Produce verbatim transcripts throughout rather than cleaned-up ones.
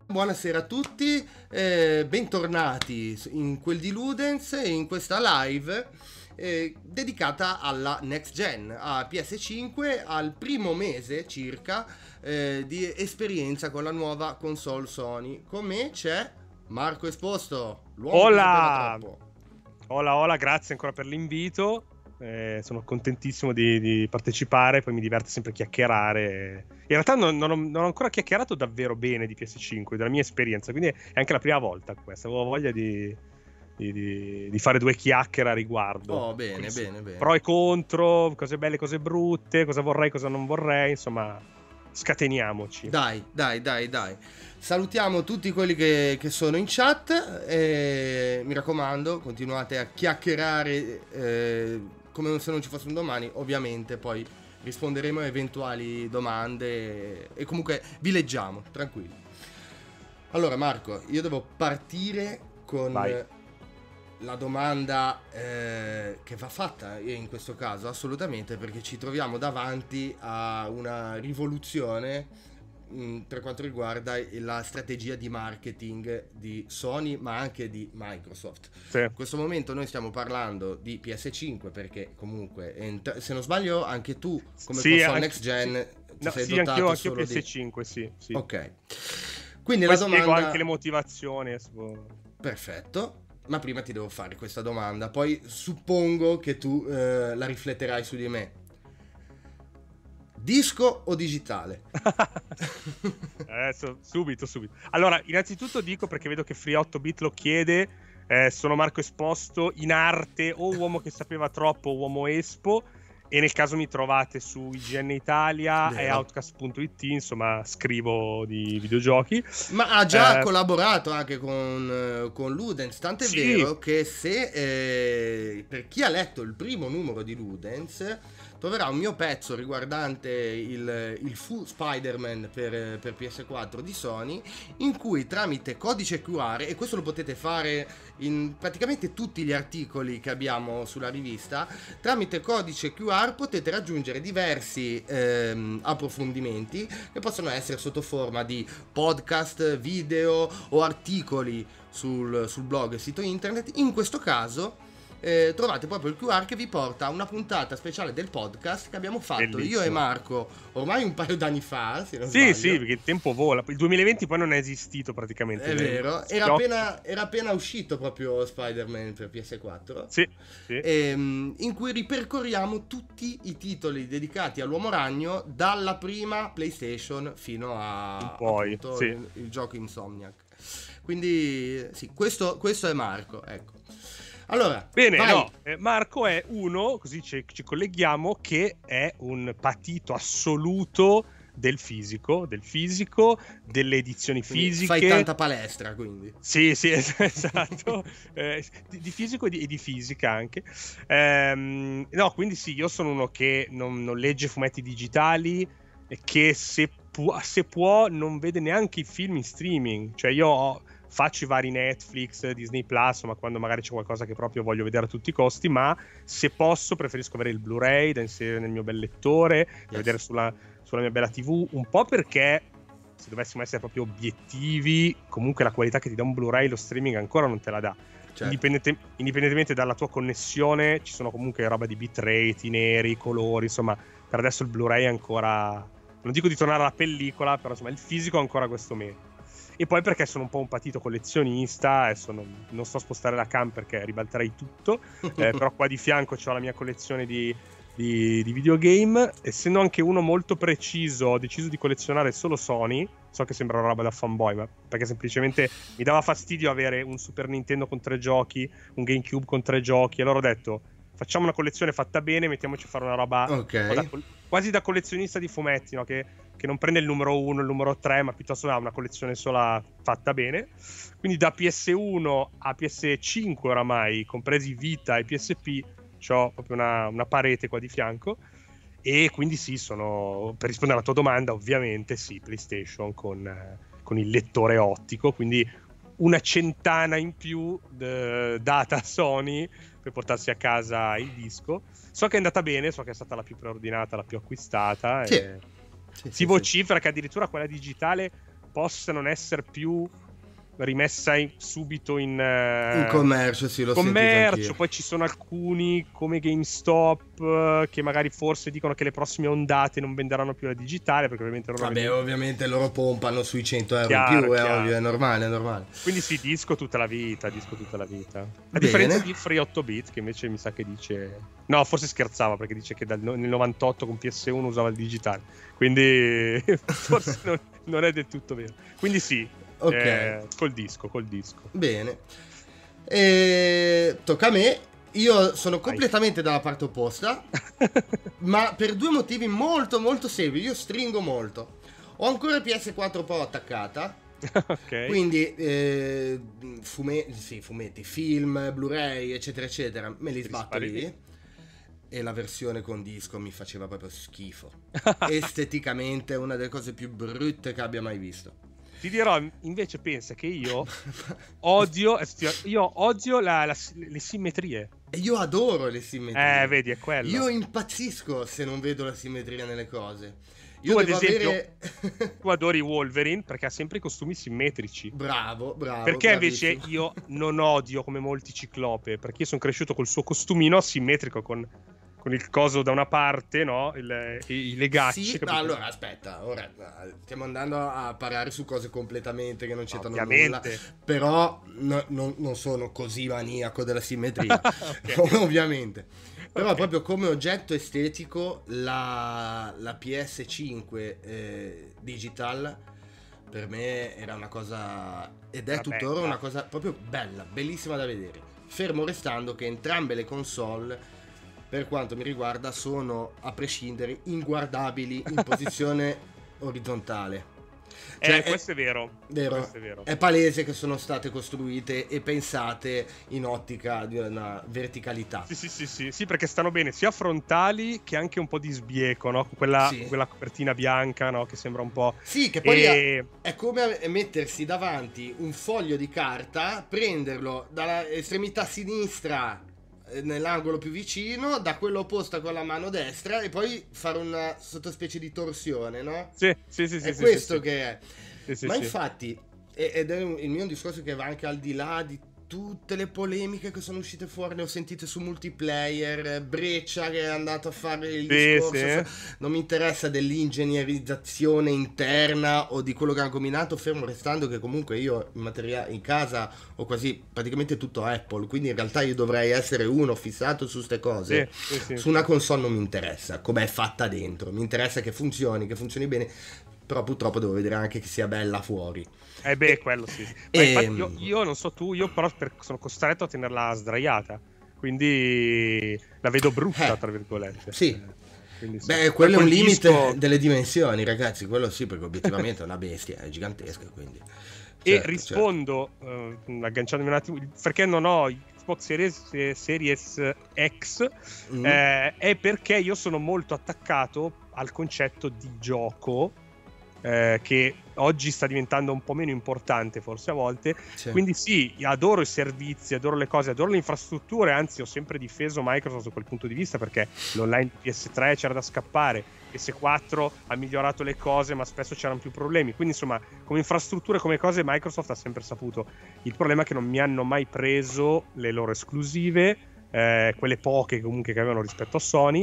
Buonasera a tutti, eh, bentornati in quel di Ludens e in questa live eh, dedicata alla Next Gen, a P S cinque, al primo mese circa eh, di esperienza con la nuova console Sony. Con me c'è Marco Esposto, l'uomo che sapeva troppo. Hola, hola, grazie ancora per l'invito. Eh, sono contentissimo di, di partecipare, poi mi diverte sempre chiacchierare. In realtà non, non, ho, non ho ancora chiacchierato davvero bene di P S cinque, della mia esperienza, quindi è anche la prima volta questa. Avevo voglia di, di, di, di fare due chiacchiere a riguardo. Oh, bene, quindi, bene, bene. Pro e contro, cose belle, cose brutte, cosa vorrei, cosa non vorrei, insomma, scateniamoci. Dai, dai, dai, dai. Salutiamo tutti quelli che, che sono in chat e mi raccomando, continuate a chiacchierare eh, come se non ci fosse un domani. Ovviamente poi risponderemo a eventuali domande e comunque vi leggiamo, tranquilli. Allora Marco, io devo partire con Vai. la domanda eh, che va fatta in questo caso assolutamente, perché ci troviamo davanti a una rivoluzione mh, per quanto riguarda la strategia di marketing di Sony ma anche di Microsoft. Sì. In questo momento noi stiamo parlando di P S cinque perché comunque ent- se non sbaglio anche tu come Sì, console anche- next gen sì. ti No, sei sì, dotato anch'io, anch'io solo P S cinque, sì, sì. di... Ok, quindi Poi la spiego domanda... anche le motivazioni. adesso- Perfetto, ma prima ti devo fare questa domanda, poi suppongo che tu eh, la rifletterai su di me. Disco o digitale? Adesso, subito, subito. Allora, innanzitutto dico, perché vedo che Free otto bit lo chiede, eh, sono Marco Esposto, in arte o uomo che sapeva troppo, uomo Espo, e nel caso mi trovate su I G N Italia e Vero. outcast punto it, insomma, scrivo di videogiochi. Ma ha già Eh, collaborato anche con, eh, con Ludens, tant'è Sì. vero che se eh, per chi ha letto il primo numero di Ludens troverà un mio pezzo riguardante il, il Fu Spider-Man per, per P S quattro di Sony, in cui tramite codice Q R, e questo lo potete fare in praticamente tutti gli articoli che abbiamo sulla rivista, tramite codice Q R potete raggiungere diversi ehm, approfondimenti che possono essere sotto forma di podcast, video o articoli sul, sul blog e sito internet. In questo caso eh, trovate proprio il Q R che vi porta a una puntata speciale del podcast che abbiamo fatto Bellissimo. io e Marco ormai un paio d'anni fa, se non Sì, sbaglio. sì, perché il tempo vola. Il duemilaventi poi non è esistito praticamente. È vero, Si era occupa- appena, era appena uscito proprio Spider-Man per P S quattro. Sì, sì. ehm, in cui ripercorriamo tutti i titoli dedicati all'Uomo Ragno dalla prima PlayStation fino a In poi, appunto, sì. il, il gioco Insomniac. Quindi sì, questo, questo è Marco, ecco. Allora, Bene, vai. no, eh, Marco è uno, così ci, ci colleghiamo, che è un patito assoluto del fisico, del fisico, delle edizioni Quindi fisiche. fai tanta palestra, quindi. Sì, sì, es- esatto, eh, di, di fisico e di, e di fisica anche. Ehm, no, quindi sì, io sono uno che non, non legge fumetti digitali e che se, pu- se può non vede neanche i film in streaming. Cioè io ho- faccio i vari Netflix, Disney Plus, ma quando magari c'è qualcosa che proprio voglio vedere a tutti i costi, ma se posso preferisco avere il Blu-ray da inserire nel mio bel lettore, da Yes. vedere sulla, sulla mia bella tivù, un po' perché se dovessimo essere proprio obiettivi, comunque la qualità che ti dà un Blu-ray lo streaming ancora non te la dà. Certo. Indipendente- indipendentemente dalla tua connessione, ci sono comunque roba di bitrate, i neri, i colori, insomma, per adesso il Blu-ray è ancora, non dico di tornare alla pellicola, però insomma il fisico ha ancora questo merito. E poi perché sono un po' un patito collezionista, adesso non, non so spostare la cam perché ribalterei tutto, eh, però qua di fianco c'ho la mia collezione di, di, di videogame. Essendo anche uno molto preciso, ho deciso di collezionare solo Sony. So che sembra una roba da fanboy, ma perché semplicemente mi dava fastidio avere un Super Nintendo con tre giochi, un GameCube con tre giochi. Allora ho detto, facciamo una collezione fatta bene, mettiamoci a fare una roba Ok. un po' da col- quasi da collezionista di fumetti, no? Che, che non prende il numero uno, il numero tre, ma piuttosto ha una collezione sola fatta bene. Quindi da P S uno a P S cinque oramai, compresi Vita e P S P, c'ho proprio una, una parete qua di fianco. E quindi sì, sono, per rispondere alla tua domanda, ovviamente sì, PlayStation con, eh, con il lettore ottico, quindi una centana in più d- data a Sony per portarsi a casa il disco. So che è andata bene, so che è stata la più preordinata, la più acquistata. Sì. E Sì, si sì, vocifera che addirittura quella digitale possa non essere più rimessa in, subito in, uh, in commercio, sì, lo commercio. Poi ci sono alcuni come GameStop uh, che magari forse dicono che le prossime ondate non venderanno più la digitale, perché ovviamente loro vabbè vendono... ovviamente loro pompano sui cento euro chiaro, in più, è chiaro. ovvio, è normale, è normale. Quindi sì, disco tutta la vita, disco tutta la vita. A Bene. differenza di Free otto bit, che invece mi sa che dice... No, forse scherzava, perché dice che dal, nel novantotto con P S uno usava il digitale. Quindi forse non, non è del tutto vero. Quindi sì, ok, eh, col disco, col disco. Bene. E... tocca a me. Io sono completamente dalla parte opposta, ma per due motivi molto molto semplici. Io stringo molto. Ho ancora P S quattro Pro attaccata. Ok. Quindi eh, fume- sì, fumetti, film, Blu-ray, eccetera, eccetera, me li sbatto spari lì. lì. E la versione con disco mi faceva proprio schifo. Esteticamente è una delle cose più brutte che abbia mai visto. Ti dirò, invece, pensa che io odio, io odio la, la, le simmetrie. E io adoro le simmetrie. Eh, vedi, è quello. Io impazzisco se non vedo la simmetria nelle cose. Io tu, ad devo esempio, avere... tu adori Wolverine perché ha sempre i costumi simmetrici. Bravo, bravo. Perché bravissimo. invece io non odio come molti Ciclope, perché io sono cresciuto col suo costumino asimmetrico con, con il coso da una parte, no? Il, i, i legacci. Sì, capito? ma allora aspetta, ora stiamo andando a parare su cose completamente che non c'entrano Ovviamente. nulla. Però no, non, non sono così maniaco della simmetria, ovviamente. Però Okay. proprio come oggetto estetico la, la P S cinque eh, digital per me era una cosa, ed è Era tuttora bella. una cosa proprio bella, bellissima da vedere. Fermo restando che entrambe le console, per quanto mi riguarda, sono a prescindere inguardabili in posizione orizzontale. Cioè, eh, questo è vero. vero, Questo è vero. è palese che sono state costruite e pensate in ottica di una verticalità. Sì, sì, sì, sì, sì, perché stanno bene sia frontali che anche un po' di sbieco, no? Quella, Sì. quella copertina bianca, no? Che sembra un po'... Sì, che poi E- è come mettersi davanti un foglio di carta, prenderlo dalla estremità sinistra eh, nell'angolo più vicino, da quello opposto con la mano destra e poi fare una sottospecie di torsione, no? Sì, sì, sì, sì. È sì, questo sì, che è. sì, sì, Ma sì. infatti, e- ed è un- il mio discorso che va anche al di là di tutte le polemiche che sono uscite fuori, le ho sentite su multiplayer, Breccia che è andato a fare il Sì, discorso, sì. sa- non mi interessa dell'ingegnerizzazione interna o di quello che hanno combinato, fermo restando che comunque io in materia in casa ho quasi praticamente tutto Apple, quindi in realtà io dovrei essere uno fissato su ste cose. Sì, sì, sì. Su una console non mi interessa com'è fatta dentro, mi interessa che funzioni, che funzioni bene, però purtroppo devo vedere anche che sia bella fuori. Eh beh, E- quello sì. Ma e- infatti io, io non so tu, io però per- sono costretto a tenerla sdraiata, quindi la vedo brutta, Eh, tra virgolette. sì. Eh, quindi sì. Beh, quello è Poi un col limite disco- delle dimensioni, ragazzi, quello sì, perché obiettivamente è una bestia, è gigantesca, quindi... E Certo, rispondo, eh, agganciandomi un attimo, perché non ho Xbox Series, eh, Series X, certo. Mm. eh, è perché io sono molto attaccato al concetto di gioco, eh, che oggi sta diventando un po' meno importante forse a volte. Sì. Quindi sì, adoro i servizi, adoro le cose, adoro le infrastrutture, anzi ho sempre difeso Microsoft da quel punto di vista, perché l'online P S tre c'era da scappare, P S quattro ha migliorato le cose ma spesso c'erano più problemi, quindi insomma come infrastrutture, come cose Microsoft ha sempre saputo. Il problema è che non mi hanno mai preso le loro esclusive, eh, quelle poche comunque che avevano rispetto a Sony,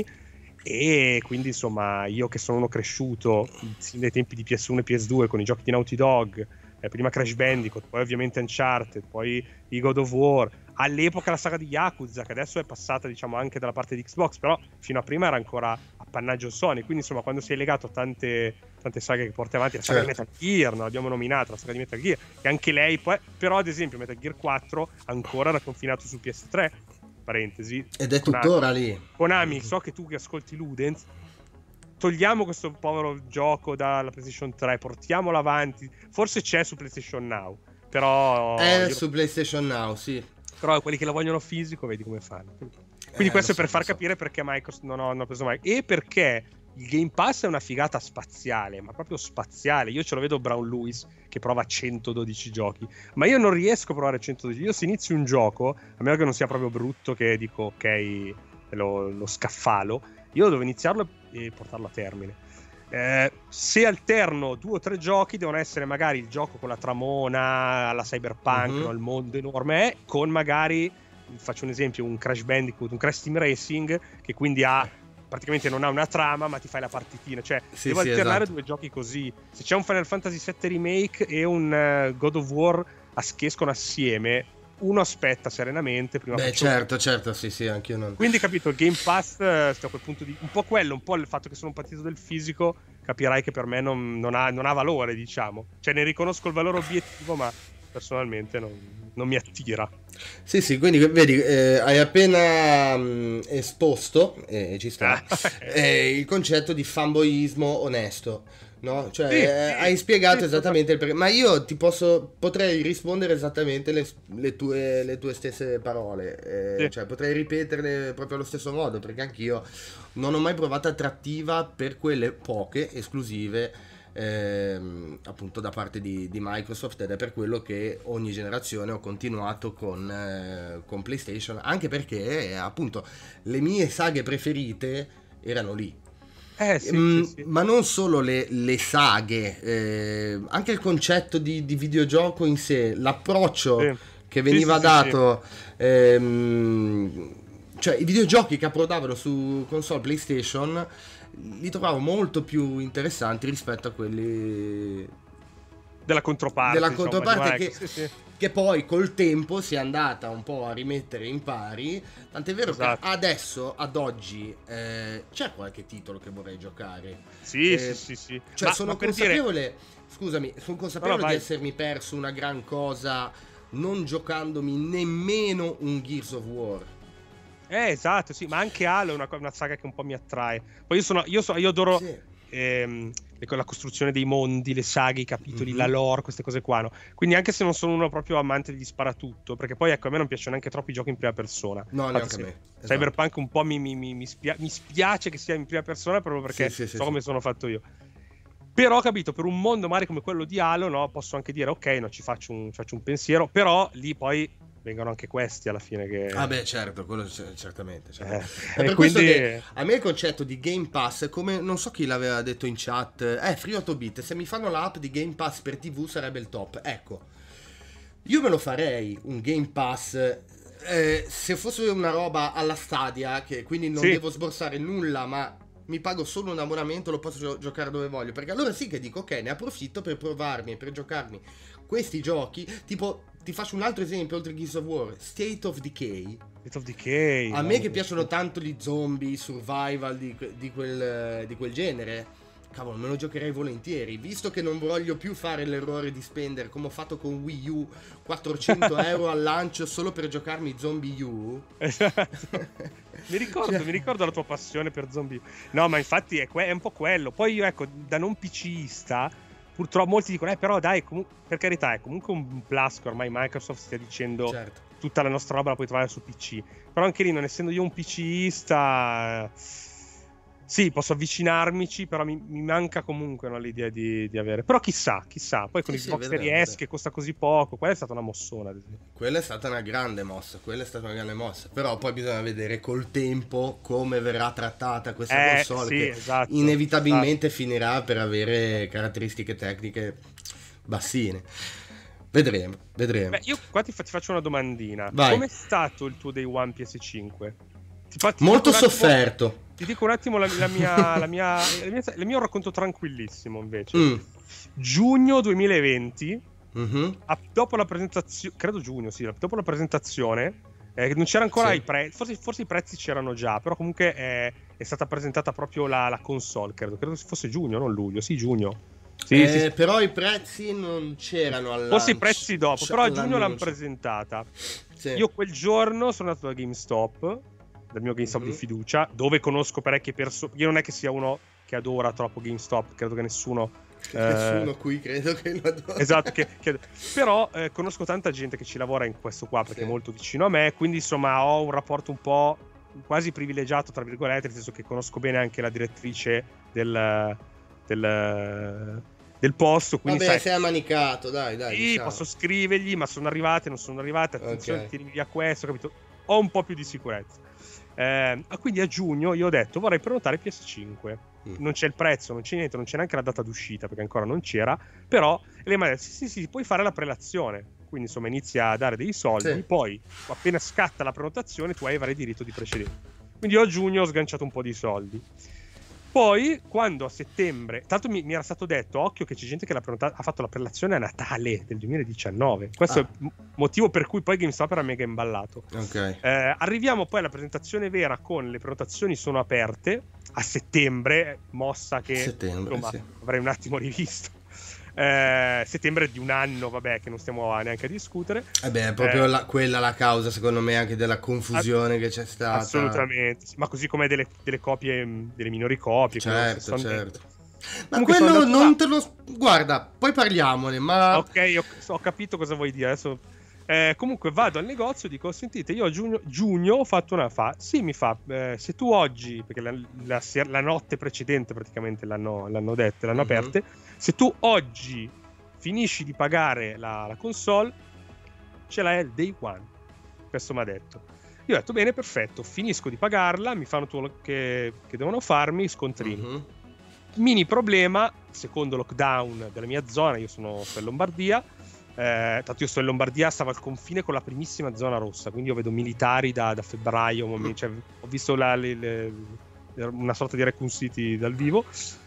e quindi insomma io che sono uno cresciuto sin dai tempi di P S uno e P S due con i giochi di Naughty Dog, eh, prima Crash Bandicoot, poi ovviamente Uncharted, poi i God of War, all'epoca la saga di Yakuza che adesso è passata diciamo anche dalla parte di Xbox, però fino a prima era ancora appannaggio Sony, quindi insomma quando sei legato a tante, tante saghe che porti avanti, la saga Certo. di Metal Gear, no? L'abbiamo nominata, la saga di Metal Gear, che anche lei poi, però ad esempio Metal Gear quattro ancora era confinato su P S tre, parentesi, Ed è Konami. tuttora lì. Konami, so che tu che ascolti Ludens, togliamo questo povero gioco dalla PlayStation tre, portiamolo avanti. Forse c'è su PlayStation Now, però È io- su PlayStation Now, sì. però quelli che lo vogliono fisico, vedi come fanno. Quindi Eh, questo lo è per so, far lo so. capire perché Microsoft non, ho, non ha preso mai, e perché il Game Pass è una figata spaziale, ma proprio spaziale. Io ce lo vedo Brown Lewis che prova centododici giochi, ma io non riesco a provare centododici. Io se inizio un gioco, a meno che non sia proprio brutto, che dico ok, lo, lo scaffalo, io devo iniziarlo e portarlo a termine. Eh, se alterno due o tre giochi, devono essere magari il gioco con la tramona alla Cyberpunk, Mhm. no? Il mondo enorme è, con magari, faccio un esempio, un Crash Bandicoot, un Crash Team Racing, che quindi ha praticamente non ha una trama, ma ti fai la partitina. Cioè, Sì, devo sì, alternare esatto. due giochi così. Se c'è un Final Fantasy sette Remake e un eh, God of War as- che escono assieme, uno aspetta serenamente prima. Beh, faccio- certo, certo, sì, sì, anche io non... Quindi, capito, il Game Pass, eh, sto a quel punto di... un po' quello, un po' il fatto che sono un partito del fisico, capirai che per me non, non ha, non ha valore, diciamo. Cioè, ne riconosco il valore obiettivo, ma personalmente non, non mi attira. Sì, sì, quindi vedi, eh, hai appena mh, esposto, e e ci sta, eh, il concetto di fanboyismo onesto, no? Cioè, Sì, eh, sì, hai spiegato sì, esattamente il perché, ma io ti posso, potrei rispondere esattamente le, le tue, le tue stesse parole, eh, sì. cioè potrei ripeterle proprio allo stesso modo, perché anch'io non ho mai provato attrattiva per quelle poche esclusive ehm, appunto da parte di, di Microsoft, ed è per quello che ogni generazione ho continuato con, eh, con PlayStation, anche perché eh, appunto le mie saghe preferite erano lì. Eh, sì, Mm, sì, sì. ma non solo le, le saghe, eh, anche il concetto di, di videogioco in sé, l'approccio Sì. che Sì, veniva sì, sì, sì. dato, ehm, cioè i videogiochi che approdavano su console PlayStation li trovavo molto più interessanti rispetto a quelli Della controparte, della diciamo, controparte, di che, Microsoft. Sì, sì. che poi col tempo si è andata un po' a rimettere in pari. Tant'è vero Esatto. che adesso, ad oggi, eh, c'è qualche titolo che vorrei giocare. Sì, Eh, sì, sì, sì. Cioè, Ma- sono ma per dire- consapevole, scusami, sono consapevole No, no, di vai. essermi perso una gran cosa non giocandomi nemmeno un Gears of War. Eh, esatto, sì, ma anche Halo è una, co- una saga che un po' mi attrae. Poi io sono, io so- io adoro Sì. ehm, le- la costruzione dei mondi, le saghe, i capitoli, Mhm. la lore, queste cose qua, no? Quindi anche se non sono uno proprio amante degli sparatutto, perché poi ecco, a me non piacciono neanche troppo i giochi in prima persona. No, Infatti, neanche a se- me. Esatto. Cyberpunk un po' mi, mi- mi- mi spia- mi spiace che sia in prima persona proprio perché Sì, sì, sì, so sì. come sono fatto io. Però, capito, per un mondo magari come quello di Halo, no, posso anche dire, ok, no, ci faccio un, ci faccio un pensiero, però lì poi vengono anche questi alla fine che... Ah beh, certo, quello c- certamente. certamente. Eh, È per e questo quindi- che a me il concetto di Game Pass è come, non so chi l'aveva detto in chat, eh, Free otto bit, se mi fanno l'app di Game Pass per tivù sarebbe il top. Ecco, io me lo farei un Game Pass eh, se fosse una roba alla Stadia, che quindi non Sì. devo sborsare nulla, ma mi pago solo un abbonamento, lo posso gio- giocare dove voglio, perché allora sì che dico, ok, ne approfitto per provarmi e per giocarmi questi giochi, tipo, ti faccio un altro esempio oltre a Gears of War, State of Decay. State of Decay. A me che no? piacciono tanto gli zombie, i survival di, que- di quel, di quel genere, cavolo, me lo giocherei volentieri. Visto che non voglio più fare l'errore di spendere, come ho fatto con Wii U, quattrocento euro al lancio solo per giocarmi Zombie U. Esatto. Mi ricordo, Cioè- mi ricordo la tua passione per zombie. No, ma infatti è, que- è un po' quello. Poi io, ecco, da non PCista, purtroppo molti dicono, eh, però dai, comu- per carità, è comunque un plus che ormai Microsoft stia dicendo Certo. tutta la nostra roba la puoi trovare su P C. Però anche lì, non essendo io un PCista, sì, posso avvicinarmici, però mi, mi manca comunque, no, l'idea di, di avere. Però chissà, chissà. Poi con Sì, sì, Xbox vedremo, Series S vedremo. che costa così poco, quella è stata una mossona, ad esempio. Quella è stata una grande mossa, quella è stata una grande mossa. Però poi bisogna vedere col tempo come verrà trattata questa Eh, console, sì, che esatto, inevitabilmente finirà per avere caratteristiche tecniche bassine. Vedremo, vedremo. Beh, io qua ti, fa- ti faccio una domandina. Vai. Com'è stato il tuo Day One P S cinque? Ti fa- ti Molto dico un attimo- sofferto. Ti dico un attimo la, la mia, la mia, la mia- il mio racconto tranquillissimo invece. Mm. Giugno duemilaventi, Mhm. a- dopo la presentazione, credo giugno, sì, dopo la presentazione, eh, non c'era ancora Sì. i prezzi, forse, forse i prezzi c'erano già, però comunque è, è stata presentata proprio la, la console, credo, credo fosse giugno, non luglio, sì, giugno. Sì, Eh, sì, sì. Però i prezzi non c'erano al Forse i lancio. prezzi dopo, Cioè, però a giugno l'hanno all'annuncio. presentata. Sì. Io quel giorno sono andato da GameStop, dal mio GameStop Mhm. di fiducia, dove conosco parecchie persone. Io non è che sia uno che adora troppo GameStop, credo che nessuno... eh, Nessuno qui credo che lo adori. Esatto, che, che- però eh, conosco tanta gente che ci lavora in questo qua perché Sì. è molto vicino a me, quindi insomma ho un rapporto un po' quasi privilegiato, tra virgolette, nel senso che conosco bene anche la direttrice del, del, del posto, quindi Vabbè, sai, sei ammanicato, dai, dai. sì, diciamo. posso scrivergli, ma sono arrivate, non sono arrivate, attenzione, Ok. tieni via questo, capito? Ho un po' più di sicurezza. Eh, ah, quindi a giugno io ho detto vorrei prenotare P S cinque. Mm. non c'è il prezzo, non c'è niente, non c'è neanche la data d'uscita perché ancora non c'era, però lei mi ha detto sì sì sì, puoi fare la prelazione, quindi insomma inizia a dare dei soldi, Sì. poi appena scatta la prenotazione tu hai avrai diritto di precedente. Quindi io a giugno ho sganciato un po' di soldi. Poi, quando a settembre, tanto mi, mi era stato detto, occhio che c'è gente che l'ha prenota- ha fatto la prelazione a Natale del duemiladiciannove. Questo Ah. è il motivo per cui poi GameStop era mega imballato. Ok. Eh, arriviamo poi alla presentazione vera con le prenotazioni sono aperte a settembre, mossa che Settembre, insomma, sì. avrei un attimo rivisto. Eh, settembre di un anno, vabbè, che non stiamo a neanche a discutere. Eh beh, è proprio Eh, la, quella la causa, secondo me, anche della confusione che c'è stata. Assolutamente, sì, ma così come delle, delle copie, mh, delle minori copie. quello Certo, sessanta. certo. Ma Comunque sono quello andato non là. te lo... Guarda, poi parliamone, ma... Ok, ho, ho capito cosa vuoi dire. Adesso, eh, comunque vado al negozio e dico: sentite, io a giugno, giugno ho fatto una fa. Sì, mi fa. Eh, se tu oggi, perché la, la, ser- la notte precedente praticamente l'hanno, l'hanno dette, l'hanno Mhm. aperte. Se tu oggi finisci di pagare la, la console, ce l'hai al day one. Questo mi ha detto. Io ho detto: bene, perfetto, finisco di pagarla, mi fanno tutto quello che, che devono farmi, scontrini. Mhm. Mini problema, secondo lockdown della mia zona, io sono sto in Lombardia, eh, tanto io sto in Lombardia, stavo al confine con la primissima zona rossa, quindi io vedo militari da, da febbraio, Mm. cioè, ho visto la, le, le, una sorta di Raccoon City dal vivo,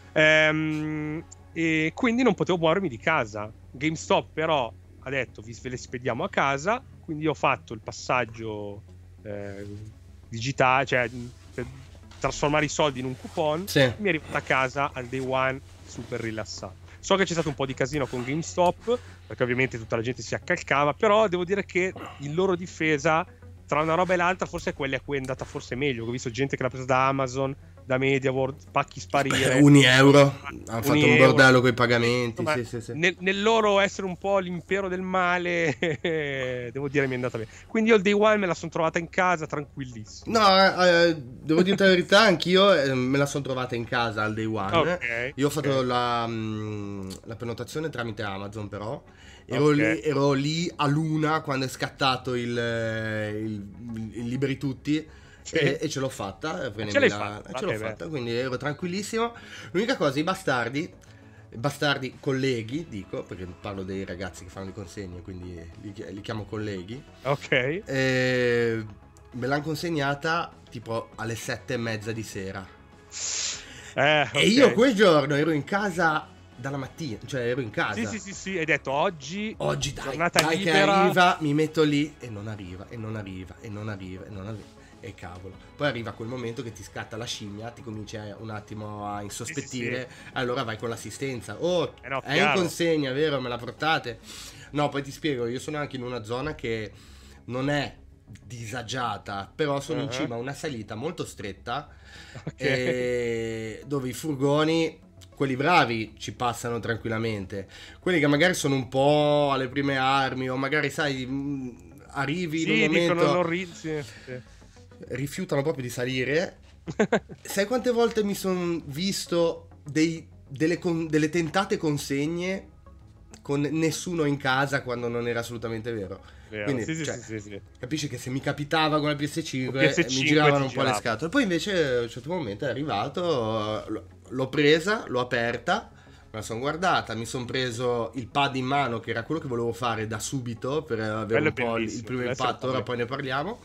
ehm, e quindi non potevo muovermi di casa. GameStop però ha detto: vi ve le spediamo a casa, quindi ho fatto il passaggio eh, digitale, cioè per trasformare i soldi in un coupon. Sì. Mi è arrivata a casa al day one super rilassato. So che c'è stato un po' di casino con GameStop, perché ovviamente tutta la gente si accalcava, però devo dire che in loro difesa, tra una roba e l'altra, forse è quella a cui è andata forse meglio. Ho visto gente che l'ha presa da Amazon, da MediaWorld, pacchi sparire. Uni euro. Hanno fatto un euro. bordello con i pagamenti. Insomma, Sì, sì, sì. Nel, nel loro essere un po' l'impero del male, devo dire mi è andata bene. Quindi io il day one me la sono trovata in casa tranquillissima. No, eh, devo dirti la verità, anch'io eh, me la sono trovata in casa al day one. Ok, Io ho fatto ok. la, mh, la prenotazione tramite Amazon, però. Ero, Ok. lì, ero lì a luna quando è scattato il, eh, il, il Liberi Tutti. Sì. E, e ce l'ho fatta, Ce l'hai la, fatta? ce l'ho Eh, fatta, quindi ero tranquillissimo. L'unica cosa, i bastardi, bastardi colleghi, dico, perché parlo dei ragazzi che fanno le consegne, quindi li, li chiamo colleghi. Ok. E me l'hanno consegnata tipo alle sette e mezza di sera. Eh, ok. E io quel giorno ero in casa dalla mattina, cioè ero in casa. Sì, sì, sì, sì, hai detto oggi, Oggi dai, giornata dai che libera. arriva, mi metto lì e non arriva, e non arriva, e non arriva, e non arriva. E cavolo. Poi arriva quel momento che ti scatta la scimmia, ti cominci a- un attimo a insospettire, Sì, sì, allora vai con l'assistenza. Oh, Eh no, è in chiaro. consegna, vero? Me la portate? No, poi ti spiego, io sono anche in una zona che non è disagiata, però sono in Uh-huh. cima a una salita molto stretta, Ok. e dove i furgoni, quelli bravi, ci passano tranquillamente. Quelli che magari sono un po' alle prime armi, o magari sai, mh, arrivi in un Sì, momento, dicono non ri- sì, sì. rifiutano proprio di salire. Sai quante volte mi sono visto dei, delle, con- delle tentate consegne con nessuno in casa quando non era assolutamente vero? Vero. Quindi, Sì, sì, cioè, sì, sì, sì. capisci che se mi capitava con la P S cinque, Con P S eh, mi cinque giravano ti un po' le girava. scatole. Poi invece a un certo momento è arrivato, l- l'ho presa, l'ho aperta, me la sono guardata, mi sono preso il pad in mano, che era quello che volevo fare da subito per avere Quello un è po' il, il bellissimo, primo deve essere impatto, ora bello. poi ne parliamo.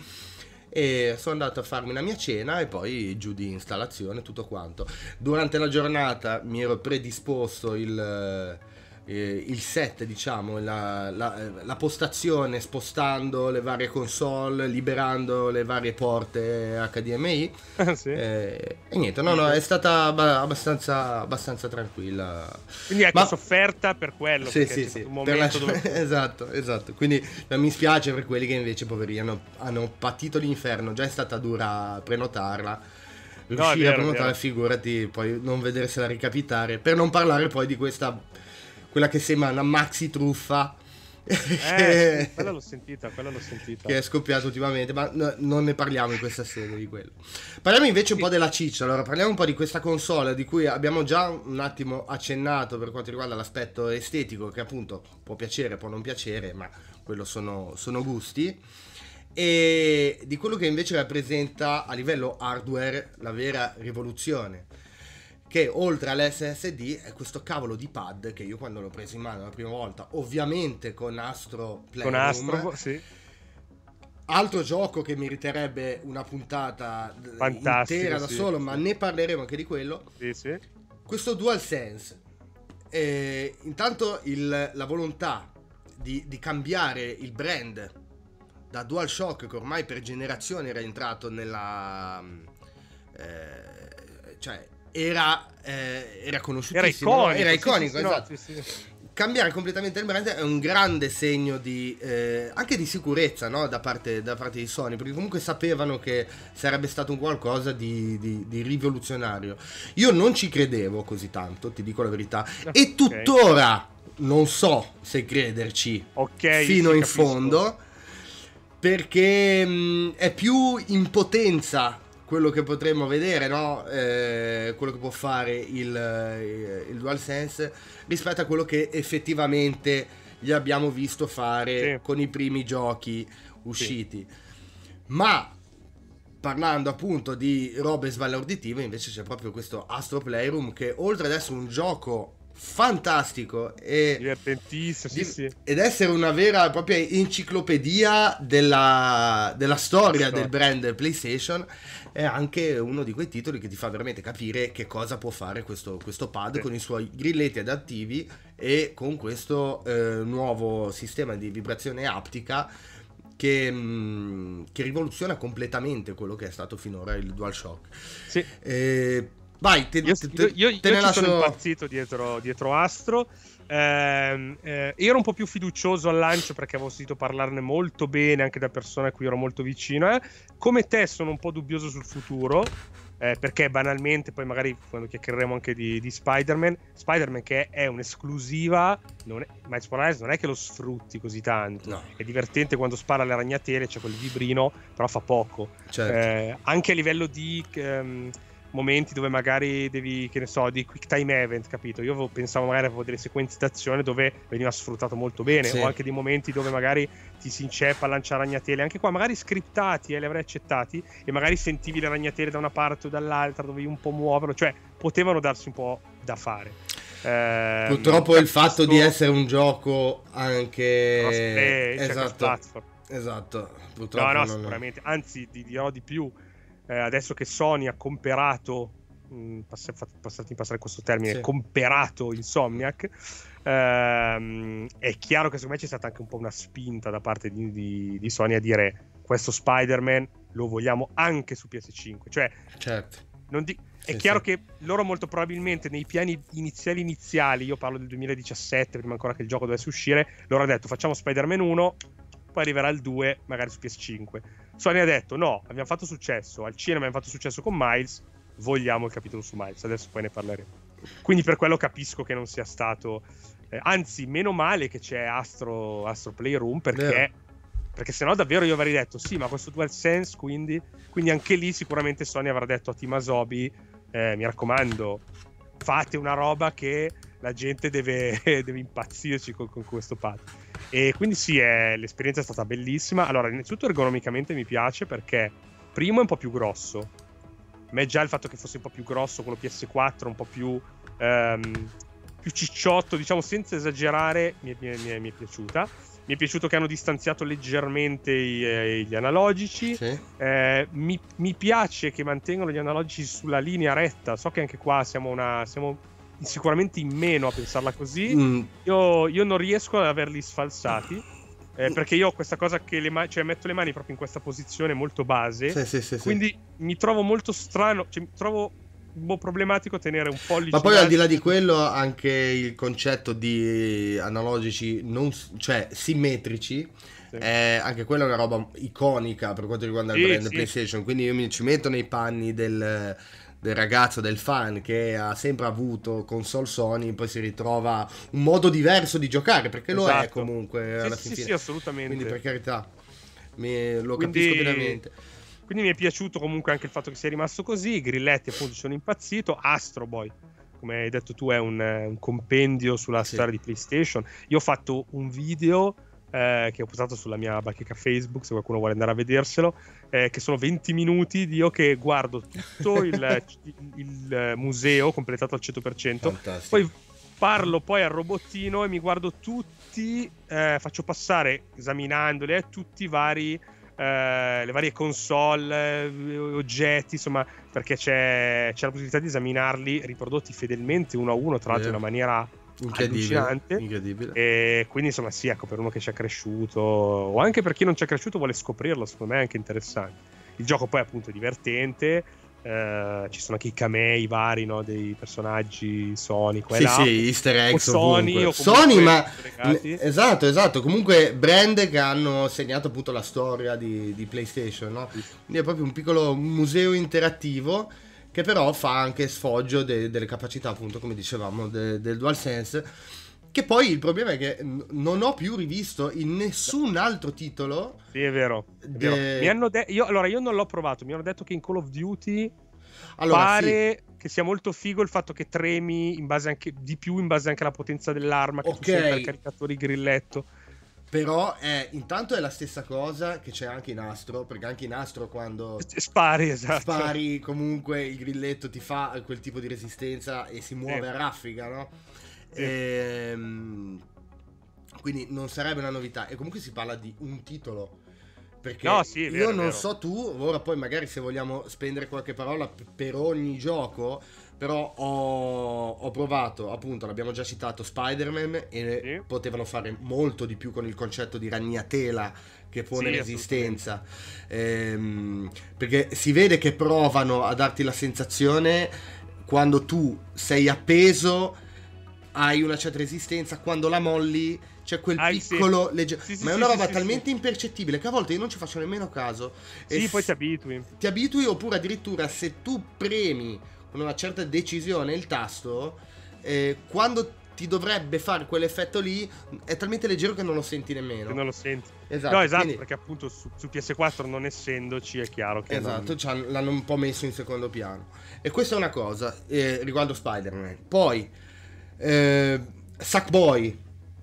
E sono andato a farmi la mia cena e poi giù di installazione, tutto quanto. Durante la giornata mi ero predisposto il, eh, il set, diciamo, la, la, la postazione, spostando le varie console, liberando le varie porte H D M I. Sì. Eh, e niente, no, no, è stata abba- abbastanza, abbastanza tranquilla. Quindi ecco, Ma- sofferta per quello, Sì, perché sì, c'è sì. stato un Per la- momento dove... esatto, esatto. Quindi eh, mi spiace per quelli che invece, poverini, hanno, hanno patito l'inferno. Già è stata dura prenotarla. Riuscire vero, a prenotare, vero. figurati, poi non vedersela ricapitare. Per non parlare poi di questa, quella che sembra una maxi truffa. Eh, che, sì, quella l'ho sentita, quella l'ho sentita. che è scoppiata ultimamente, ma no- non ne parliamo in questa sede di quello. Parliamo invece un po' della ciccia. Allora, parliamo un po' di questa console di cui abbiamo già un attimo accennato per quanto riguarda l'aspetto estetico, che appunto può piacere, può non piacere, ma quello sono, sono gusti. E di quello che invece rappresenta a livello hardware la vera rivoluzione, che oltre all'S S D è questo cavolo di pad che io quando l'ho preso in mano la prima volta, ovviamente con Astro Playroom, con Astro, sì. Altro gioco che meriterebbe una puntata Fantastico, intera da sì, solo, sì. ma ne parleremo anche di quello. Sì, sì. Questo DualSense, eh, intanto il, la volontà di, di cambiare il brand da DualShock, che ormai per generazioni era entrato nella... Eh, cioè era, eh, era conosciutissimo, era iconico, no? Era sì, iconico, sì, sì, esatto. no, sì, sì. Cambiare completamente il brand è un grande segno di eh, anche di sicurezza, no? da, parte, da parte di Sony, perché comunque sapevano che sarebbe stato un qualcosa di, di, di rivoluzionario. Io non ci credevo così tanto, ti dico la verità, okay. E tuttora non so se crederci okay, fino sì, in capisco. fondo, perché mh, è più in potenza quello che potremmo vedere, no? Eh, quello che può fare il, il DualSense rispetto a quello che effettivamente gli abbiamo visto fare sì. con i primi giochi usciti. Sì. Ma parlando appunto di robe sbalorditive, invece c'è proprio questo Astro Playroom che, oltre ad essere un gioco fantastico e divertentissimo, sì, di, sì. ed essere una vera e propria enciclopedia della, della storia del brand PlayStation, è anche uno di quei titoli che ti fa veramente capire che cosa può fare questo, questo pad, sì. Con i suoi grilletti adattivi e con questo eh, nuovo sistema di vibrazione aptica che, mh, che rivoluziona completamente quello che è stato finora il DualShock. Sì. Eh, vai, te, io, te, io, io, te io ne ci lascio... sono impazzito dietro, dietro Astro. Eh, eh, ero un po' più fiducioso al lancio perché avevo sentito parlarne molto bene anche da persone a cui ero molto vicino. Eh. Come te sono un po' dubbioso sul futuro, eh, perché banalmente poi magari quando chiacchiereremo anche di, di Spider-Man, Spider-Man che è un'esclusiva, non è, Miles Morales non è che lo sfrutti così tanto, no. È divertente quando spara le ragnatele, c'è quel vibrino, però fa poco. Certo. Eh, anche a livello di... Um, momenti dove magari devi, che ne so, di quick time event, capito? Io pensavo magari avevo delle sequenze d'azione dove veniva sfruttato molto bene, sì. O anche dei momenti dove magari ti si inceppa a lanciare ragnatele, anche qua magari scriptati e eh, li avrei accettati, e magari sentivi le ragnatele da una parte o dall'altra, dovevi un po' muoverlo, cioè potevano darsi un po' da fare. Eh, Purtroppo capisco... il fatto di essere un gioco anche crossplay, esatto, cioè esatto, purtroppo no, no, non... sicuramente, anzi ti dirò di più. Eh, adesso che Sony ha comperato, mh, pass- passatemi passare questo termine, sì. comperato Insomniac, ehm, è chiaro che secondo me c'è stata anche un po' una spinta da parte di, di, di Sony a dire questo Spider-Man lo vogliamo anche su P S cinque, cioè certo. non di- è sì, chiaro sì. che loro molto probabilmente nei piani iniziali iniziali, io parlo del duemiladiciassette, prima ancora che il gioco dovesse uscire, loro hanno detto facciamo Spider-Man uno, poi arriverà il due magari su P S cinque. Sony ha detto no, abbiamo fatto successo al cinema, abbiamo fatto successo con Miles, vogliamo il capitolo su Miles, adesso poi ne parleremo. Quindi per quello capisco che non sia stato eh, anzi meno male che c'è Astro, Astro Playroom, perché yeah. perché sennò davvero io avrei detto sì, ma questo DualSense, quindi quindi anche lì sicuramente Sony avrà detto a Team Asobi eh, mi raccomando, fate una roba che la gente deve, deve impazzirci con, con questo pad. E quindi sì, è, l'esperienza è stata bellissima. Allora, innanzitutto ergonomicamente mi piace perché primo è un po' più grosso. A me già il fatto che fosse un po' più grosso quello P S quattro, un po' più ehm, più cicciotto, diciamo senza esagerare, mi è, mi, è, mi è piaciuta. Mi è piaciuto che hanno distanziato leggermente i, eh, gli analogici. Sì. Eh, mi, mi piace che mantengono gli analogici sulla linea retta. So che anche qua siamo una siamo sicuramente in meno a pensarla così. Mm. Io, io non riesco ad averli sfalsati. Eh, perché io ho questa cosa che le mani, cioè metto le mani proprio in questa posizione molto base. Sì, sì, sì, quindi sì. mi trovo molto strano. Cioè, mi trovo un po' problematico tenere un pollice. Ma poi al di là di quello anche il concetto di analogici non, cioè simmetrici, sì. eh, anche quella è una roba iconica per quanto riguarda il sì, brand sì. PlayStation, quindi io mi ci metto nei panni del, del ragazzo, del fan che ha sempre avuto console Sony, poi si ritrova un modo diverso di giocare, perché lo esatto. è comunque sì, alla sì, fine. sì, assolutamente. Quindi per carità mi, lo quindi... capisco pienamente. Quindi mi è piaciuto comunque anche il fatto che sia rimasto così. I grilletti appunto sono impazzito. Astro Boy, come hai detto tu, è un, un compendio sulla sì. storia di PlayStation. Io ho fatto un video eh, che ho postato sulla mia bacheca Facebook, se qualcuno vuole andare a vederselo, eh, che sono venti minuti di io che guardo tutto il, il museo completato al cento per cento. Fantastico. Poi parlo poi al robottino e mi guardo tutti, eh, faccio passare, esaminandoli, eh, tutti i vari... Uh, le varie console, uh, oggetti, insomma, perché c'è, c'è la possibilità di esaminarli riprodotti fedelmente uno a uno, tra l'altro in una maniera incredibile, allucinante. Incredibile. E quindi insomma sì, ecco, per uno che ci è cresciuto o anche per chi non ci è cresciuto vuole scoprirlo, secondo me è anche interessante. Il gioco poi appunto è divertente. Uh, ci sono anche i camei vari, no, dei personaggi Sony, sì, là, sì, easter eggs o Sony, o Sony, ma legati. esatto, esatto, comunque brand che hanno segnato appunto la storia di, di PlayStation, no? Quindi è proprio un piccolo museo interattivo che però fa anche sfoggio de, delle capacità, appunto, come dicevamo, de, del DualSense, che poi il problema è che n- non ho più rivisto in nessun altro titolo. Sì, è vero, è de... vero. Mi hanno de- io, allora io non l'ho provato, mi hanno detto che in Call of Duty allora, pare sì. che sia molto figo il fatto che tremi in base anche di più in base anche alla potenza dell'arma, che okay. tu senta il caricatore di grilletto. Però è, intanto è la stessa cosa che c'è anche in Astro, perché anche in Astro quando spari, esatto. spari comunque il grilletto ti fa quel tipo di resistenza e si muove sì. a raffica, no? Sì. Ehm, quindi non sarebbe una novità. E comunque si parla di un titolo, perché no, sì, vero, io non vero. so tu, ora poi magari se vogliamo spendere qualche parola per ogni gioco, però ho, ho provato, appunto, l'abbiamo già citato, Spider-Man, e sì. potevano fare molto di più con il concetto di ragnatela che pone sì, resistenza, ehm, perché si vede che provano a darti la sensazione, quando tu sei appeso hai una certa resistenza, quando la molli c'è quel ah, piccolo sì. legge... sì, sì, ma è sì, una roba sì, talmente sì. impercettibile che a volte io non ci faccio nemmeno caso. Sì, e poi s- ti abitui. Ti abitui, oppure addirittura se tu premi con una certa decisione il tasto, eh, quando ti dovrebbe fare quell'effetto lì è talmente leggero che non lo senti nemmeno. Che non lo senti. Esatto, no, esatto, quindi... perché appunto su, su P S quattro non essendoci è chiaro che esatto, non... cioè, l'hanno un po' messo in secondo piano. E questa è una cosa eh, riguardo Spider-Man. Poi eh, Sackboy,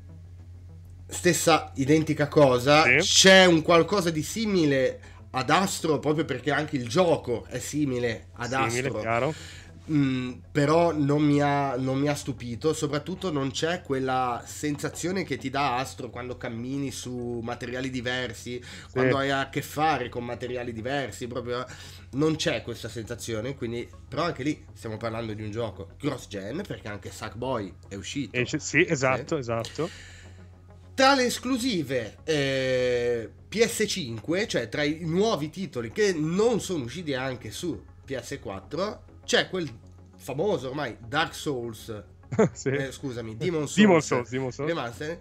stessa identica cosa, sì. C'è un qualcosa di simile ad Astro, proprio perché anche il gioco è simile ad simile, Astro. Chiaro. Mm, però non mi, ha, non mi ha stupito, soprattutto non c'è quella sensazione che ti dà Astro quando cammini su materiali diversi, sì. quando hai a che fare con materiali diversi, proprio non c'è questa sensazione, quindi però anche lì stiamo parlando di un gioco cross gen, perché anche Sackboy è uscito. E sì, esatto, sì. esatto. Tra le esclusive eh, P S cinque, cioè tra i nuovi titoli che non sono usciti anche su P S quattro, c'è quel famoso ormai Dark Souls, sì. eh, scusami, Demon Souls, Demon Souls, Demon Souls. Remastered,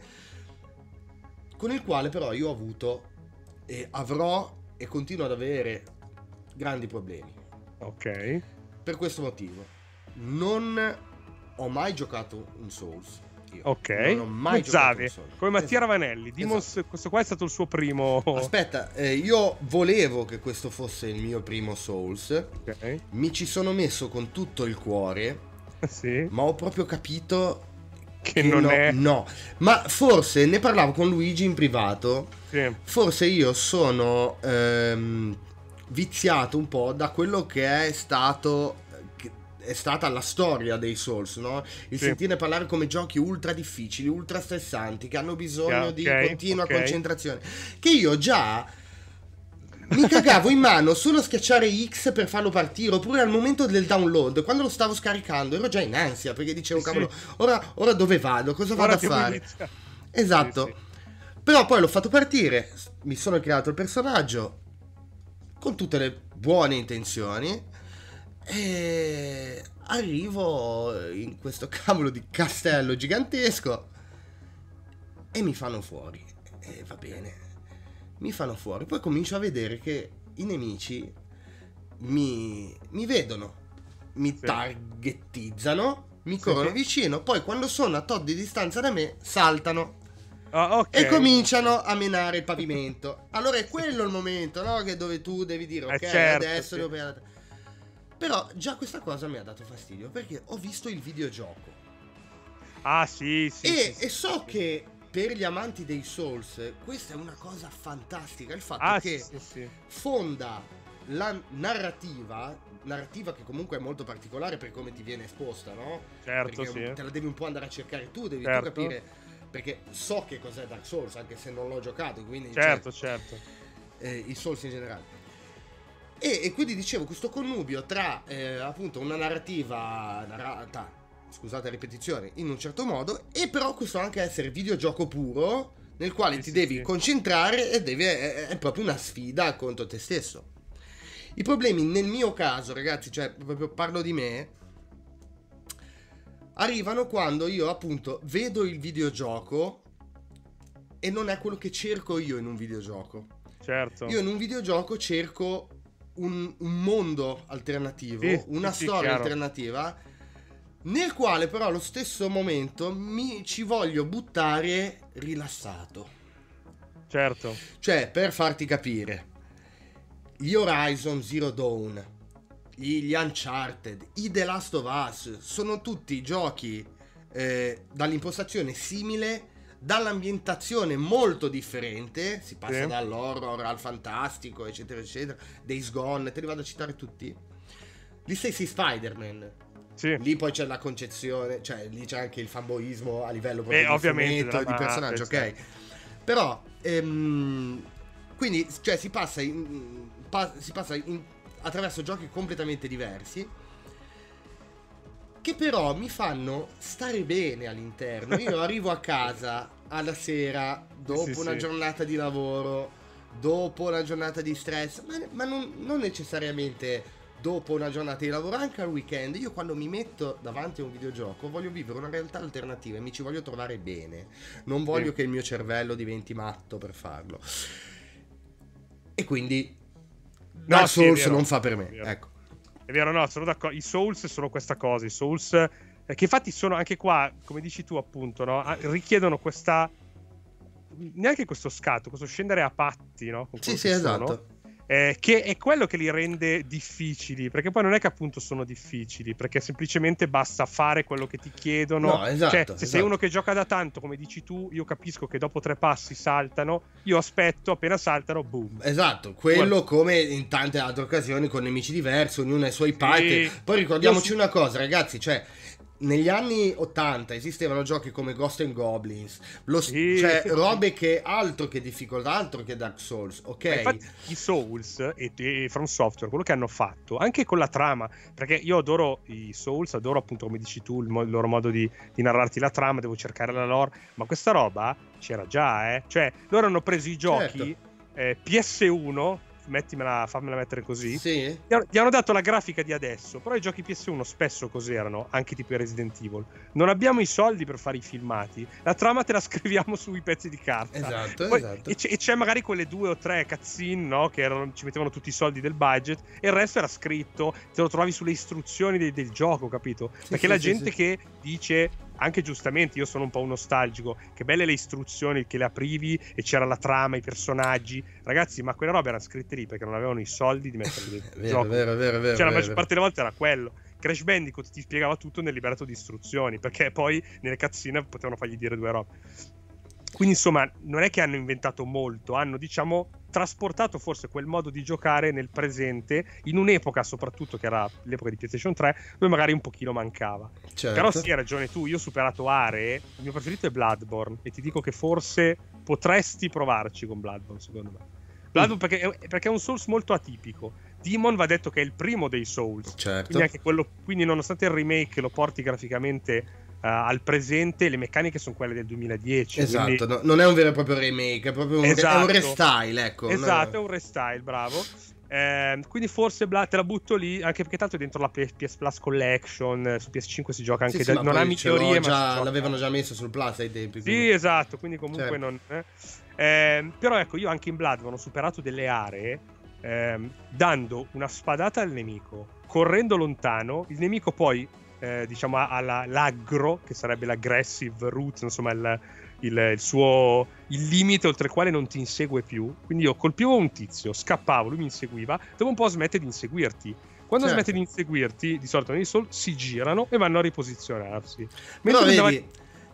con il quale però io ho avuto e avrò e continuo ad avere grandi problemi. Ok. Per questo motivo non ho mai giocato un Souls. Io. Ok, non ho mai Zave, giocato un come Mattia esatto. Ravanelli. Demons, esatto. Questo qua è stato il suo primo. Aspetta, eh, io volevo che questo fosse il mio primo Souls. Okay. Mi ci sono messo con tutto il cuore. Sì. Ma ho proprio capito che, che non no, è. No, ma forse ne parlavo con Luigi in privato. Sì. Forse io sono ehm, viziato un po' da quello che è stato. È stata la storia dei Souls, no? Il sì. sentire parlare come giochi ultra difficili, ultra stressanti, che hanno bisogno okay, di continua okay. concentrazione, che io già mi cagavo in mano solo a schiacciare X per farlo partire, oppure al momento del download, quando lo stavo scaricando ero già in ansia, perché dicevo sì. cavolo, ora, ora dove vado? Cosa vado ora a fare? Inizia. Esatto. Sì, sì. Però poi l'ho fatto partire, mi sono creato il personaggio con tutte le buone intenzioni e arrivo in questo cavolo di castello gigantesco e mi fanno fuori. E va bene, mi fanno fuori. Poi comincio a vedere che i nemici mi, mi vedono, mi sì. targettizzano, mi corrono sì. vicino. Poi quando sono a tot di distanza da me saltano. Oh, okay. E cominciano a menare il pavimento. Allora è quello il momento, no? Che dove tu devi dire ok, eh certo, adesso sì. devo... Però già questa cosa mi ha dato fastidio, perché ho visto il videogioco. Ah sì, sì. E, sì, e so sì. che per gli amanti dei Souls questa è una cosa fantastica, il fatto ah, che sì, sì. fonda la narrativa narrativa che comunque è molto particolare per come ti viene esposta, no? Certo, perché sì. te la devi un po' andare a cercare tu, devi certo. tu capire, perché so che cos'è Dark Souls anche se non l'ho giocato, quindi certo, cioè, certo. Eh, i Souls in generale. E, e quindi dicevo, questo connubio tra eh, appunto una narrativa narrata, scusate la ripetizione, in un certo modo, e però questo anche essere videogioco puro nel quale sì, ti sì, devi sì. concentrare e devi, è, è proprio una sfida contro te stesso. I problemi nel mio caso, ragazzi, cioè proprio parlo di me, arrivano quando io appunto vedo il videogioco e non è quello che cerco io in un videogioco. Certo. Io in un videogioco cerco un, un mondo alternativo, sì, una sì, storia sì, alternativa, nel quale però allo stesso momento mi ci voglio buttare rilassato. Certo. Cioè, per farti capire, gli Horizon Zero Dawn, gli Uncharted, i The Last of Us, sono tutti giochi eh, dall'impostazione simile, dall'ambientazione molto differente, si passa sì. dall'horror al fantastico, eccetera, eccetera, Days Gone, te li vado a citare tutti. Gli stessi Spider-Man. Sì. Lì poi c'è la concezione, cioè lì c'è anche il fanboismo a livello proprio eh, di ovviamente fumetto, di parte, personaggio, cioè. ok? Però, ehm, quindi, cioè si passa, in, pa- si passa in, attraverso giochi completamente diversi, che però mi fanno stare bene all'interno. Io arrivo a casa alla sera, dopo sì, una sì. giornata di lavoro, dopo una giornata di stress, ma, ma non, non necessariamente dopo una giornata di lavoro, anche al weekend. Io quando mi metto davanti a un videogioco voglio vivere una realtà alternativa e mi ci voglio trovare bene. Non voglio sì. che il mio cervello diventi matto per farlo. E quindi no, Dark sì, Souls vero, non fa per me, è vero. ecco. È vero, no, sono d'accordo. I Souls sono questa cosa, i Souls eh, che infatti sono anche qua, come dici tu appunto, no? richiedono questa, neanche questo scatto, questo scendere a patti, no? Con Sì, sì, sono, esatto. eh, che è quello che li rende difficili, perché poi non è che appunto sono difficili, perché semplicemente basta fare quello che ti chiedono. No, esatto, cioè, se esatto. sei uno che gioca da tanto, come dici tu, io capisco che dopo tre passi saltano, io aspetto, appena saltano, boom. Esatto, quello come in tante altre occasioni con nemici diversi, ognuno ha i suoi Sì. parti. Poi ricordiamoci Io... una cosa, ragazzi, cioè negli anni ottanta esistevano giochi come Ghost and Goblins, lo, sì. cioè robe che altro che difficoltà, altro che Dark Souls, ok? Ma infatti i Souls e, e From Software, quello che hanno fatto, anche con la trama, perché io adoro i Souls, adoro appunto come dici tu il, mo- il loro modo di, di narrarti la trama, devo cercare la lore, ma questa roba c'era già, eh? Cioè loro hanno preso i giochi certo. eh, P S uno, mettimela, fammela mettere così, sì. gli, hanno, gli hanno dato la grafica di adesso, però i giochi P S uno spesso cos'erano, anche tipo i Resident Evil, non abbiamo i soldi per fare i filmati, la trama te la scriviamo sui pezzi di carta, esatto, Poi, esatto. E, c'è, e c'è magari quelle due o tre cutscene, no, che erano, ci mettevano tutti i soldi del budget e il resto era scritto, te lo trovavi sulle istruzioni del, del gioco, capito? Sì, perché sì, la sì, gente sì. che dice, anche giustamente, io sono un po' un nostalgico, che belle le istruzioni, che le aprivi e c'era la trama, i personaggi, ragazzi, ma quelle robe erano scritte lì perché non avevano i soldi di metterli dentro il vero, gioco. vero, vero, vero, cioè la vero, maggior vero. parte delle volte era quello. Crash Bandicoot ti spiegava tutto nel libretto di istruzioni, perché poi nelle cutscene potevano fargli dire due robe. Quindi insomma non è che hanno inventato molto, hanno diciamo trasportato forse quel modo di giocare nel presente in un'epoca soprattutto che era l'epoca di PlayStation tre, dove magari un pochino mancava. Certo. Però sì, hai ragione tu, io ho superato aree, il mio preferito è Bloodborne e ti dico che forse potresti provarci con Bloodborne, secondo me. Bloodborne mm. perché, è, perché è un Souls molto atipico. Demon va detto che è il primo dei Souls, certo. quindi anche quello, quindi nonostante il remake lo porti graficamente Uh, al presente, le meccaniche sono quelle del duemiladieci. Esatto, quindi... no, non è un vero e proprio remake, è proprio un, esatto. è un restyle, ecco. Esatto, no. è un restyle, bravo. Eh, quindi forse Bla- te la butto lì, anche perché tanto è dentro la P S Plus Collection, su P S cinque si gioca anche sì, da... sì, non ha migliorie, ma già, l'avevano già messo sul Plus ai tempi. Quindi... Sì, esatto, quindi comunque certo. non... Eh. Eh, però ecco, io anche in Bloodborne ho superato delle aree ehm, dando una spadata al nemico, correndo lontano, il nemico poi Eh, diciamo alla, l'aggro, che sarebbe l'aggressive route, insomma il, il, il suo il limite oltre il quale non ti insegue più. Quindi io colpivo un tizio, scappavo, lui mi inseguiva, dopo un po' smette di inseguirti. Quando certo. smette di inseguirti, di solito nei Soul si girano e vanno a riposizionarsi. Però Mentre vedi, andava...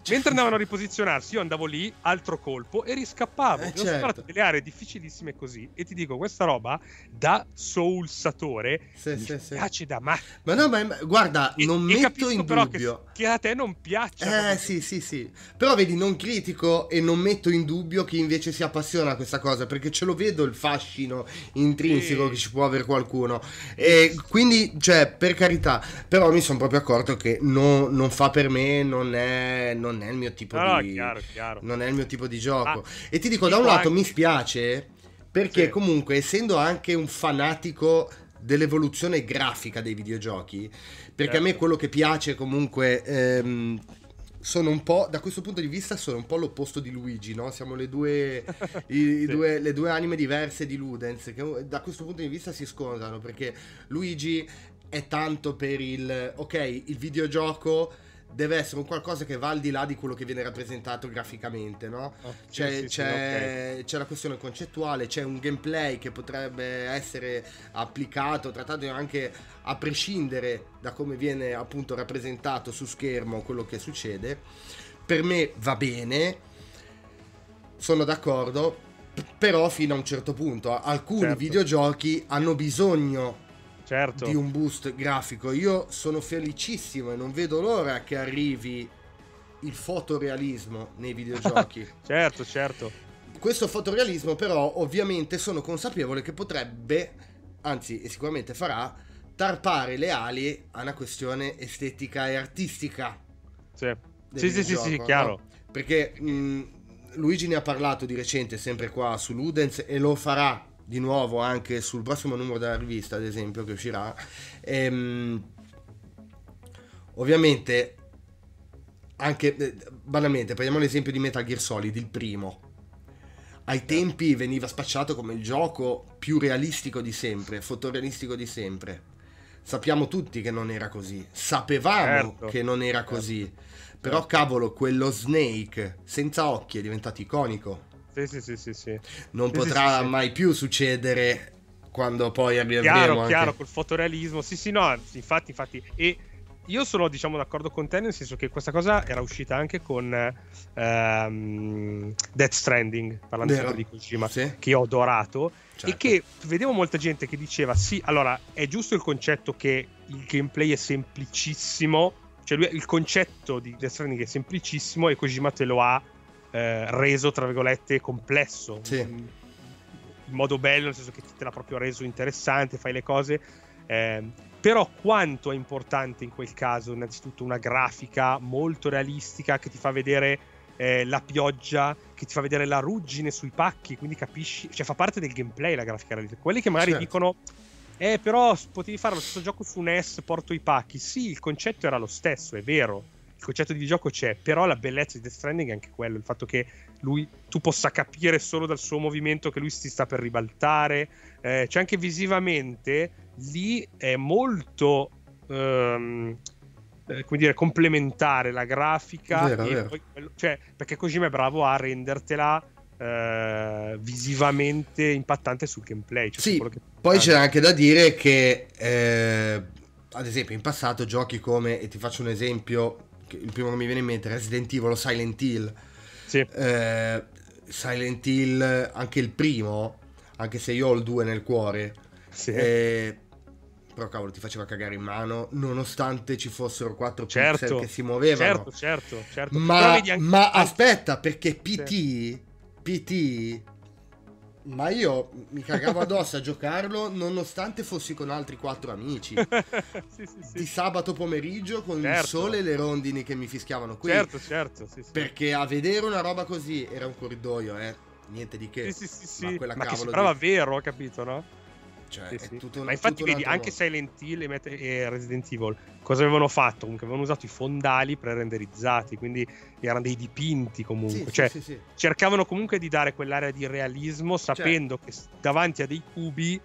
Mentre andavano a riposizionarsi, io andavo lì, altro colpo e riscappavo. Eh, e ho certo. sparato delle aree difficilissime così. E ti dico, questa roba da soulsatore Sì, mi sì, sì. piace da matti. Ma no, ma ma- guarda, E- non e metto capisco in però dubbio. Che, che a te non piaccia. Eh proprio. sì, sì, sì. Però vedi, non critico e non metto in dubbio chi invece si appassiona a questa cosa, perché ce lo vedo il fascino intrinseco Sì. che ci può avere qualcuno. E quindi, cioè, per carità, però mi sono proprio accorto che no- non fa per me, non è, non è il mio tipo No, no, di chiaro, chiaro. non è il mio tipo di gioco. Ah, E ti dico, dico da un lato anche- mi spiace perché Sì. comunque, essendo anche un fanatico dell'evoluzione grafica dei videogiochi, perché a me Certo. quello che piace comunque ehm, sono un po', da questo punto di vista sono un po' l'opposto di Luigi, no? Siamo le due, i- i Sì. due- le due anime diverse di Ludens, che da questo punto di vista si scontrano, perché Luigi è tanto per il, ok, il videogioco deve essere un qualcosa che va al di là di quello che viene rappresentato graficamente, no? Oh, sì, C'è, sì, sì, c'è- ok. c'è la questione concettuale, c'è un gameplay che potrebbe essere applicato, trattato anche a prescindere da come viene appunto rappresentato su schermo quello che succede. Per me va bene, sono d'accordo, p- però fino a un certo punto. Alcuni Certo. videogiochi hanno bisogno Certo. di un boost grafico. Io sono felicissimo e non vedo l'ora che arrivi il fotorealismo nei videogiochi. Certo, certo. Questo fotorealismo però ovviamente sono consapevole che potrebbe, anzi e sicuramente farà, tarpare le ali a una questione estetica e artistica Sì, del sì, sì, sì, videogioco, sì, no? chiaro. Perché mh, Luigi ne ha parlato di recente sempre qua su Ludens e lo farà di nuovo anche sul prossimo numero della rivista, ad esempio, che uscirà. Ehm, ovviamente anche eh, banalmente prendiamo l'esempio di Metal Gear Solid, il primo. Ai tempi veniva spacciato come il gioco più realistico di sempre, fotorealistico di sempre. Sappiamo tutti che non era così, sapevamo Certo. che non era così, però cavolo, quello Snake senza occhi è diventato iconico. Sì, sì, sì, sì, sì. Non Sì, sì, potrà sì, sì. mai più succedere quando poi arriveremo Chiaro, anche... chiaro, col fotorealismo. Sì, sì, no, infatti, infatti. E io sono, diciamo, d'accordo con te, nel senso che questa cosa era uscita anche con ehm, Death Stranding, parlando Vero. sempre di Kojima, Sì. che ho adorato. Certo. E che vedevo molta gente che diceva, sì, allora, è giusto il concetto che il gameplay è semplicissimo, cioè lui, il concetto di Death Stranding è semplicissimo e Kojima te lo ha eh, reso, tra virgolette, complesso. Sì. In in modo bello, nel senso che te l'ha proprio reso interessante, fai le cose. Eh, però quanto è importante in quel caso, innanzitutto, una grafica molto realistica che ti fa vedere eh, la pioggia, che ti fa vedere la ruggine sui pacchi, quindi capisci, cioè fa parte del gameplay la grafica realistica. Quelli che magari Certo. dicono eh però potevi fare lo stesso gioco su N E S, porto i pacchi. Sì, il concetto era lo stesso, è vero, il concetto di gioco c'è, però la bellezza di Death Stranding è anche quello, il fatto che lui, tu possa capire solo dal suo movimento che lui si sta per ribaltare, eh, c'è anche visivamente, lì è molto ehm, eh, come dire, complementare la grafica, Vero, e vero. poi quello- cioè, perché Kojima è bravo a rendertela eh, visivamente impattante sul gameplay, cioè su Sì, quello che- poi ah, c'è anche da dire che eh, ad esempio in passato giochi come, e ti faccio un esempio che il primo che mi viene in mente, Resident Evil o Silent Hill. sì, Eh, Silent Hill, anche il primo, anche se io ho il due nel cuore, sì. eh, però cavolo ti faceva cagare in mano nonostante ci fossero quattro pixel certo, che si muovevano. certo, certo, certo. Però Ma, vedi anche- ma anche- aspetta, perché P T, P T, ma io mi cagavo addosso a giocarlo nonostante fossi con altri quattro amici. sì, sì, sì. Di sabato pomeriggio con il Certo. sole e le rondini che mi fischiavano qui. Certo, certo, sì, sì. Perché a vedere una roba così era un corridoio, eh. Niente di che. Sì, sì, sì, sì. Ma quella Ma che cavolo sembrava di... vero, capito, no? Cioè, Sì, è sì. tutto un- Ma infatti tutto un vedi, altro anche mondo. Silent Hill e, Met- e Resident Evil cosa avevano fatto? Comunque avevano usato i fondali pre-renderizzati, quindi erano dei dipinti comunque, Sì, cioè sì, sì, sì. cercavano comunque di dare quell'area di realismo sapendo che s- davanti a dei cubi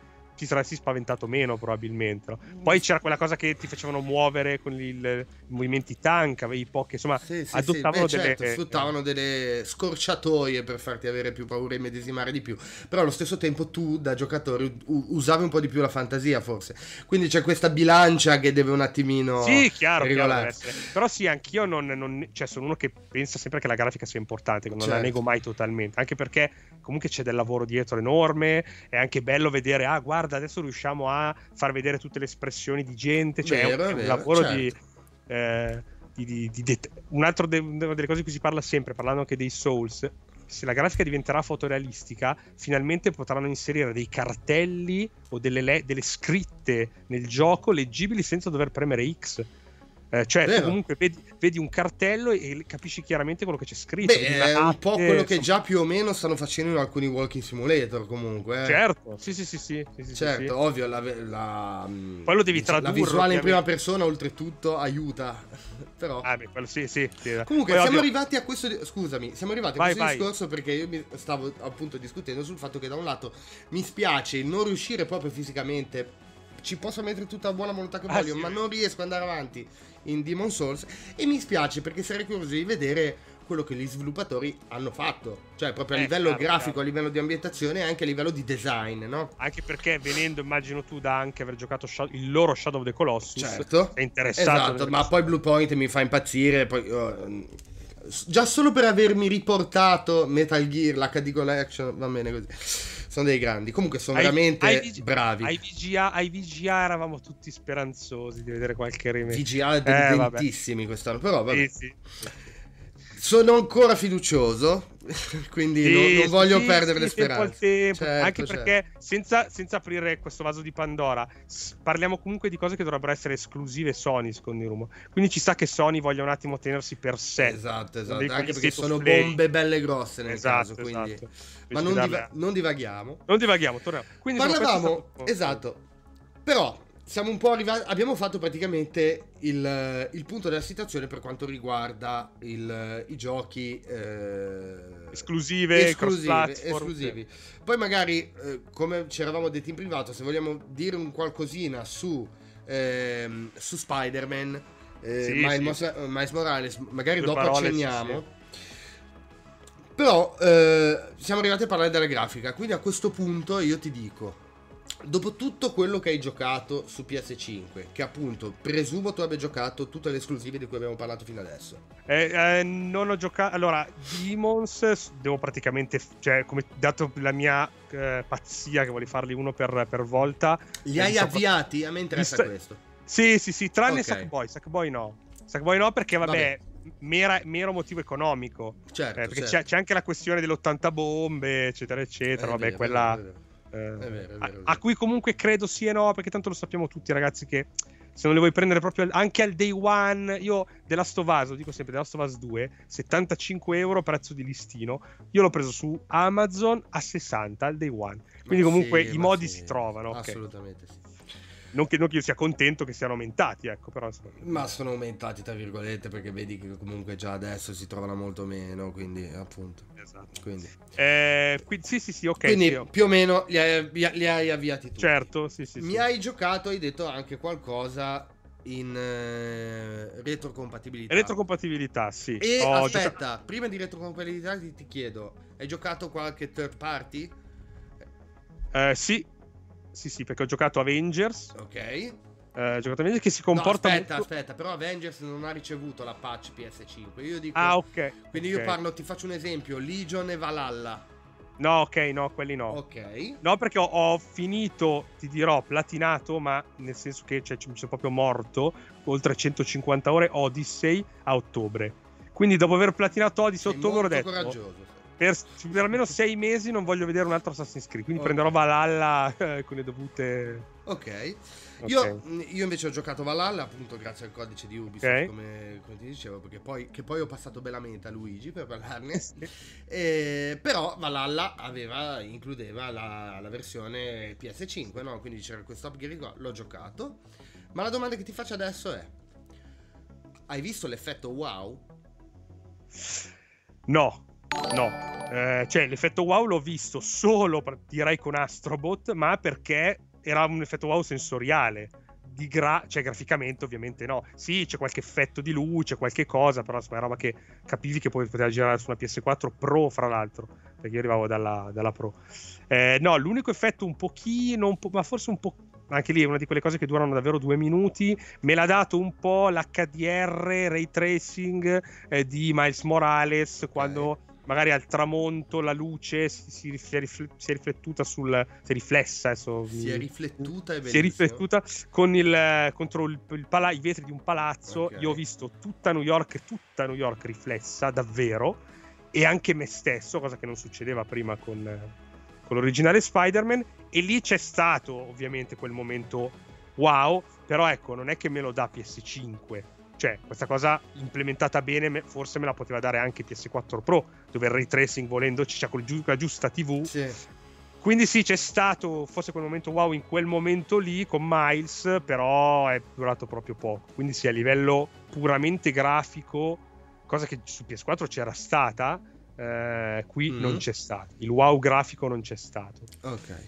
ti saresti spaventato meno probabilmente, no? Poi c'era quella cosa che ti facevano muovere con il, i movimenti tank, avevi poche, insomma, sì, sì, adottavano sì. Beh, delle... certo, sfruttavano delle scorciatoie per farti avere più paura e immedesimare di più, però allo stesso tempo tu da giocatore u- usavi un po' di più la fantasia forse, quindi c'è questa bilancia che deve un attimino Sì, chiaro, chiaro deve regolarsi. essere. Però sì, anch'io non, non- cioè, sono uno che pensa sempre che la grafica sia importante, che non la Certo. nego mai totalmente, anche perché comunque c'è del lavoro dietro enorme, è anche bello vedere, ah guarda, adesso riusciamo a far vedere tutte le espressioni di gente, cioè Vero, è un, è è un vero, lavoro certo. di... eh, di, di, di det- un altro de- una delle cose di cui si parla sempre, parlando anche dei Souls, se la grafica diventerà fotorealistica, finalmente potranno inserire dei cartelli o delle, le- delle scritte nel gioco leggibili senza dover premere X. Eh, cioè, Vero. tu comunque vedi, vedi un cartello e capisci chiaramente quello che c'è scritto. Beh, vedi è una un po' app, quello che insomma. già più o meno stanno facendo in alcuni walking simulator comunque. Eh. Certo, sì, sì, sì, sì, sì, sì, Certo, sì. ovvio, la, la, Poi lo devi diciamo, la tradurre, visuale in ovviamente. prima persona oltretutto aiuta. Però Ah, beh, quello sì, sì, sì. comunque Poi, siamo oddio, arrivati a questo di- scusami, siamo arrivati a Vai, questo vai. discorso perché io mi stavo appunto discutendo sul fatto che da un lato mi spiace il non riuscire proprio fisicamente, ci posso mettere tutta la buona volontà che Ah, voglio, sì. ma non riesco ad andare avanti in Demon Souls, e mi spiace perché sarei curioso di vedere quello che gli sviluppatori hanno fatto, cioè proprio a Eh, livello chiaro, grafico, chiaro. a livello di ambientazione e anche a livello di design, no? Anche perché venendo, immagino tu, da anche aver giocato Sha- il loro Shadow of the Colossus, Certo, sei interessato. esatto, nelle ma queste poi cose. Blue Point mi fa impazzire, poi oh, s- già solo per avermi riportato Metal Gear, l'H D Collection, va bene così, sono dei grandi, comunque sono Ai- veramente ai V G bravi. Ai V G A, ai V G A eravamo tutti speranzosi di vedere qualche remake. V G A Eh, vabbè. deludentissimi quest'anno, però vabbè. Sì, sì, sì, sì. Sono ancora fiducioso, quindi Sì, non, non sì, voglio sì, perdere sì, le tempo al speranze. tempo. Certo, Anche certo. perché senza, senza aprire questo vaso di Pandora, s- parliamo comunque di cose che dovrebbero essere esclusive Sony, secondo Rumo. Quindi ci sta che Sony voglia un attimo tenersi per sé. Esatto, Non esatto, devi- anche quegli perché state sono of play. bombe belle grosse nel Esatto, caso, quindi... esatto. Ma Invece non, di diva- darle- non divaghiamo. Non divaghiamo, torniamo. Quindi, insomma, questo è Parlavamo, stato- esatto, però siamo un po' arrivati, abbiamo fatto praticamente il, il punto della situazione per quanto riguarda il- i giochi eh, Esclusive, esclusivi, cross-platform, esclusivi. Poi magari, eh, come ci eravamo detti in privato, se vogliamo dire un qualcosina su, ehm, su Spider-Man, eh, Sì, Miles, sì. Mos- Miles Morales, magari Due dopo parole, accenniamo. sì, Però eh, siamo arrivati a parlare della grafica, quindi a questo punto io ti dico, dopo tutto quello che hai giocato su P S cinque, che appunto presumo tu abbia giocato tutte le esclusive di cui abbiamo parlato fino adesso. Eh, eh, non ho giocato. Allora, Demons devo praticamente. Cioè, come dato la mia eh, pazzia che voglio farli uno per, per volta. Li eh, hai mi sto- avviati? A me interessa mi sto- questo. Sì, sì, sì, tranne Ok. Sackboy. Sackboy no. Sackboy no, perché vabbè, mera- mero motivo economico. Certo, Eh, perché certo. c'è, c'è anche la questione delle ottanta bombe, eccetera, eccetera. È vabbè, vero, quella. è vero, eh, è vero, è vero, è a, vero. a cui comunque credo sì e no, perché tanto lo sappiamo tutti, ragazzi, che se non le vuoi prendere proprio al- anche al day one, io The Last of Us, lo dico sempre, The Last of Us due, settantacinque euro prezzo di listino, io l'ho preso su Amazon a sessanta al day one, quindi Ma comunque sì, i ma modi sì, si trovano, ok. assolutamente sì. Non che, non che io sia contento che siano aumentati, ecco, però insomma. Ma sono aumentati tra virgolette perché vedi che comunque già adesso si trovano molto meno, quindi appunto. Esatto. Quindi, Eh, quindi, sì, sì, sì, ok. quindi sì, ho- più o meno li hai, li hai avviati tu. certo, sì, sì, Mi sì. hai giocato, hai detto anche qualcosa in eh, retrocompatibilità. Retrocompatibilità, sì. E Ho aspetta, giocato- prima di retrocompatibilità ti, ti chiedo, hai giocato qualche third party? eh, sì, sì, sì, perché ho giocato Avengers. Ok. eh, ho giocato Avengers che si No, comporta aspetta, molto... aspetta, però Avengers non ha ricevuto la patch P S cinque. Io dico, Ah, ok. quindi ok. io parlo, ti faccio un esempio, Legion e Valhalla. No, ok, no, quelli no. Ok. No, perché ho, ho finito, ti dirò, platinato, ma nel senso che cioè, ci mi sono proprio morto, oltre centocinquanta ore, Odyssey a ottobre. Quindi dopo aver platinato Odyssey a Sei ottobre ho molto detto, coraggioso. sei. per, per almeno sei mesi non voglio vedere un altro Assassin's Creed, quindi Ok. prenderò Valhalla eh, con le dovute... Ok. Ok. Io, io invece ho giocato Valhalla appunto grazie al codice di Ubisoft, Ok. come, come ti dicevo, perché poi, che poi ho passato bellamente a Luigi per parlarne. E, però Valhalla aveva, includeva la, la versione P S cinque, no? Quindi c'era questo upgrade qua, l'ho giocato. Ma la domanda che ti faccio adesso è: hai visto l'effetto wow? No, no. Eh, cioè, l'effetto wow l'ho visto solo, per- direi, con Astrobot, ma perché era un effetto wow sensoriale. Di gra- cioè graficamente ovviamente no, sì, c'è qualche effetto di luce, qualche cosa, però insomma, è roba che capivi che poi poteva girare su una P S quattro Pro, fra l'altro, perché io arrivavo dalla, dalla Pro. Eh, no, l'unico effetto un pochino, un po', ma forse un po', anche lì è una di quelle cose che durano davvero due minuti, me l'ha dato un po' l'H D R ray tracing eh, di Miles Morales, quando okay. magari al tramonto la luce si, si, si, è, rifle- si è riflettuta sul si è riflessa adesso, Si è riflettuta, è si è bellissimo. riflettuta con il contro il, il pala- i vetri di un palazzo. Okay. Io ho visto tutta New York tutta New York riflessa davvero, e anche me stesso, cosa che non succedeva prima con, con l'originale Spider-Man, e lì c'è stato ovviamente quel momento wow, però ecco, non è che me lo dà P S cinque. Cioè, questa cosa implementata bene forse me la poteva dare anche P S quattro Pro, dove il ray tracing volendo c'è con la giusta tivù. Sì. Quindi sì, c'è stato forse quel momento wow in quel momento lì con Miles, però è durato proprio poco. Quindi sì, a livello puramente grafico, cosa che su P S quattro c'era stata, eh, qui mm. non c'è stato. Il wow grafico non c'è stato. Ok.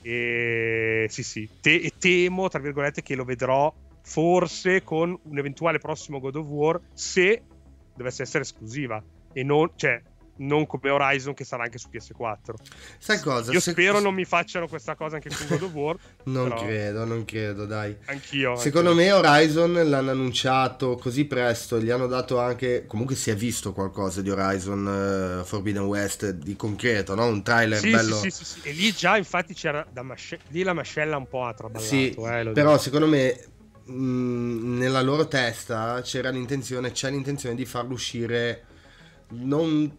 E sì sì, Te- e temo, tra virgolette, che lo vedrò forse con un eventuale prossimo God of War, se dovesse essere esclusiva e non, cioè, non come Horizon, che sarà anche su P S quattro. Sai cosa? Io Se... spero non mi facciano questa cosa anche con God of War. Non però... credo, non credo, dai. Anch'io. Secondo anch'io. me Horizon l'hanno annunciato così presto, gli hanno dato anche, comunque si è visto qualcosa di Horizon uh, Forbidden West di concreto, no? Un trailer sì, bello. Sì, sì, sì, sì. E lì già infatti c'era da masce... lì la mascella un po' ha traballato. Sì, eh, però dico. secondo me mh, nella loro testa c'era l'intenzione, c'è l'intenzione di farlo uscire non...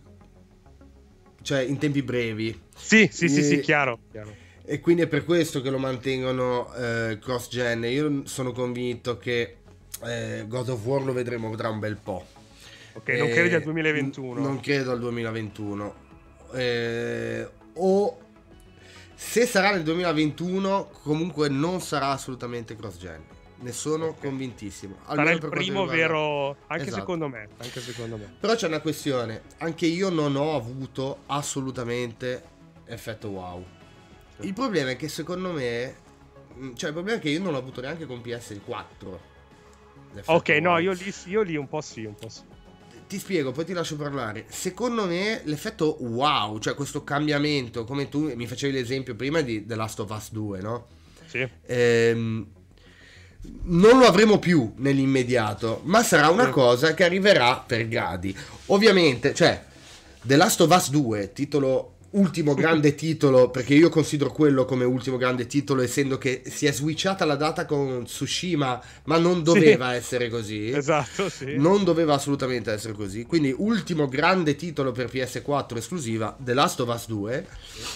cioè in tempi brevi. Sì, sì, e... sì, sì, chiaro, chiaro. E quindi è per questo che lo mantengono eh, cross-gen. Io sono convinto che eh, God of War lo vedremo tra un bel po'. Ok, non credi al duemilaventuno? N- non credo al duemilaventuno. Eh, o se sarà nel duemilaventuno, comunque non sarà assolutamente cross-gen. Ne sono okay. convintissimo. Sarà il primo vero, anche esatto. secondo me, anche secondo me. Però c'è una questione. Anche io non ho avuto assolutamente effetto wow. Il problema è che secondo me, cioè il problema è che io non l'ho avuto neanche con P S quattro. Ok, wow. No, io lì, io lì un po' sì, un po' sì. Ti spiego, poi ti lascio parlare. Secondo me l'effetto wow, cioè questo cambiamento, come tu mi facevi l'esempio prima di The Last of Us due, no? Sì. Ehm, non lo avremo più nell'immediato, ma sarà una sì. cosa che arriverà per gradi. Ovviamente, cioè, The Last of Us due, titolo... ultimo grande titolo, perché io considero quello come ultimo grande titolo, essendo che si è switchata la data con Tsushima, ma non doveva sì. essere così. Esatto, sì. Non doveva assolutamente essere così. Quindi ultimo grande titolo per P S quattro esclusiva, The Last of Us due.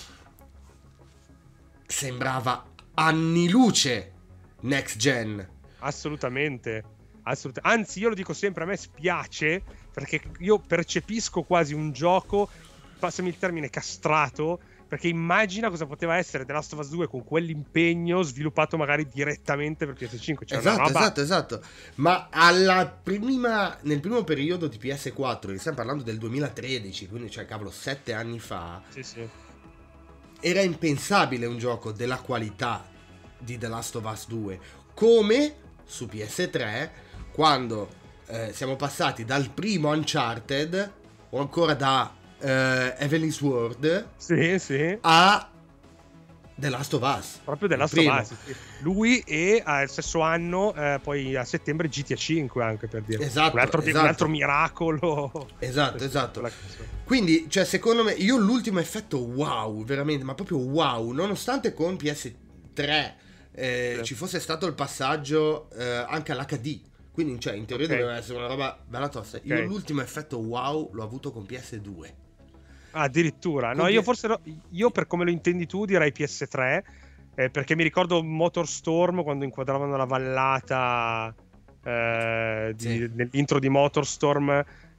Sembrava anni luce next gen. Assolutamente. Assolut- Anzi, io lo dico sempre, a me spiace, perché io percepisco quasi un gioco, passami il termine, castrato, perché immagina cosa poteva essere The Last of Us due con quell'impegno sviluppato magari direttamente per P S cinque. Cioè esatto, roba... esatto, esatto. Ma alla prima, nel primo periodo di P S quattro, stiamo parlando del duemilatredici, quindi cioè cavolo sette anni fa, sì, sì. Era impensabile un gioco della qualità di The Last of Us due, come su P S tre, quando eh, siamo passati dal primo Uncharted, o ancora da Uh, Evelyn's World sì, sì. a The Last of Us, proprio The Last of Us, sì. Lui e al stesso anno eh, poi a settembre G T A cinque, anche per dire esatto, un, altro, esatto. un altro miracolo, esatto esatto quindi cioè secondo me io l'ultimo effetto wow veramente, ma proprio wow, nonostante con P S tre eh, sì. ci fosse stato il passaggio eh, anche all'H D, quindi cioè in teoria okay. doveva essere una roba bella tosta. Okay. Io l'ultimo effetto wow l'ho avuto con P S due. Ah, addirittura. No, io forse no, io per come lo intendi tu direi P S tre, eh, perché mi ricordo Motorstorm quando inquadravano la vallata eh, di, sì. nell'intro di Motorstorm,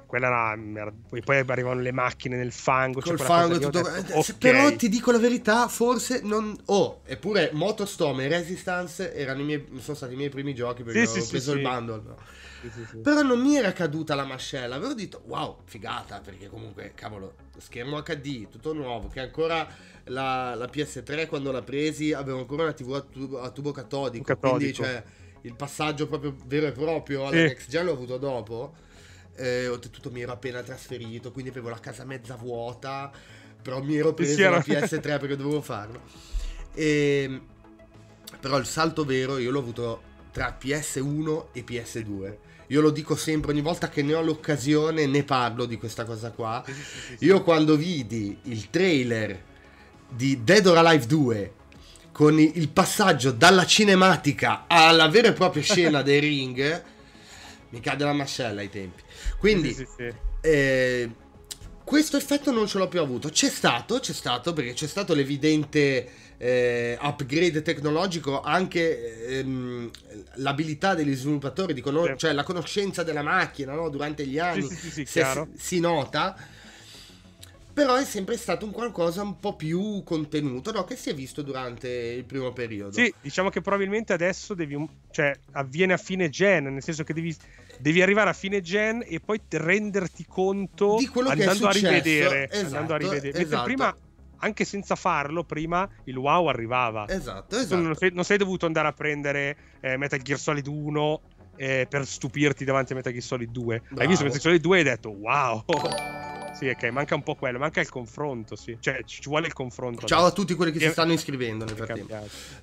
quella era, era poi, poi arrivano le macchine nel fango, col cioè fango e tutto. detto, okay. Però ti dico la verità, forse non. Oh, eppure MotorStorm e Resistance erano i miei, sono stati i miei primi giochi perché sì, avevo sì, preso sì, il sì. bundle. No? Sì, sì, sì. Però non mi era caduta la mascella, avevo detto wow, figata, perché comunque, cavolo, schermo acca di, tutto nuovo, che ancora la, la P S tre quando l'ha presi aveva ancora una tivù a tubo, a tubo catodico, catodico, quindi cioè il passaggio proprio vero e proprio alla sì. next gen l'ho avuto dopo. Eh, oltretutto mi ero appena trasferito, quindi avevo la casa mezza vuota, però mi ero preso sì, la P S tre perché dovevo farlo. E, però il salto vero io l'ho avuto tra P S uno e P S due. Io lo dico sempre, ogni volta che ne ho l'occasione ne parlo di questa cosa qua. Sì, sì, sì, sì. Io quando vidi il trailer di Dead or Alive due con il passaggio dalla cinematica alla vera e propria scena dei ring, mi cade la mascella ai tempi. Quindi sì, sì, sì. Eh, questo effetto non ce l'ho più avuto. C'è stato, c'è stato perché c'è stato l'evidente eh, upgrade tecnologico, anche ehm, l'abilità degli sviluppatori di conoscere, Sì. cioè la conoscenza della macchina, no? Durante gli anni sì, sì, sì, sì, se, chiaro. si, si nota. Però è sempre stato un qualcosa un po' più contenuto, no? Che si è visto durante il primo periodo. Sì, diciamo che probabilmente adesso devi, cioè avviene a fine gen, nel senso che devi, devi arrivare a fine gen e poi renderti conto di quello che andando è successo. a rivedere, Esatto, andando a rivedere. Mentre esatto. prima, anche senza farlo, prima il wow arrivava. Esatto, Tu esatto. non sei, non sei dovuto andare a prendere eh, Metal Gear Solid uno eh, per stupirti davanti a Metal Gear Solid due. Bravo. Hai visto Metal Gear Solid due e hai detto wow. Sì, ok, manca un po' quello, manca il confronto, sì. Cioè, ci vuole il confronto. Ciao adesso. a tutti quelli che E... si stanno iscrivendo nel è frattempo.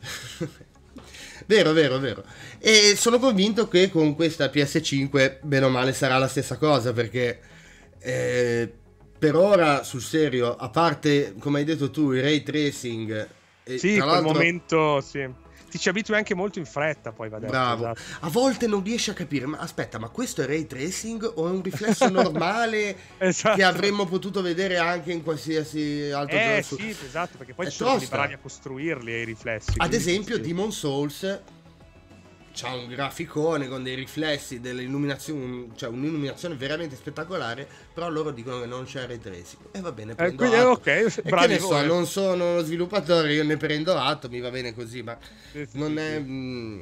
Vero, vero, vero. E sono convinto che con questa P S cinque, bene o male, sarà la stessa cosa, perché eh, per ora, sul serio, a parte, come hai detto tu, il ray tracing... E sì, tra quel l'altro... momento, sì. Ti ci abitui anche molto in fretta, poi va detto. Bravo. Esatto. A volte non riesci a capire, ma aspetta, ma questo è ray tracing o è un riflesso normale esatto. che avremmo potuto vedere anche in qualsiasi altro eh, gioco? sì, esatto, perché poi è ci sono tosta. bravi a costruirli i riflessi. Ad esempio, sì. Demon Souls c'ha un graficone con dei riflessi, delle illuminazioni, cioè un'illuminazione veramente spettacolare, però loro dicono che non c'è ray tracing. E va bene, prendo eh, quindi, atto. ok, e bravi che ne so, voi. non sono uno sviluppatore, io ne prendo atto, mi va bene così, ma sì, sì, non sì, è... sì. Mh,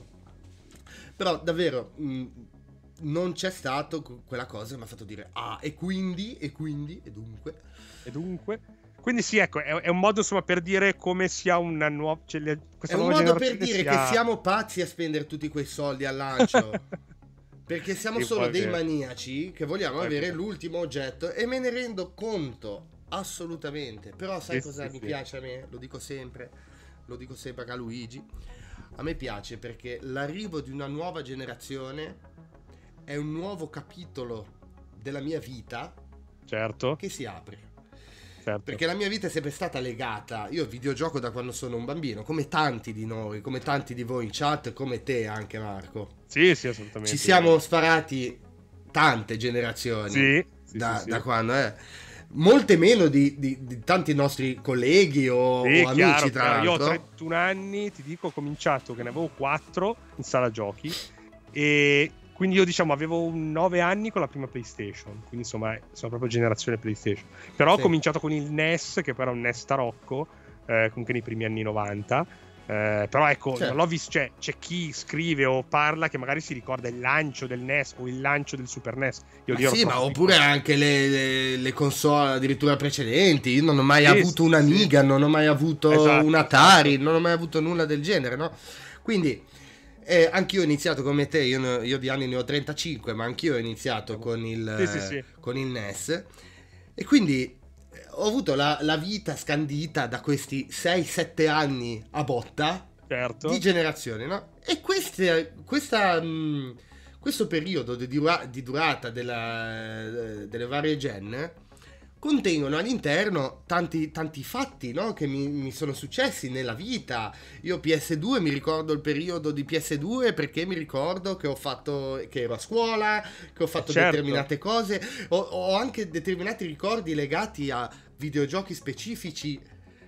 però davvero mh, non c'è stato quella cosa che mi ha fatto dire ah, e quindi, e quindi, e dunque. E dunque... Quindi sì, ecco, è, è un modo insomma per dire come sia una nuova... Cioè, le, è un modo per dire sia... che siamo pazzi a spendere tutti quei soldi al lancio. Perché siamo sì, solo dei vero. maniaci che vogliamo Poi avere vero. l'ultimo oggetto e me ne rendo conto, assolutamente. Però sai sì, cosa sì, mi sì. piace a me? Lo dico sempre, lo dico sempre a Luigi. A me piace perché l'arrivo di una nuova generazione è un nuovo capitolo della mia vita Certo. che si apre. Certo. Perché la mia vita è sempre stata legata, io videogioco da quando sono un bambino, come tanti di noi, come tanti di voi in chat, come te anche Marco. Sì, sì, assolutamente. Ci siamo sparati tante generazioni sì, sì, da, sì, sì. da quando, eh. Molte meno di, di, di tanti nostri colleghi o, sì, o amici, chiaro, tra chiaro. l'altro. Io ho trentuno anni, ti dico, ho cominciato che ne avevo quattro in sala giochi e... Quindi io diciamo avevo nove anni con la prima PlayStation, quindi insomma sono proprio generazione PlayStation. Però sì. Ho cominciato con il N E S, che poi era un N E S tarocco, eh, comunque nei primi anni novanta. Eh, però ecco, certo. Non l'ho visto, cioè c'è chi scrive o parla che magari si ricorda il lancio del N E S o il lancio del Super N E S. Io ma sì, ma oppure piccolo. Anche le, le, le console addirittura precedenti. Io non ho mai sì, avuto sì, un'Amiga, sì. Non ho mai avuto esatto, un Atari, esatto. Non ho mai avuto nulla del genere, no? Quindi... Eh, anch'io ho iniziato come te, io, io di anni ne ho trentacinque, ma anch'io ho iniziato con il, sì, sì, sì. Con il N E S e quindi ho avuto la, la vita scandita da questi sei sette anni a botta, certo. Di generazione, no? E queste, questa, mh, questo periodo di, dura, di durata della, delle varie gen contengono all'interno tanti, tanti fatti, no? Che mi, mi sono successi nella vita. Io P S due mi ricordo il periodo di P S due perché mi ricordo che ho fatto, che ero a scuola, che ho fatto certo. Determinate cose. Ho, ho anche determinati ricordi legati a videogiochi specifici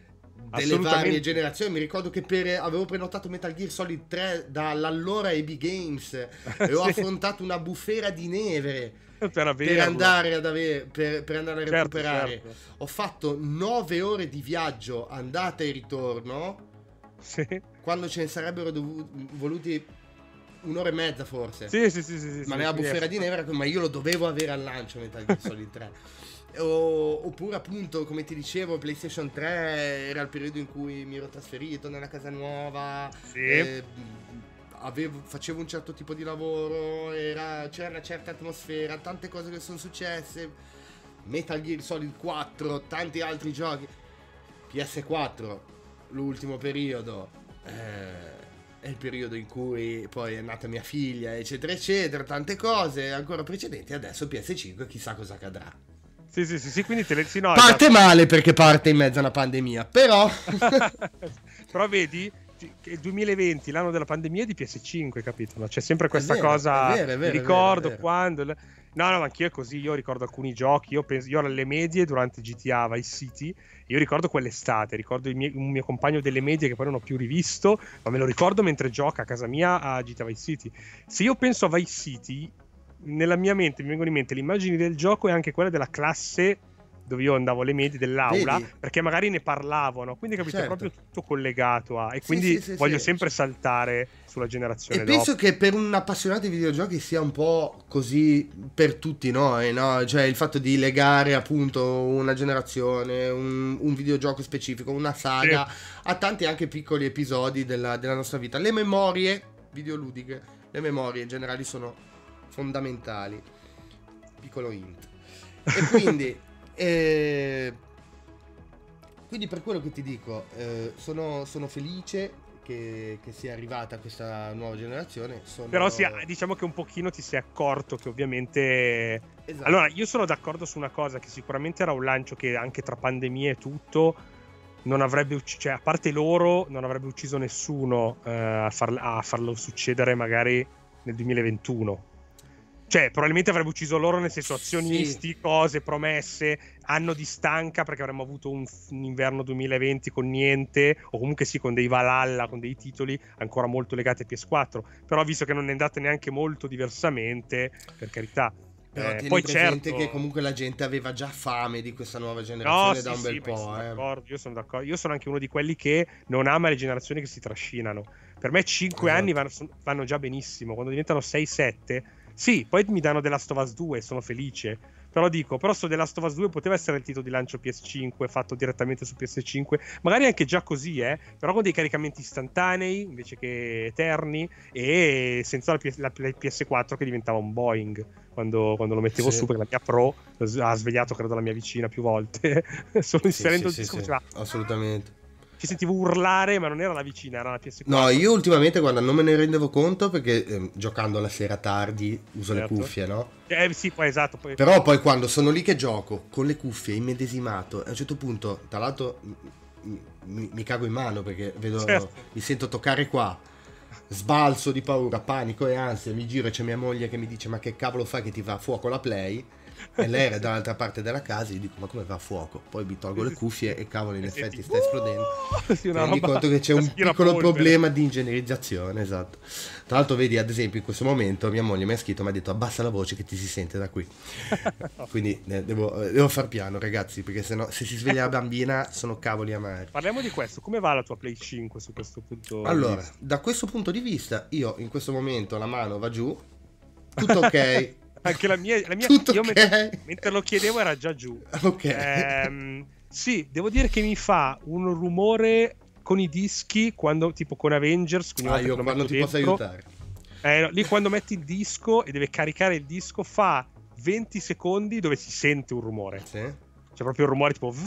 delle varie generazioni. Mi ricordo che per, avevo prenotato Metal Gear Solid tre dall'allora E B Games e ho sì. affrontato una bufera di neve per, per andare ad avere per, per andare a certo, recuperare certo. Ho fatto nove ore di viaggio andata e ritorno, sì. quando ce ne sarebbero dovuti, voluti un'ora e mezza forse. Sì, sì, sì, sì, sì, ma sì, nella sì, bufera sì. di neve, ma io lo dovevo avere al lancio Metal Gear Solid tre. O, oppure appunto, come ti dicevo, PlayStation tre era il periodo in cui mi ero trasferito nella casa nuova, sì. eh, avevo, facevo un certo tipo di lavoro, era, c'era una certa atmosfera, tante cose che sono successe, Metal Gear Solid quattro, tanti altri giochi, P S quattro, l'ultimo periodo, eh, è il periodo in cui poi è nata mia figlia, eccetera eccetera, tante cose ancora precedenti. Adesso P S cinque, chissà cosa accadrà. Sì, sì, sì, sì, quindi te le... sì, no, parte esatto. male perché parte in mezzo a una pandemia, però però vedi che il duemilaventi, l'anno della pandemia, è di P S cinque, capito? No? C'è sempre questa vero, cosa, è vero, è vero, ricordo è vero. quando no no ma anch'io è così, io ricordo alcuni giochi, io penso, io ero alle medie durante G T A Vice City, io ricordo quell'estate, ricordo il mio, un mio compagno delle medie che poi non ho più rivisto, ma me lo ricordo mentre gioca a casa mia a G T A Vice City. Se io penso a Vice City, nella mia mente mi vengono in mente le immagini del gioco e anche quella della classe dove io andavo alle medie dell'aula, vedi? Perché magari ne parlavano, quindi capito, certo. È proprio tutto collegato a, e sì, quindi sì, sì, voglio sì. sempre saltare sulla generazione e dopo. penso che per un appassionato di videogiochi sia un po' così per tutti noi, no? Cioè il fatto di legare appunto una generazione, un, un videogioco specifico, una saga, sì. a tanti anche piccoli episodi della, della nostra vita. Le memorie videoludiche, le memorie in generale sono fondamentali. Piccolo hint. E quindi E quindi per quello che ti dico, eh, sono, sono felice che, che sia arrivata questa nuova generazione. Sono... Però sia, diciamo che un pochino ti sei accorto che ovviamente... Esatto. Allora, io sono d'accordo su una cosa, che sicuramente era un lancio che anche tra pandemie e tutto non avrebbe ucciso, cioè a parte loro non avrebbe ucciso nessuno eh, a, far, a farlo succedere magari nel duemilaventuno. Cioè, probabilmente avrebbe ucciso loro, nel senso, azionisti, sì. cose, promesse, anno di stanca, perché avremmo avuto un, un inverno duemilaventi con niente, o comunque sì, con dei Valhalla, con dei titoli ancora molto legati a P S quattro. Però visto che non è andata neanche molto diversamente, per carità. Però eh, tieni poi presente certo... che comunque la gente aveva già fame di questa nuova generazione no, da sì, un bel sì, po'. Sono eh. d'accordo, io sono d'accordo. Io sono anche uno di quelli che non ama le generazioni che si trascinano. Per me cinque Esatto. anni vanno, vanno già benissimo. Quando diventano sei sette... Sì, poi mi danno The Last of Us due, sono felice. Però dico, però sto The Last of Us due poteva essere il titolo di lancio P S cinque, fatto direttamente su P S cinque, magari anche già così, eh, però con dei caricamenti istantanei invece che eterni, e senza la, P S, la, la P S quattro che diventava un Boeing quando, quando lo mettevo sì. su, perché la mia Pro ha svegliato credo la mia vicina più volte solo inserendo sì, il sì, disco. sì, Faceva... assolutamente. Ci sentivo urlare, ma non era la vicina, era la P S quattro. No, io ultimamente, guarda, non me ne rendevo conto perché eh, giocando la sera tardi uso certo. le cuffie, no? Eh sì, poi esatto. Poi... Però poi quando sono lì che gioco con le cuffie immedesimato, a un certo punto, tra l'altro mi, mi, mi cago in mano perché vedo, certo. mi sento toccare qua, sbalzo di paura, panico e ansia, mi giro e c'è mia moglie che mi dice ma che cavolo fai che ti va a fuoco la Play? E lei era dall'altra parte della casa, gli dico ma come va a fuoco? Poi mi tolgo le cuffie e cavolo in e effetti sta esplodendo. Sì, mi rendi conto che c'è un piccolo polvere. problema di ingegnerizzazione, esatto. Tra l'altro vedi, ad esempio in questo momento mia moglie mi ha scritto, mi ha detto abbassa la voce che ti si sente da qui. Quindi eh, devo, devo far piano ragazzi, perché sennò se si sveglia ecco. la bambina sono cavoli amari. Parliamo di questo, come va la tua Play cinque su questo punto? Allora, da questo punto di vista io in questo momento la mano va giù, tutto ok. Anche la mia, la mia Tutto io okay. mentre, mentre lo chiedevo era già giù. Ok. Ehm, sì, devo dire che mi fa un rumore con i dischi quando tipo con Avengers. Ah, io quando ti dentro, posso aiutare. Eh, no, lì quando metti il disco e deve caricare il disco fa venti secondi dove si sente un rumore. Sì. C'è proprio il rumore tipo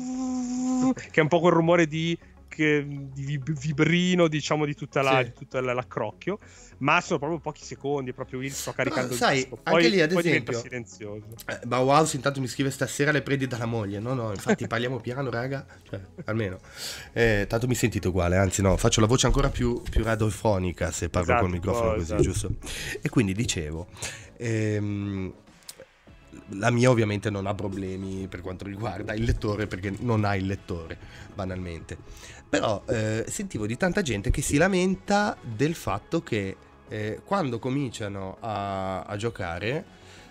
che è un po' quel rumore di, che, di vibrino, diciamo, di tutta la, sì. di tutta la, l'accrocchio. Ma sono proprio pochi secondi, proprio io sto caricando. Però, sai, il disco. Poi, anche lì ad poi esempio diventa silenzioso. eh, Bauhaus intanto mi scrive stasera le prendi dalla moglie. No no, infatti parliamo piano raga, cioè almeno eh, tanto mi sentite uguale, anzi no, faccio la voce ancora più, più radiofonica se parlo esatto, col microfono oh, così, esatto. giusto? E quindi dicevo ehm, la mia ovviamente non ha problemi per quanto riguarda il lettore, perché non ha il lettore, banalmente. Però eh, sentivo di tanta gente che si lamenta del fatto che eh, quando cominciano a, a giocare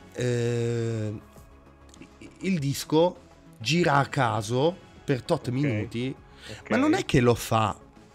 eh, il disco gira a caso per tot Ok, minuti, ok. ma non è che lo fa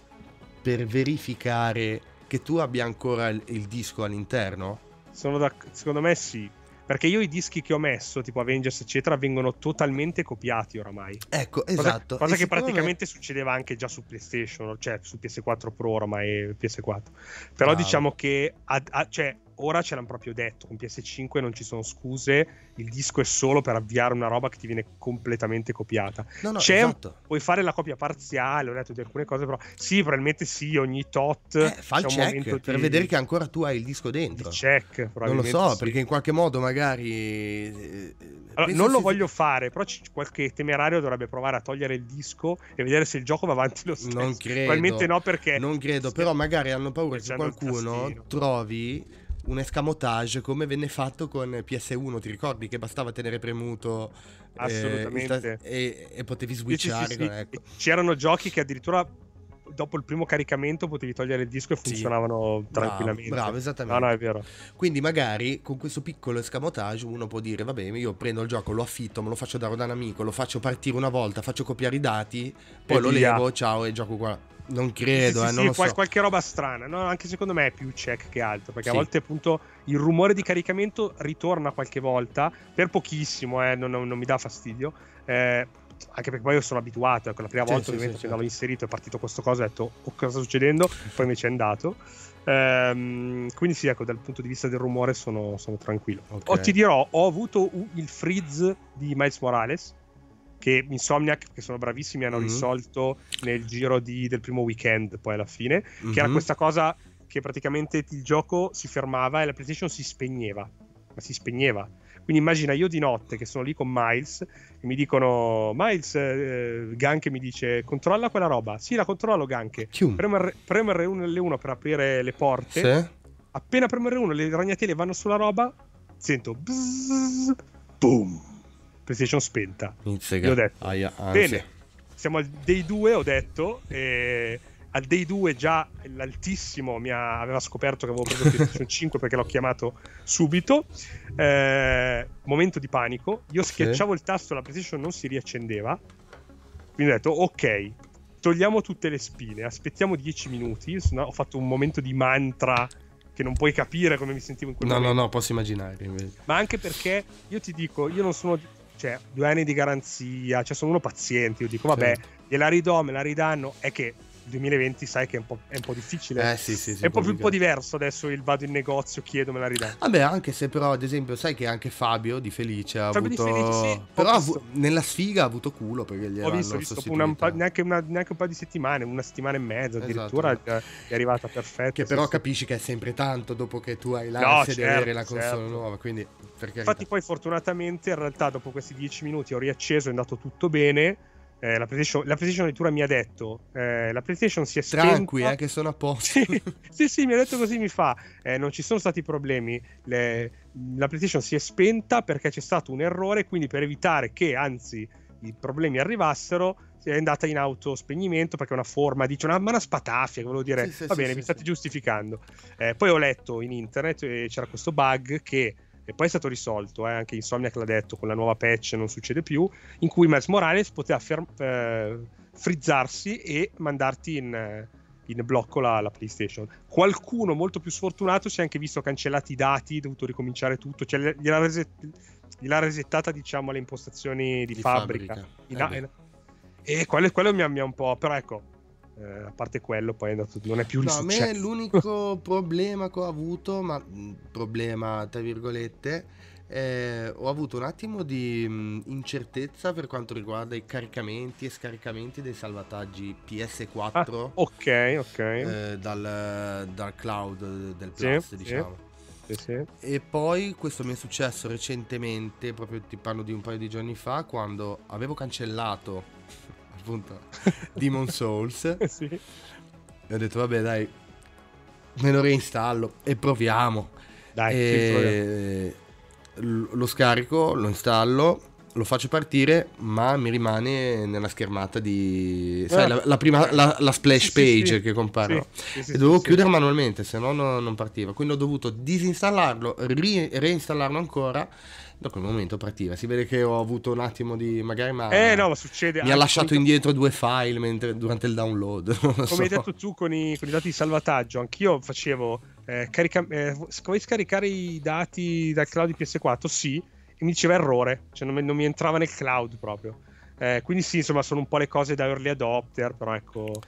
per verificare che tu abbia ancora il, il disco all'interno? Sono da... Secondo me sì. Perché io i dischi che ho messo, tipo Avengers, eccetera, vengono totalmente copiati oramai. Ecco, Cosa, esatto. cosa E che secondo me- praticamente succedeva anche già su PlayStation, cioè su P S quattro Pro oramai e P S quattro. Però Bravo. diciamo che ad- a- cioè, ora ce l'hanno proprio detto, con P S cinque non ci sono scuse, il disco è solo per avviare una roba che ti viene completamente copiata. No, no, C'è, esatto. puoi fare la copia parziale, ho detto di alcune cose, però sì, probabilmente sì, ogni tot Eh, fa il c'è un check momento per di, vedere che ancora tu hai il disco di dentro. check, Non lo probabilmente so, sì. perché in qualche modo magari... eh, Allora, penso non lo si- voglio fare, però c- qualche temerario dovrebbe provare a togliere il disco e vedere se il gioco va avanti lo stesso. Non credo. Probabilmente no, perché Non credo, stia- però magari hanno paura che piacendo il qualcuno tastino. trovi un escamotage come venne fatto con P S uno. Ti ricordi che bastava tenere premuto eh, il Assolutamente. ta- e, e potevi Sì, sì, switchare sì, con- sì. ecco. E c'erano giochi che addirittura dopo il primo caricamento potevi togliere il disco e Sì. funzionavano Bravo, tranquillamente. bravo, esattamente. No, no, è vero. Quindi magari con questo piccolo escamotage uno può dire vabbè, io prendo il gioco, lo affitto, me lo faccio dare da un amico, lo faccio partire una volta, faccio copiare i dati, poi E lo via. levo, ciao e gioco qua. Non Sì, credo, sì, eh, sì, non lo qual- so. qualche roba strana, no? Anche secondo me è più check che altro, perché Sì. a volte appunto il rumore di caricamento ritorna qualche volta, per pochissimo, eh, non, non- non mi dà fastidio, eh, anche perché poi io sono abituato, ecco, la prima Sì, volta sì, ovviamente sì, appena l'ho certo. inserito è partito questo cosa, ho detto oh, cosa sta succedendo, poi invece è andato. Ehm, quindi sì, ecco, dal punto di vista del rumore sono, sono tranquillo. Ok. O ti dirò, ho avuto u- il freeze di Miles Morales, che Insomniac, che sono bravissimi, hanno Mhm. risolto nel giro di- del primo weekend, poi alla fine, che era Mhm. questa cosa che praticamente il gioco si fermava e la PlayStation si spegneva, ma si spegneva. Quindi immagina io di notte che sono lì con Miles e mi dicono Miles, eh, Ganke mi dice controlla quella roba. Sì, la controllo Ganke. Chium. Premo R- premo R uno e L uno per aprire le porte. Sì. Appena premo R uno le ragnatele vanno sulla roba, sento bzzz, boom. PlayStation spenta. Inizia. Io ho detto Aia, ansia. bene, siamo al day due, ho detto, e al day due già l'altissimo mi ha- aveva scoperto che avevo preso il PlayStation cinque perché l'ho chiamato subito. Eh, momento di panico, io Sì. schiacciavo il tasto, la PlayStation non si riaccendeva, quindi ho detto ok, togliamo tutte le spine, aspettiamo dieci minuti, sennò ho fatto un momento di mantra che non puoi capire come mi sentivo in quel No, no, momento. no, posso immaginare invece. Ma anche perché io ti dico, io non sono, cioè, due anni di garanzia, cioè sono uno paziente, io dico vabbè, Sì. gliela ridò, me la ridanno, è che il duemilaventi sai che è un po', è un po' difficile, Eh sì, sì, sì. è un po' più un po' complicato. diverso adesso il vado in negozio, chiedo, me la ridanno. Vabbè, anche se però, ad esempio, sai che anche Fabio di Felice ha Fabio di avuto... Felice, sì, ho però ha visto. avu- nella sfiga ha avuto culo perché Ho gliel'hanno visto, ho visto dopo una, un sostituita. pa- neanche, una, neanche un paio di settimane, una settimana e mezza addirittura Esatto. è, è arrivata perfetta. Che sì, però sì. capisci che è sempre tanto dopo che tu hai No, l'ansia di certo, avere la console certo. nuova, quindi per carità. Infatti poi fortunatamente in realtà dopo questi dieci minuti ho riacceso, è andato tutto bene. Eh, la PlayStation, la PlayStation addirittura mi ha detto eh, la PlayStation si è spenta. Tranqui, eh, che sono a posto. Sì, sì, sì, mi ha detto così, mi fa eh, non ci sono stati problemi, le- la PlayStation si è spenta perché c'è stato un errore, quindi per evitare che anzi i problemi arrivassero è andata in autospegnimento perché è una forma, dice una, ma una spatafia, che volevo dire, Sì, sì, va sì, bene, sì, mi state sì. giustificando. Eh, poi ho letto in internet e c'era questo bug che e poi è stato risolto, eh, anche Insomniac l'ha detto, con la nuova patch non succede più, in cui Miles Morales poteva ferm- eh, frizzarsi e mandarti in, eh, in blocco la, la PlayStation. Qualcuno molto più sfortunato si è anche visto cancellati i dati, dovuto ricominciare tutto, cioè gliel'ha, reset- gliel'ha resettata diciamo le impostazioni di, Di fabbrica, fabbrica. In- Eh beh. e quello, quello mi ha, mi ha un po', però ecco, eh, a parte quello poi è andato, non è più No, a risuccesso. me l'unico problema che ho avuto, ma mh, problema tra virgolette, eh, ho avuto un attimo di mh, incertezza per quanto riguarda i caricamenti e scaricamenti dei salvataggi P S Ah, quattro ok, ok. eh, dal, dal cloud del Sì, Plus, sì. diciamo. Sì, sì. E poi questo mi è successo recentemente, proprio ti parlo di un paio di giorni fa, quando avevo cancellato appunto Demon Souls e Sì. ho detto vabbè dai, me lo reinstallo e proviamo. Dai, sì, proviamo. E l- lo scarico, lo installo, lo faccio partire, ma mi rimane nella schermata di... sai, Ah, la, la prima, ok. la, la splash Sì, sì, page sì. che compare, Sì, no? sì, sì, E sì, dovevo sì. chiudere manualmente, se no no- non partiva. Quindi ho dovuto disinstallarlo, ri- reinstallarlo ancora. Dopo il momento partiva. Si vede che ho avuto un attimo di... magari Eh ma no, ma succede mi ha anche con i, lasciato indietro due file mentre- durante il download. Non lo come hai so. detto tu con i, con i dati di salvataggio, anch'io facevo, eh, carica, eh, vuoi scaricare i dati dal cloud di P S quattro? Sì, e mi diceva errore, cioè non mi, non mi entrava nel cloud proprio. Eh, quindi sì, insomma, sono un po' le cose da early adopter, però ecco...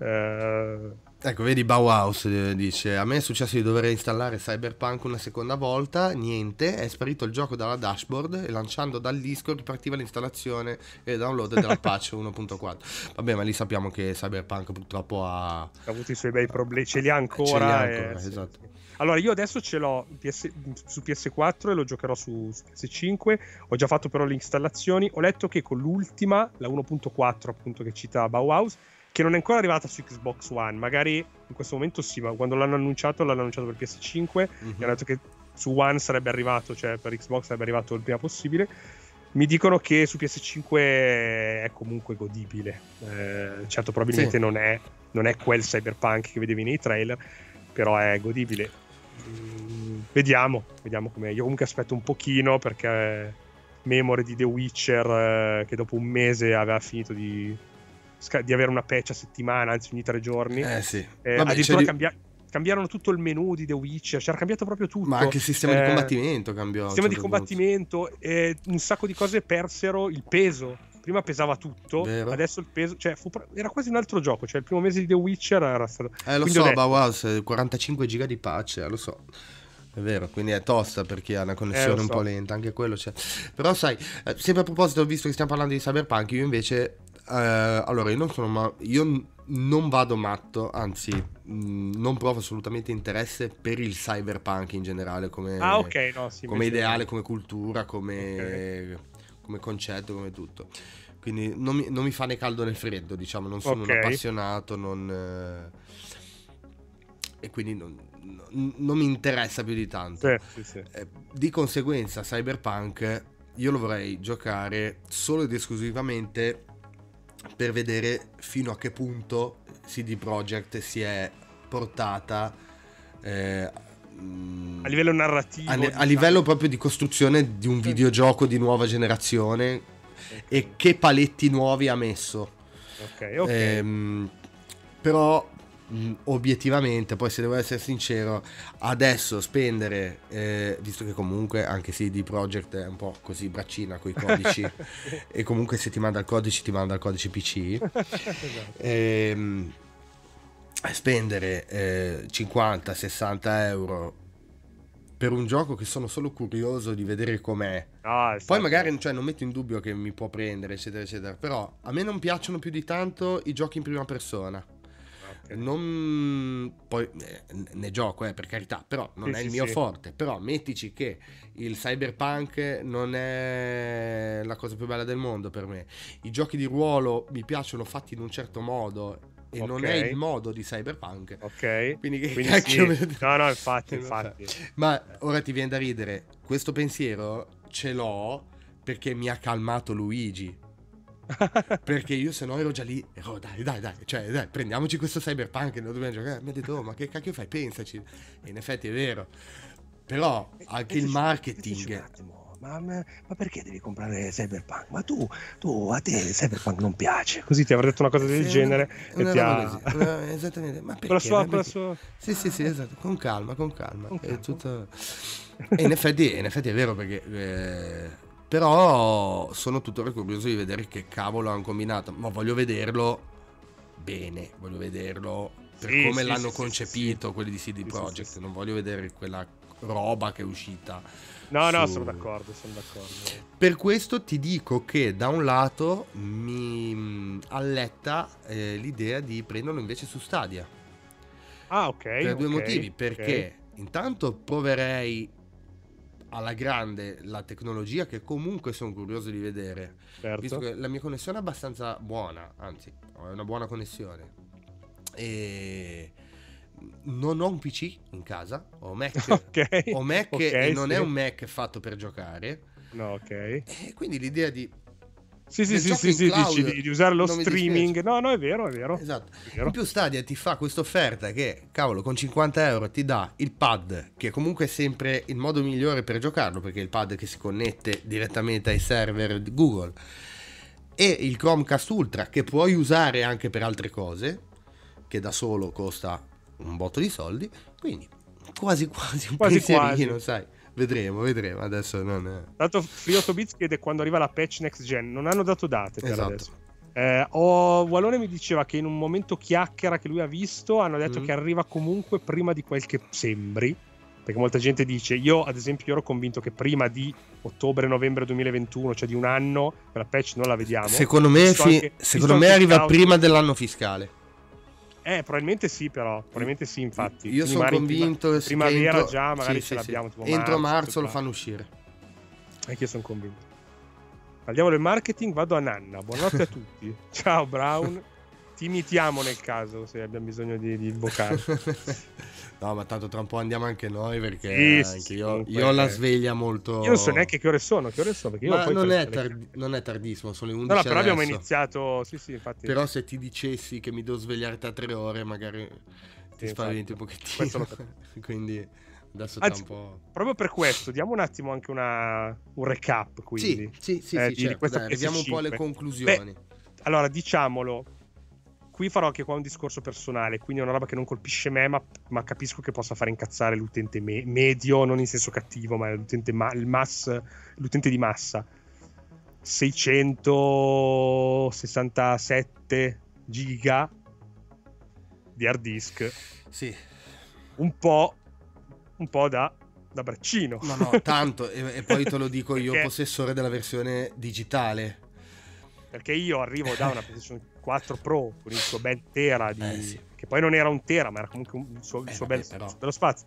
eh, Ecco, vedi Bauhaus eh, dice: a me è successo di dover installare Cyberpunk una seconda volta, niente, è sparito il gioco dalla dashboard e lanciando dal disco ripartiva l'installazione e il download della patch uno punto quattro. Vabbè, ma lì sappiamo che Cyberpunk purtroppo ha... ha avuto i suoi bei problemi, ce li ha ce li ha ancora. ancora, eh, sì, esatto. sì. Allora, io adesso ce l'ho P S su P S quattro e lo giocherò su, su P S cinque. Ho già fatto però le installazioni. Ho letto che con l'ultima, la uno punto quattro, appunto, che cita Bauhaus, che non è ancora arrivata su Xbox One. Magari in questo momento sì, ma quando l'hanno annunciato, l'hanno annunciato per P S cinque. Mhm. E hanno detto che su One sarebbe arrivato, cioè per Xbox sarebbe arrivato il prima possibile. Mi dicono che su P S cinque è comunque godibile. Eh, certo, probabilmente Sì. non, è, non è quel Cyberpunk che vedevi nei trailer, però è godibile. Mm, vediamo, vediamo com'è. Io comunque aspetto un pochino perché Memory di The Witcher, eh, che dopo un mese aveva finito di, sca- di avere una patch a settimana, anzi ogni tre giorni, Eh sì. eh, Vabbè, addirittura c'è di- cambia- cambiarono tutto il menu di The Witcher, c'era cambiato proprio tutto. ma anche il sistema di Eh, combattimento cambiò a un sistema di certo punto. combattimento, eh, un sacco di cose persero il peso. Prima pesava tutto, Vero. adesso il peso, cioè fu pra- era quasi un altro gioco. Cioè, il primo mese di The Witcher era stato. Eh, lo Quindi so, ho detto, Bauhaus, eh, quarantacinque giga di patch, eh, lo so. È vero, quindi è tosta per chi ha una eh, connessione lo un so. po' lenta, anche quello c'è. Però sai, eh, sempre a proposito, visto che stiamo parlando di Cyberpunk, io invece, eh, allora io non sono ma io n- non vado matto, anzi, mh, non provo assolutamente interesse per il Cyberpunk in generale, come, Ah, ok, no, sì, come invece- ideale, come cultura, come, come concetto, come tutto. Quindi non mi, non mi fa né caldo né freddo, diciamo, non sono Ok. un appassionato, non... eh, e quindi non, non- non mi interessa più di tanto. Sì, sì, sì. Eh, di conseguenza Cyberpunk io lo vorrei giocare solo ed esclusivamente per vedere fino a che punto C D Projekt si è portata eh, mh, A livello narrativo, a, ne- a diciamo. livello proprio di costruzione di un videogioco di nuova generazione e che paletti nuovi ha messo. Ok, ok. Ehm, però mh, obiettivamente, poi se devo essere sincero, adesso spendere, eh, visto che comunque anche C D Projekt è un po' così braccina con i codici e comunque se ti manda il codice ti manda il codice P C, Esatto. ehm, spendere eh, cinquanta sessanta euro per un gioco che sono solo curioso di vedere com'è. Ah, Poi esatto. magari cioè, non metto in dubbio che mi può prendere, eccetera, eccetera. Però a me non piacciono più di tanto i giochi in prima persona. Ok. Non... Poi eh, ne gioco, eh, per carità, però non Sì, è il sì, mio sì. forte. Però mettici che il Cyberpunk non è la cosa più bella del mondo per me. I giochi di ruolo mi piacciono fatti in un certo modo e non è Ok. il modo di Cyberpunk. Ok. Quindi che Quindi cacchio sì. me- No, no, infatti, Eh, lo infatti. Ma ora ti viene da ridere. Questo pensiero ce l'ho perché mi ha calmato Luigi. Perché io se no ero già lì. Ero dai, dai, dai. Cioè, dai, prendiamoci questo Cyberpunk e lo dobbiamo giocare. Mi ha detto, oh, ma che cacchio fai? Pensaci. E in effetti è vero. Però anche il Pensaci- pensaci un marketing. attimo, Ma, ma- ma perché devi comprare Cyberpunk? Ma tu, tu a te Cyberpunk non piace. Così ti avrei detto una cosa del Sì, genere una e ti roba ha... così, una- esattamente. Ma perché? Con la sua... Ma Con la perché? sua... Sì, sì, sì, esatto. Con calma, con calma. Con È calma. tutto... E in effetti, in effetti è vero perché... eh, però sono tuttora curioso di vedere che cavolo hanno combinato. Ma voglio vederlo bene. Voglio vederlo per Sì, come sì, l'hanno sì, sì, concepito sì. quelli di C D Sì, sì, Projekt. sì, sì. Non voglio vedere quella roba che è uscita. No, no, su- sono d'accordo, sono d'accordo. Per questo ti dico che da un lato mi mh, alletta eh, l'idea di prenderlo invece su Stadia. Ah, ok. Per due ok, motivi. ok. Perché intanto proverei alla grande la tecnologia che comunque sono curioso di vedere. Certo. Visto che la mia connessione è abbastanza buona, anzi, ho una buona connessione. E non ho un P C in casa, ho Mac, okay, ho Mac okay, e non sì. è un Mac fatto per giocare. No, ok. E quindi l'idea di Sì, sì, del sì, gioco sì, in sì, cloud dici di, di usare lo non mi streaming. dispiace. No, no, è vero, è vero. Esatto. È vero. In più Stadia ti fa questa offerta che, cavolo, con cinquanta euro ti dà il pad, che comunque è sempre il modo migliore per giocarlo, perché è il pad che si connette direttamente ai server di Google, e il Chromecast Ultra, che puoi usare anche per altre cose, che da solo costa un botto di soldi, quindi quasi quasi un Quasi pensierino, quasi. sai. Vedremo, vedremo, adesso non è... Tanto Free otto bits chiede quando arriva la patch next gen, non hanno dato date per Esatto. adesso. Eh, oh, Wallone mi diceva che in un momento chiacchiera che lui ha visto hanno detto Mm. che arriva comunque prima di quel che sembri, perché molta gente dice, io ad esempio ero convinto che prima di ottobre-novembre duemilaventuno, cioè di un anno, quella patch non la vediamo. Secondo me, Visto fi- anche- secondo visto me anche il arriva caos- prima dell'anno fiscale. Eh, probabilmente sì, però. Probabilmente sì, infatti. Io Quindi sono magari in convinto prima- che primavera entro- già magari sì, ce sì, l'abbiamo. sì. Tipo Entro marzo, marzo lo febbraio. fanno uscire. Anche io sono convinto. Al diavolo del marketing, vado a Nanna. Buonanotte a tutti. Ciao Brown. Ti imitiamo nel caso se abbiamo bisogno di, di vocali. No, ma tanto tra un po' andiamo anche noi, Sì, perché sì, anche sì, io, comunque- io ho la sveglia molto... Io non so neanche che ore sono. Che ore sono? Perché io Ma poi non per- è, tardi- non è tardissimo, sono le undici No, no, però abbiamo adesso. iniziato. Sì, sì, infatti. Però se ti dicessi che mi devo svegliare tra tre ore, magari ti Sì, spaventi infatti. un pochettino. Questo lo capisco. Quindi adesso tra Anzi, un po'... proprio per questo, diamo un attimo anche una, un recap. Quindi, Sì, sì, sì, eh, sì, di- di certo. questa Dai, arriviamo un po' alle P S cinque. conclusioni. Beh, allora, diciamolo, qui farò anche qua un discorso personale, quindi è una roba che non colpisce me, ma, ma capisco che possa fare incazzare l'utente me- medio, non in senso cattivo, ma l'utente, ma- il mass, l'utente di massa. seicentosessantasette giga di hard disk, Sì. un po', un po' da, da braccino. No, no, tanto, e, e poi te lo dico io, Perché- possessore della versione digitale. Perché io arrivo da una PlayStation quattro Pro con il suo bel tera di... Eh, sì. che poi non era un tera, ma era comunque un il suo, il Eh, suo vabbè, bel, però. il suo bello spazio.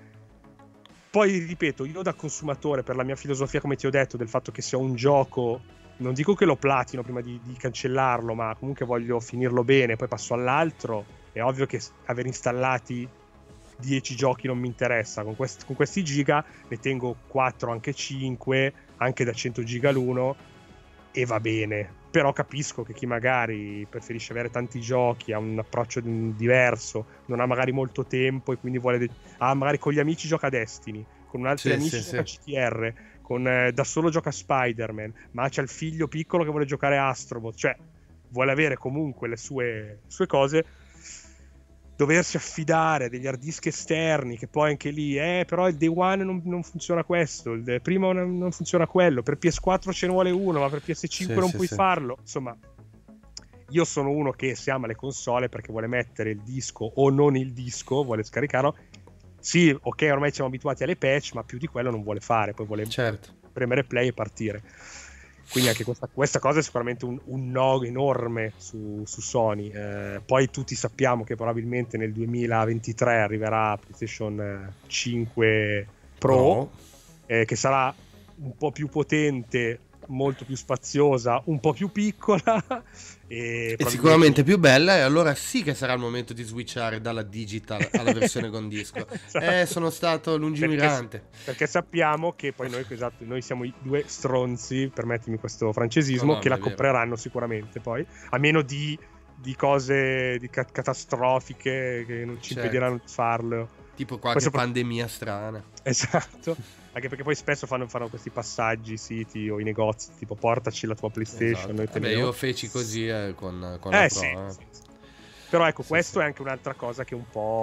Poi ripeto, io da consumatore, per la mia filosofia, come ti ho detto, del fatto che sia un gioco, non dico che lo platino prima di, di cancellarlo, ma comunque voglio finirlo bene, poi passo all'altro. È ovvio che aver installati dieci giochi non mi interessa. Con, quest- con questi giga ne tengo quattro, anche cinque, anche da cento giga l'uno, e va bene. Però capisco che chi magari preferisce avere tanti giochi, ha un approccio diverso, non ha magari molto tempo e quindi vuole de- ah, magari con gli amici gioca a Destiny, con altri Sì, amici sì, gioca sì. a C T R, con, eh, da solo gioca a Spider-Man, ma c'è il figlio piccolo che vuole giocare a Astrobot, cioè vuole avere comunque le sue, sue cose. Doversi affidare a degli hard disk esterni, che poi anche lì, eh, però il day one non, non funziona questo, il primo non, non funziona quello, per P S quattro ce ne vuole uno, ma per P S cinque Sì, non sì, puoi sì. farlo. Insomma, io sono uno che si ama le console perché vuole mettere il disco o non il disco, vuole scaricarlo. Sì, ok, ormai siamo abituati alle patch, ma più di quello non vuole fare, poi vuole Certo. premere play e partire. Quindi anche questa, questa cosa è sicuramente un, un no enorme su, su Sony. Eh, poi tutti sappiamo che probabilmente nel duemilaventitré arriverà PlayStation cinque Pro, Pro. eh, che sarà un po' più potente, molto più spaziosa, un po' più piccola e, E sicuramente più bella, e allora sì che sarà il momento di switchare dalla digital alla versione con disco. Esatto. Eh, sono stato lungimirante. Perché, perché sappiamo che poi noi, esatto, noi siamo i due stronzi, permettimi questo francesismo, No, no, che ma la è vero. compreranno sicuramente poi, a meno di, di cose di ca- catastrofiche che non ci Certo. impediranno di farlo. Tipo qualche Questo- pandemia strana. Esatto, anche perché poi spesso fanno, fanno questi passaggi, i siti o i negozi, tipo portaci la tua PlayStation. Esatto. Noi Vabbè, teniamo. io feci così eh, con, con Eh la Pro. sì, eh. sì, sì. Però ecco, Sì, questo sì. è anche un'altra cosa che un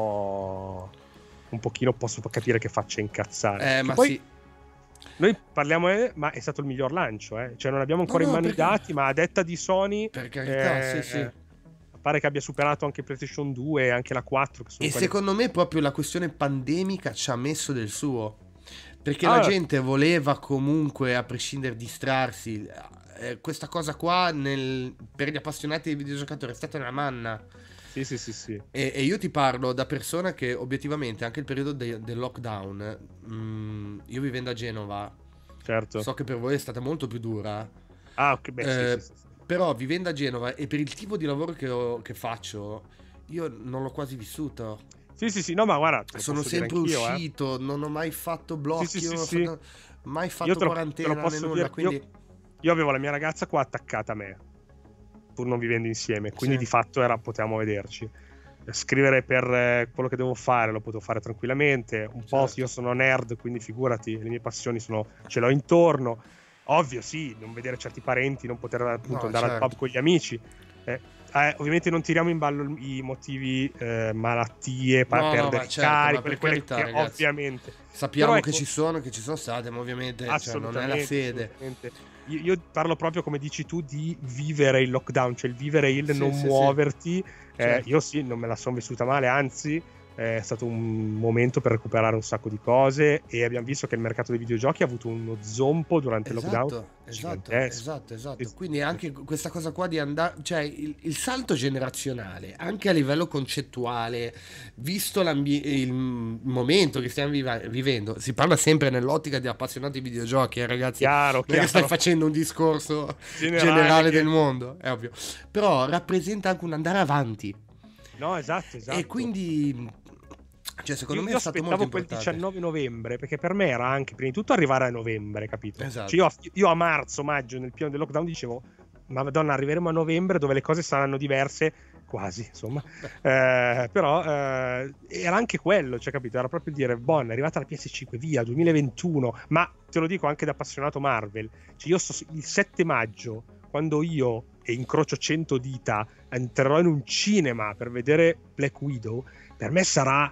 po' un pochino posso capire che faccia incazzare. Eh, Che ma poi sì. noi parliamo, eh, ma è stato il miglior lancio, eh. Cioè non abbiamo ancora No, in no, mano i perché- dati, ma a detta di Sony, Per carità, eh, sì, sì. pare che abbia superato anche PlayStation due e anche la quattro. Che sono E quelle- secondo me proprio la questione pandemica ci ha messo del suo. Perché Ah. la gente voleva comunque, a prescindere, distrarsi. Eh, questa cosa qua nel- per gli appassionati di videogiocatori è stata una manna. Sì, sì, sì, sì. E, e io ti parlo da persona che obiettivamente anche il periodo de- del lockdown, mm, io vivendo a Genova, Certo. so che per voi è stata molto più dura. Ah, ok, beh, sì, Eh, sì, sì, sì. Però vivendo a Genova e per il tipo di lavoro che, ho- che faccio, io non l'ho quasi vissuto. Sì, sì, sì, no, ma guarda, te lo sono posso dire sempre anch'io, eh. uscito, non ho mai fatto blocchi, Sì, sì, non sì, ho sì. fatto- mai Io fatto te lo, te quarantena lo né posso nulla, dire, quindi io, io avevo la mia ragazza qua attaccata a me, pur non vivendo insieme, quindi sì. di fatto era, potevamo vederci. Scrivere per eh, quello che devo fare lo potevo fare tranquillamente. Un po' Certo. io sono nerd, quindi figurati, le mie passioni sono, ce l'ho intorno. Ovvio, sì, non vedere certi parenti, non poter appunto No, andare al certo. pub con gli amici. Eh, eh, ovviamente non tiriamo in ballo i motivi eh, malattie, pa- No, no, perdere ma il certo, ma carico, per le cose carità, che ragazzi. ovviamente. Sappiamo Però che ecco, ci sono, che ci sono state, ma ovviamente cioè, non è la assolutamente, fede. assolutamente. Io, io parlo proprio, come dici tu, di vivere il lockdown, cioè il vivere il Sì, non sì, sì. muoverti. Eh, Certo. io sì, non me la sono vissuta male, anzi è stato un momento per recuperare un sacco di cose e abbiamo visto che il mercato dei videogiochi ha avuto uno zompo durante il lockdown Esatto, esatto, gigantesco. esatto, esatto. Sì, sì, Quindi sì. anche questa cosa qua di andare, cioè il, il salto generazionale, anche a livello concettuale, visto l'ambi- il momento che stiamo viva- vivendo, si parla sempre nell'ottica di appassionati di videogiochi, eh, ragazzi, Chiaro, non è che stai chiaro. facendo un discorso Generale generale che- del mondo, è ovvio, però rappresenta anche un andare avanti No, esatto, e esatto. quindi, cioè secondo Io, me io è stato molto aspettavo quel importante. diciannove novembre, perché per me era anche prima di tutto arrivare a novembre, capito? Esatto. Cioè io, a- io a marzo, maggio, nel pieno del lockdown dicevo, ma madonna, arriveremo a novembre dove le cose saranno diverse, quasi, insomma. Eh, però eh, era anche quello, cioè, capito? Era proprio dire, boh, è arrivata la P S cinque, via, duemilaventuno, ma te lo dico anche da appassionato Marvel. Cioè io so, il sette maggio, quando io, e incrocio cento dita, entrerò in un cinema per vedere Black Widow, per me sarà...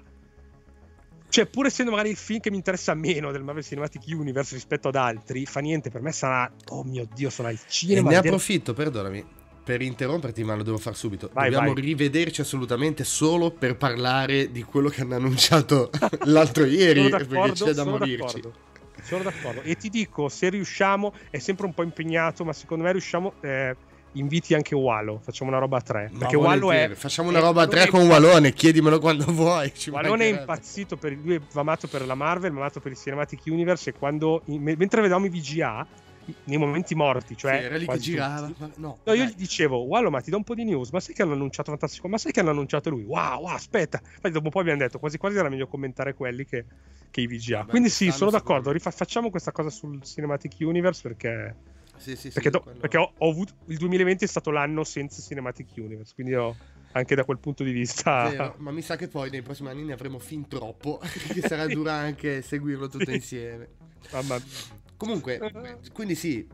Cioè, pur essendo magari il film che mi interessa meno del Marvel Cinematic Universe rispetto ad altri, fa niente, per me sarà, oh mio Dio, sono al E cinema. ne a vedere- approfitto, perdonami, per interromperti, ma lo devo fare subito. Vai, Dobbiamo vai. rivederci assolutamente solo per parlare di quello che hanno annunciato l'altro ieri, Sono perché d'accordo, c'è da sono morirci. d'accordo. Sono d'accordo. E ti dico, se riusciamo, è sempre un po' impegnato, ma secondo me riusciamo, eh, inviti anche Walo, facciamo una roba a tre. Ma Perché Walo è... volentieri, facciamo una è- roba a Walone tre è con impazz- Walone, chiedimelo quando vuoi. Ci Walone è mancherebbe. impazzito per lui, è amato per la Marvel, ma amato per il Cinematic Universe, e quando, in- mentre vedevamo i V G A, i- nei momenti morti, cioè... Sì, era lì che quasi girava. tutti, ma no, no, io dai. gli dicevo, Wallo, ma ti do un po' di news, ma sai che hanno annunciato Fantastico, ma sai che hanno annunciato lui? Wow, wow, aspetta. Infatti dopo un po' abbiamo detto, quasi quasi era meglio commentare quelli che, che i V G A. Vabbè, Quindi sì, quest'anno sono d'accordo, sicuramente. rifa- facciamo questa cosa sul Cinematic Universe perché... Sì, sì, sì, Perché, do- quello- perché ho, ho avuto, il duemilaventi è stato l'anno senza Cinematic Universe, quindi ho, anche da quel punto di vista... Vero, ma mi sa che poi nei prossimi anni ne avremo fin troppo, che sarà dura anche seguirlo tutto Sì. insieme. Mamma mia. Comunque, quindi sì,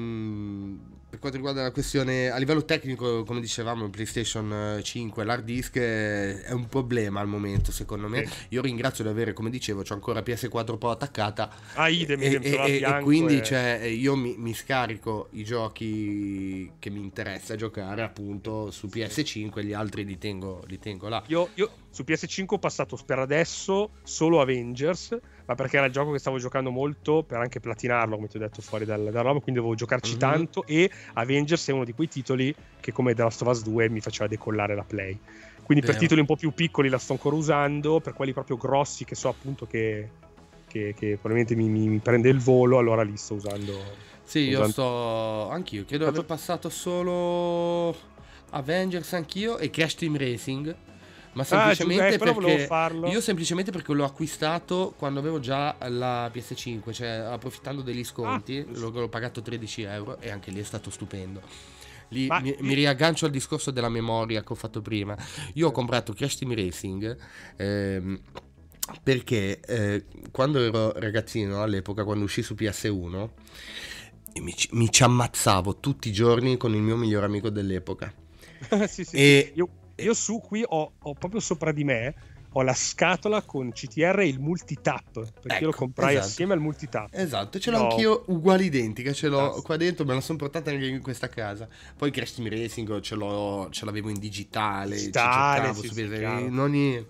mh, per quanto riguarda la questione a livello tecnico, come dicevamo, il PlayStation cinque, l'hard disk è, è un problema al momento, secondo me. Sì. Io ringrazio di avere, come dicevo, c'ho ancora P S quattro Pro attaccata. Ah, idem, e, idem, ce l'ho a e- e fianco quindi e- cioè, io mi, mi scarico i giochi che mi interessa giocare appunto su P S cinque, gli altri li tengo, li tengo là. Io, io su P S cinque ho passato per adesso solo Avengers, ma perché era il gioco che stavo giocando molto per anche platinarlo, come ti ho detto, fuori dal, dalla roba, quindi dovevo giocarci Mhm. tanto, e Avengers è uno di quei titoli che, come The Last of Us due, mi faceva decollare la Play. Quindi per Vero. titoli un po' più piccoli la sto ancora usando, per quelli proprio grossi che so appunto che, che, che probabilmente mi, mi- mi prende il volo, allora li sto usando. Sì, io usando- sto anch'io, credo di aver passato solo Avengers anch'io e Crash Team Racing. Ma Ah, semplicemente giusto, eh, però volevo perché farlo. io semplicemente perché l'ho acquistato quando avevo già la P S cinque, cioè approfittando degli sconti, Ah, giusto. l'ho, l'ho pagato tredici euro e anche lì è stato stupendo. Lì Ma- mi, mi riaggancio al discorso della memoria che ho fatto prima. Io ho comprato Crash Team Racing ehm, perché eh, quando ero ragazzino, all'epoca, quando uscì su P S uno, mi, ci- mi ci ammazzavo tutti i giorni con il mio migliore amico dell'epoca. Sì, sì, E- sì. Io, io su qui ho, ho proprio sopra di me ho la scatola con C T R e il multitap, perché io lo Ecco, comprai esatto. assieme al multitap. Esatto, ce l'ho No. anch'io uguale identica, ce l'ho Fantastico. qua dentro, me la sono portata anche in questa casa. Poi Crash Team Racing ce, l'ho, ce l'avevo in digitale, ci Digitale, cercavo sì, su sì, P S, chiaro. in ogni...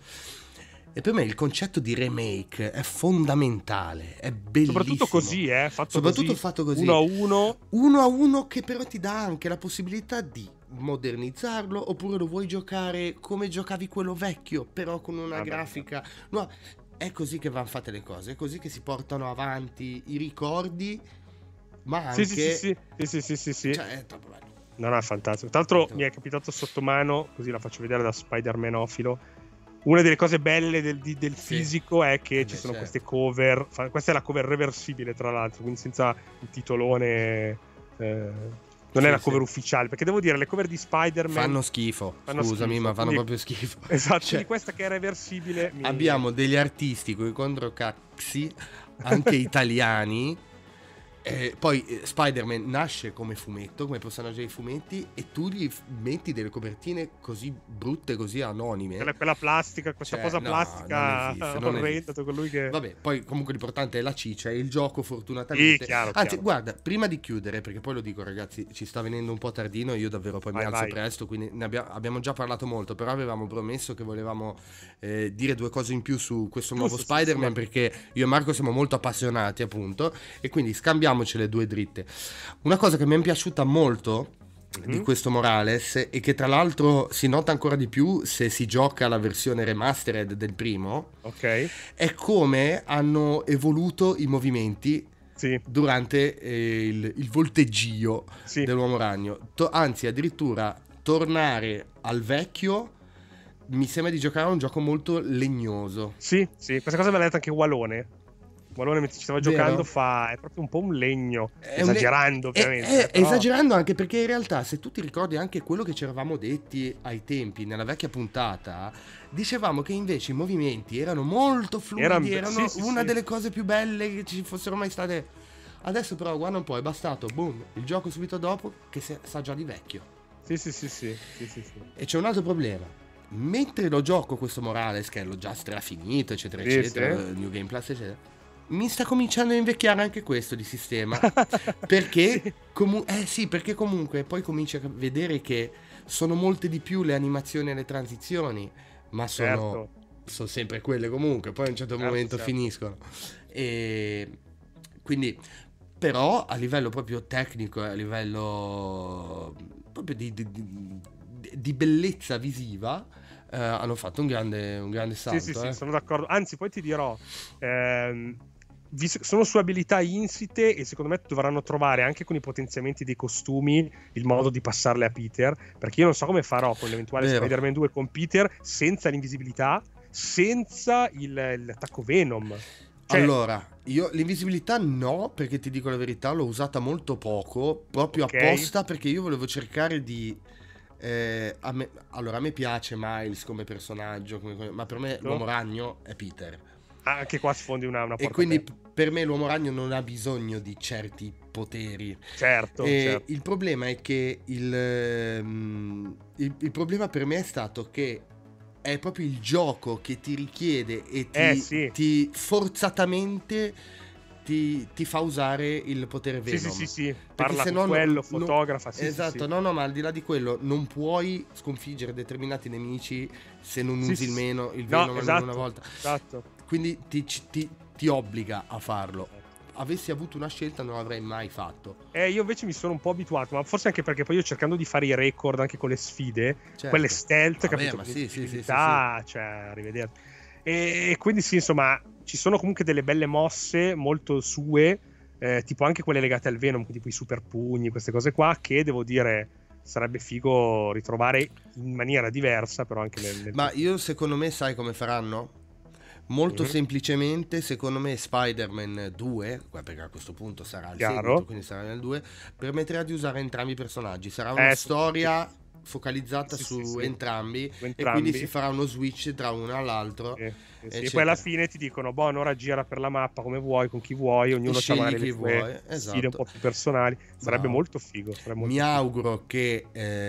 E per me il concetto di remake è fondamentale, è bellissimo. Soprattutto così, eh, fatto Soprattutto così, fatto così. uno a uno. Uno a uno che però ti dà anche la possibilità di modernizzarlo, oppure lo vuoi giocare come giocavi quello vecchio, però con una Vabbè, grafica nuova. È così che vanno fatte le cose, è così che si portano avanti i ricordi, ma anche... Sì, sì, sì, sì, sì, sì, sì, sì. Cioè, è troppo bello. No, no, è fantastico. Tra l'altro mi è capitato sotto mano, così la faccio vedere da Spider-Manofilo, una delle cose belle del, del Sì. fisico è che Eh ci beh, sono certo. queste cover, fa- questa è la cover reversibile tra l'altro, quindi senza il titolone, eh, non Sì, è la sì. cover ufficiale, perché devo dire le cover di Spider-Man Fanno schifo, fanno scusami, schifo, ma fanno quindi- proprio schifo. esatto, Cioè, quindi questa che è reversibile mi- abbiamo degli artisti con i controcaxi, anche italiani. Eh, poi eh, Spider-Man nasce come fumetto, come personaggio dei fumetti, e tu gli f- metti delle copertine così brutte, così anonime. quella, quella plastica, questa Cioè, cosa no, plastica non esiste, non orrenda, esiste. con lui che... Vabbè, poi comunque l'importante è la ciccia e il gioco, fortunatamente. Sì, chiaro, Anzi, chiaro. guarda, prima di chiudere, perché poi lo dico ragazzi, ci sta venendo un po' tardino, io davvero poi Vai, mi alzo vai. presto, quindi ne abbia- abbiamo già parlato molto, però avevamo promesso che volevamo eh, dire due cose in più su questo nuovo Giusto, sì, Spider-Man, sì, perché io e Marco siamo molto appassionati, appunto, e quindi scambiamocele due dritte. Una cosa che mi è piaciuta molto di Mhm. questo Morales, e che tra l'altro si nota ancora di più se si gioca la versione remastered del primo, Ok, è come hanno evoluto i movimenti sì, durante eh, il, il volteggio sì. dell'uomo ragno. To- anzi, addirittura tornare al vecchio mi sembra di giocare a un gioco molto legnoso. Sì, sì, questa cosa me l'ha detta anche Walone. Walone mentre ci stava Vero? giocando fa... è proprio un po' un legno, È un- esagerando è- ovviamente. è- eh, però- Esagerando anche perché in realtà, se tu ti ricordi anche quello che ci eravamo detti ai tempi nella vecchia puntata, dicevamo che invece i movimenti erano molto fluidi, Eran- erano sì, sì, una sì. delle cose più belle che ci fossero mai state. Adesso però guarda un po', è bastato, boom, il gioco subito dopo che si- sa già di vecchio. Sì, sì, sì, sì, sì, sì, sì. E c'è un altro problema. Mentre lo gioco questo Morales, che l'ho già strafinito, eccetera, Sì, eccetera, sì. New Game Plus, eccetera, mi sta cominciando a invecchiare anche questo di sistema. Perché, Sì. comu- eh sì, perché comunque poi cominci a vedere che sono molte di più le animazioni e le transizioni, ma sono, Certo. sono sempre quelle comunque, poi a un certo Certo, momento certo. finiscono. E quindi, però a livello proprio tecnico, a livello proprio di, di- di- di bellezza visiva, eh, hanno fatto un grande, un grande salto. Sì, sì, sì, eh. sono d'accordo. Anzi, poi ti dirò, ehm, vis- sono su abilità insite e secondo me dovranno trovare anche con i potenziamenti dei costumi il modo di passarle a Peter, perché io non so come farò con l'eventuale Vero. Spider-Man due con Peter senza l'invisibilità, senza il- l'attacco Venom. Cioè, Allora, io l'invisibilità no, perché ti dico la verità, l'ho usata molto poco, proprio Ok. apposta perché io volevo cercare di... eh, a me- allora, a me piace Miles come personaggio, come- ma per me Certo. l'uomo ragno è Peter. anche qua sfondi una, una E porta quindi aperta. p- per me l'uomo ragno non ha bisogno di certi poteri. Certo, E certo. il problema è che il, ehm, il, il problema per me è stato che è proprio il gioco che ti richiede e ti, Eh, sì. ti forzatamente ti, ti fa usare il potere Sì, Venom. sì, sì, sì. Parla se con no non- quello, non- fotografa, sì, sì, esatto, sì. no, no, ma al di là di quello non puoi sconfiggere determinati nemici se non Sì, usi il, sì. meno, il No, Venom almeno esatto, una volta. esatto. Quindi ti, ti- ti obbliga a farlo. Avessi avuto una scelta non l'avrei mai fatto. Eh, io invece mi sono un po' abituato, ma forse anche perché poi io cercando di fare i record anche con le sfide, Certo. quelle stealth, Vabbè, capito? ma Con sì, sì, sì, l'invisibilità, cioè, arrivederci. E, e quindi sì, insomma, ci sono comunque delle belle mosse molto sue, eh, tipo anche quelle legate al Venom, tipo i super pugni, queste cose qua, che devo dire sarebbe figo ritrovare in maniera diversa, però anche nel... nel... Ma io secondo me sai come faranno? Molto Mhm. semplicemente, secondo me Spider-Man due, perché a questo punto sarà il Chiaro. seguito, quindi sarà nel due, permetterà di usare entrambi i personaggi. Sarà una Eh, sì, storia focalizzata sì, su sì, sì. entrambi, Su e entrambi. quindi si farà uno switch tra uno all'altro. Sì, sì, sì. E eccetera. poi alla fine ti dicono, boh, ora gira per la mappa come vuoi, con chi vuoi, ognuno ha Scegli magari chi le sue vuoi, sfide esatto. un po' più personali. Sarebbe Bravo. molto figo. Sarebbe molto Mi figo. auguro che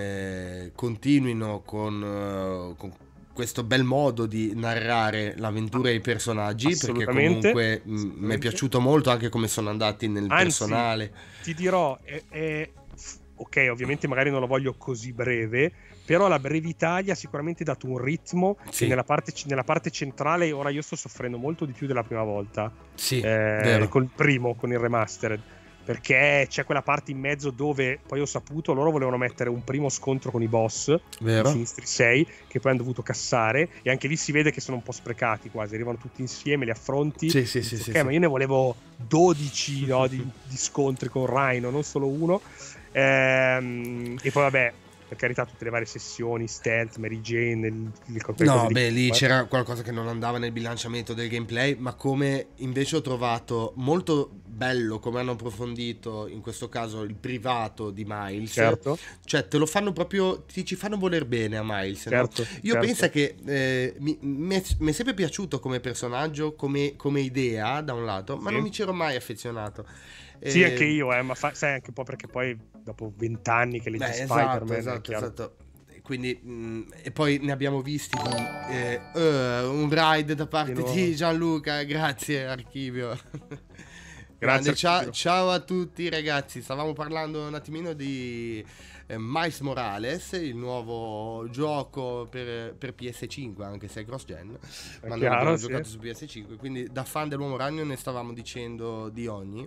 eh, continuino con, eh, con questo bel modo di narrare l'avventura e i personaggi, perché Assolutamente, comunque mh, mi è assolutamente. piaciuto molto anche come sono andati nel Anzi, personale. Ti dirò, è- è- ok, ovviamente magari non lo voglio così breve, però la brevità gli ha sicuramente dato un ritmo Sì. che nella parte, nella parte centrale ora io sto soffrendo molto di più della prima volta, Sì, eh, vero. col primo, con il remastered, perché c'è quella parte in mezzo dove poi ho saputo loro volevano mettere un primo scontro con i boss, Vero? i sinistri sei, che poi hanno dovuto cassare, e anche lì si vede che sono un po' sprecati quasi, arrivano tutti insieme, li affronti. Sì, sì, sì, Dici, sì, ok, sì. ma io ne volevo dodici no, di, di scontri con Rhino, non solo uno. Ehm, e poi vabbè, per carità tutte le varie sessioni, stealth, Mary Jane, il, il No, beh, lì c'era qualcosa che non andava nel bilanciamento del gameplay, ma come invece ho trovato molto bello come hanno approfondito in questo caso il privato di Miles. Certo. Cioè te lo fanno proprio, ti ci fanno voler bene a Miles, certo, no? Io certo. penso che eh, mi, mi, è, mi è sempre piaciuto come personaggio, come, come idea da un lato, ma sì. non mi c'ero mai affezionato. Sì, anche io, eh, ma fa, sai anche un po' perché poi dopo vent'anni che leggi Beh, Spider-Man, esatto, esatto, esatto. Quindi mh, e poi ne abbiamo visti di eh, uh, un ride da parte di, di Gianluca. Grazie Archivio. Grande, ciao, ciao a tutti ragazzi. Stavamo parlando un attimino di eh, Miles Morales, il nuovo gioco per, per P S cinque, anche se è cross gen, è ma chiaro, non abbiamo sì. giocato su P S cinque, quindi da fan dell'Uomo Ragno ne stavamo dicendo di ogni.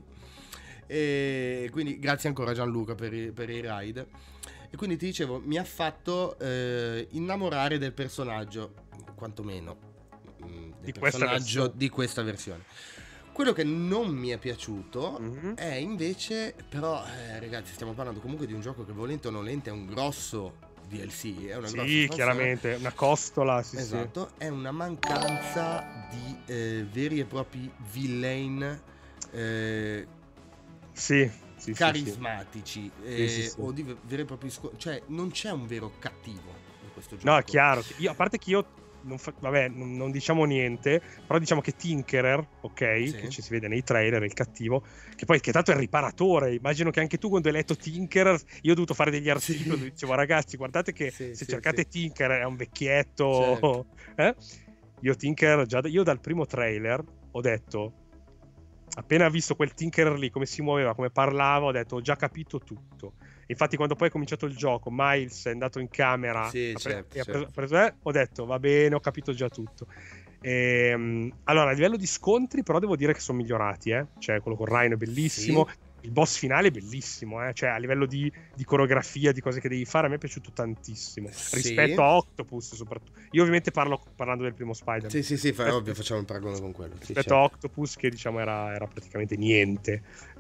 E quindi grazie ancora Gianluca per i, per i ride. E quindi ti dicevo, mi ha fatto eh, innamorare del personaggio, quantomeno mh, del di personaggio questa di questa versione. Quello che non mi è piaciuto mm-hmm. è invece, però eh, ragazzi, stiamo parlando comunque di un gioco che volente o nolente è un grosso D L C, è una sì, grossa chiaramente, una costola, sì, esatto, sì. È una mancanza di eh, veri e propri villain eh, sì. Sì, carismatici sì, eh, sì, sì. o di veri e propri sco- cioè non c'è un vero cattivo in questo gioco. No, è chiaro. Io, a parte che io non fa- vabbè, non, non diciamo niente, però diciamo che Tinkerer, ok, sì. che ci si vede nei trailer, il cattivo, che poi che tanto è il riparatore. Immagino che anche tu quando hai letto Tinkerer, io ho dovuto fare degli articoli sì. dove dicevo ragazzi, guardate che sì, se sì, cercate sì. Tinkerer è un vecchietto, certo. eh? Io Tinkerer già io dal primo trailer ho detto, appena visto quel Tinkerer lì, come si muoveva, come parlava, ho detto ho già capito tutto. Infatti quando poi è cominciato il gioco, Miles è andato in camera sì, ha certo, pre- certo. Ha preso, eh, ho detto va bene, ho capito già tutto. E, allora a livello di scontri però devo dire che sono migliorati, eh? Cioè quello con Rhino è bellissimo, sì. Il boss finale è bellissimo, eh? Cioè a livello di, di coreografia, di cose che devi fare, a me è piaciuto tantissimo, sì. Rispetto a Octopus soprattutto. Io ovviamente parlo parlando del primo Spider-Man. Sì, sì, sì, fa, eh, ovvio, facciamo un paragone con quello. Rispetto sì, certo. a Octopus che diciamo era, era praticamente niente.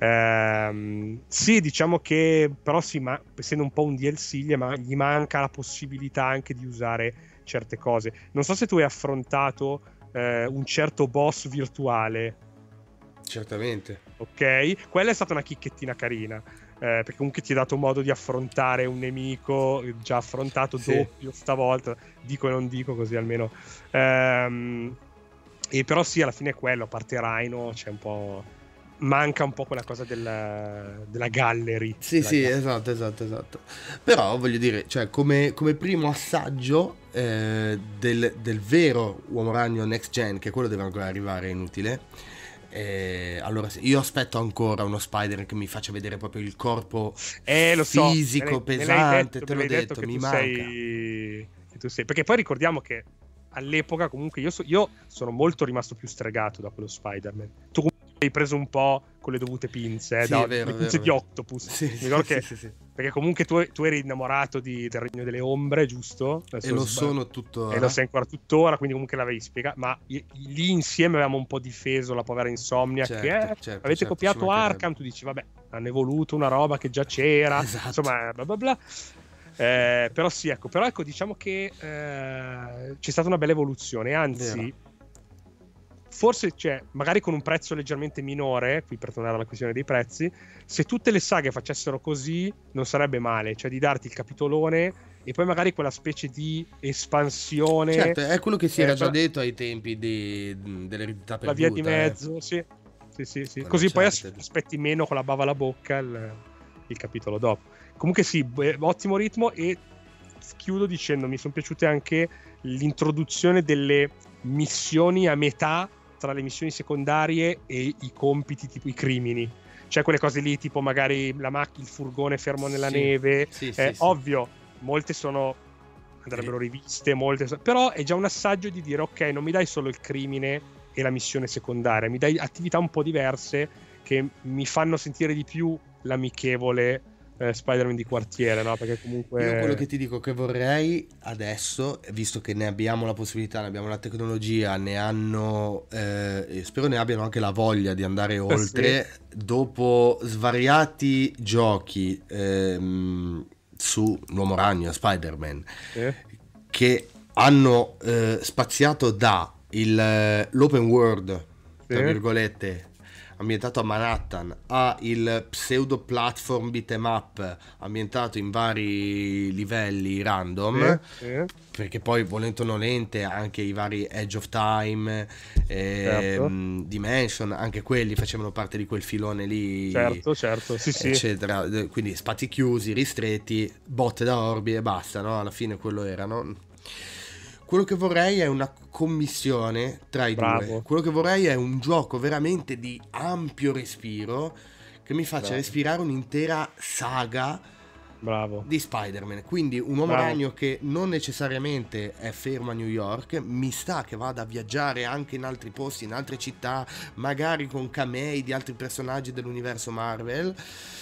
Ehm, sì, diciamo che però sì, ma essendo un po' un D L C gli, ma, gli manca la possibilità anche di usare certe cose. Non so se tu hai affrontato eh, un certo boss virtuale. Certamente. Ok, quella è stata una chicchettina carina, eh, perché comunque ti ha dato modo di affrontare un nemico già affrontato sì. doppio stavolta, dico e non dico così almeno. Ehm, e però sì, alla fine è quello, a parte Rhino c'è un po', manca un po' quella cosa della, della gallery. Sì, della sì, gallery. esatto, esatto, esatto. Però voglio dire, cioè come, come primo assaggio eh, del, del vero Uomo Ragno Next Gen, che quello deve ancora arrivare, è inutile. Eh, allora io aspetto ancora uno Spider che mi faccia vedere proprio il corpo eh, lo so, fisico, me pesante, detto, te l'ho detto, detto che mi tu manca. Sei... Che tu sei... Perché poi ricordiamo che all'epoca comunque io, so... io sono molto rimasto più stregato da quello Spider-Man. Tu comunque hai preso un po' con le dovute pinze, eh, sì, da... vero, le pinze vero, di vero. Octopus. Sì, mi ricordo sì, che... sì, sì. Perché comunque tu, tu eri innamorato di... del Regno delle Ombre, giusto? Adesso e lo sbaglio. Sono tuttora. E lo sei ancora tuttora, quindi comunque l'avevi spiegato. Ma lì insieme avevamo un po' difeso la povera Insomnia, certo, che è, certo, avete certo, copiato Arkham, tu dici vabbè, hanno evoluto una roba che già c'era, esatto. Insomma bla bla bla. Eh, però sì, ecco, però ecco, diciamo che eh, c'è stata una bella evoluzione, anzi Vero. forse cioè, magari con un prezzo leggermente minore, qui per tornare alla questione dei prezzi, se tutte le saghe facessero così non sarebbe male, cioè di darti il capitolone e poi magari quella specie di espansione. Certo, è quello che si era eh, già detto ai tempi di, dell'eredità perduta. La via di mezzo, eh. sì. Sì, sì, sì. Così poi aspetti meno con la bava alla bocca il, il capitolo dopo. Comunque sì, beh, ottimo ritmo. E chiudo dicendo mi sono piaciute anche l'introduzione delle missioni a metà tra le missioni secondarie e i compiti tipo i crimini. Cioè quelle cose lì tipo magari la macchina, il furgone fermo nella sì, neve. Sì, eh, sì, ovvio, sì. molte sono andrebbero riviste, molte so- però è già un assaggio di dire ok, non mi dai solo il crimine e la missione secondaria, mi dai attività un po' diverse che mi fanno sentire di più l'amichevole eh, Spider-Man di quartiere, no? Perché comunque io quello che ti dico che vorrei adesso, visto che ne abbiamo la possibilità, ne abbiamo la tecnologia, ne hanno eh, e spero ne abbiano anche la voglia di andare oltre, sì. Dopo svariati giochi ehm, su L'Uomo Ragno, Spider-Man, Eh? che hanno eh, spaziato da il, eh, l'open world, tra Sì. virgolette, ambientato a Manhattan, a il pseudo platform beat 'em up ambientato in vari livelli random, Sì, sì. perché poi volente o nolente anche i vari Edge of Time, Certo. ehm, Dimension, anche quelli facevano parte di quel filone lì, Certo, certo, sì, sì. eccetera. Quindi spazi chiusi, ristretti, botte da orbi e basta, no? Alla fine quello erano. Quello che vorrei è una commissione tra i Bravo. due. Quello che vorrei è un gioco veramente di ampio respiro che mi faccia Bravo. respirare un'intera saga Bravo. di Spider-Man. Quindi un uomo Bravo. ragno che non necessariamente è fermo a New York, mi sta che vada a viaggiare anche in altri posti, in altre città, magari con camei di altri personaggi dell'universo Marvel.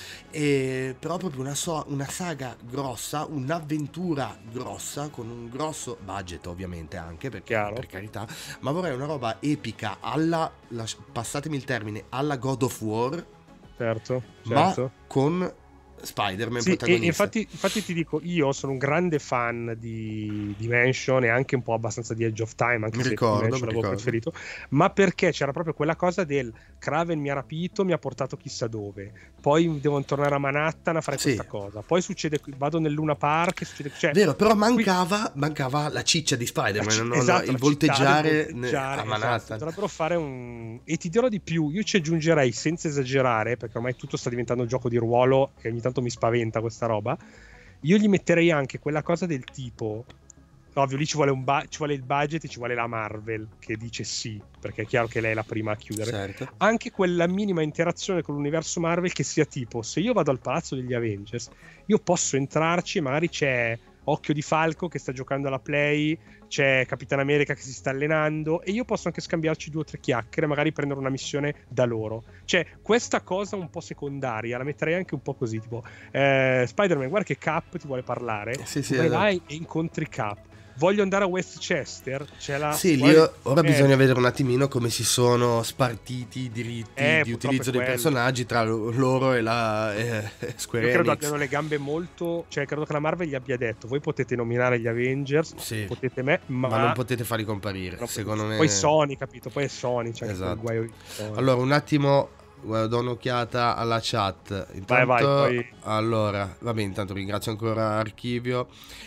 E però proprio una, so- una saga grossa, un'avventura grossa con un grosso budget, ovviamente, anche perché, Chiaro. per carità, ma vorrei una roba epica alla, la- passatemi il termine, alla God of War, Certo, ma certo. con Spider-Man Sì, e protagonista. infatti, infatti ti dico, io sono un grande fan di Dimension e anche un po' abbastanza di Edge of Time, anche Mi se ricordo, Dimension mi l'avevo ricordo. preferito, ma perché c'era proprio quella cosa del Kraven mi ha rapito, mi ha portato chissà dove, poi devo tornare a Manhattan a fare Sì. questa cosa, poi succede, vado nel Luna Park, succede, cioè, Vero, però qui- mancava, mancava la ciccia di la Spider-Man, ci- no, no, esatto, il la volteggiare, città, il ne- volteggiare, a esatto. Manhattan. Dovrebbero fare un... E ti dirò di più, io ci aggiungerei, senza esagerare, perché ormai tutto sta diventando un gioco di ruolo e ogni tanto mi spaventa questa roba, io gli metterei anche quella cosa del tipo... Ovvio, lì ci vuole, un bu- ci vuole il budget e ci vuole la Marvel che dice sì, perché è chiaro che lei è la prima a chiudere. Certo. Anche quella minima interazione con l'universo Marvel che sia tipo, se io vado al palazzo degli Avengers, io posso entrarci e magari c'è Occhio di Falco che sta giocando alla Play, c'è Capitan America che si sta allenando e io posso anche scambiarci due o tre chiacchiere, magari prendere una missione da loro. Cioè, questa cosa un po' secondaria, la metterei anche un po' così, tipo eh, Spider-Man, guarda che Cap ti vuole parlare, Sì, sì, tu vai esatto. là e incontri Cap. Voglio andare a Westchester, c'è la Sì, lì scuola- ora eh, bisogna vedere un attimino come si sono spartiti i diritti Eh, di purtroppo utilizzo è dei quello. personaggi tra lo- loro e la eh, Square Io credo Enix. abbiano le gambe molto, cioè credo che la Marvel gli abbia detto voi potete nominare gli Avengers, Sì, potete me, ma, ma non potete farli comparire, no, secondo me. poi Sony, capito? Poi è Sony, c'è anche Esatto. quel guaio di Sony. Allora, un attimo, guarda, do un'occhiata alla chat. Intanto, Vai, vai, poi- allora, vabbè, intanto ringrazio ancora Archivio.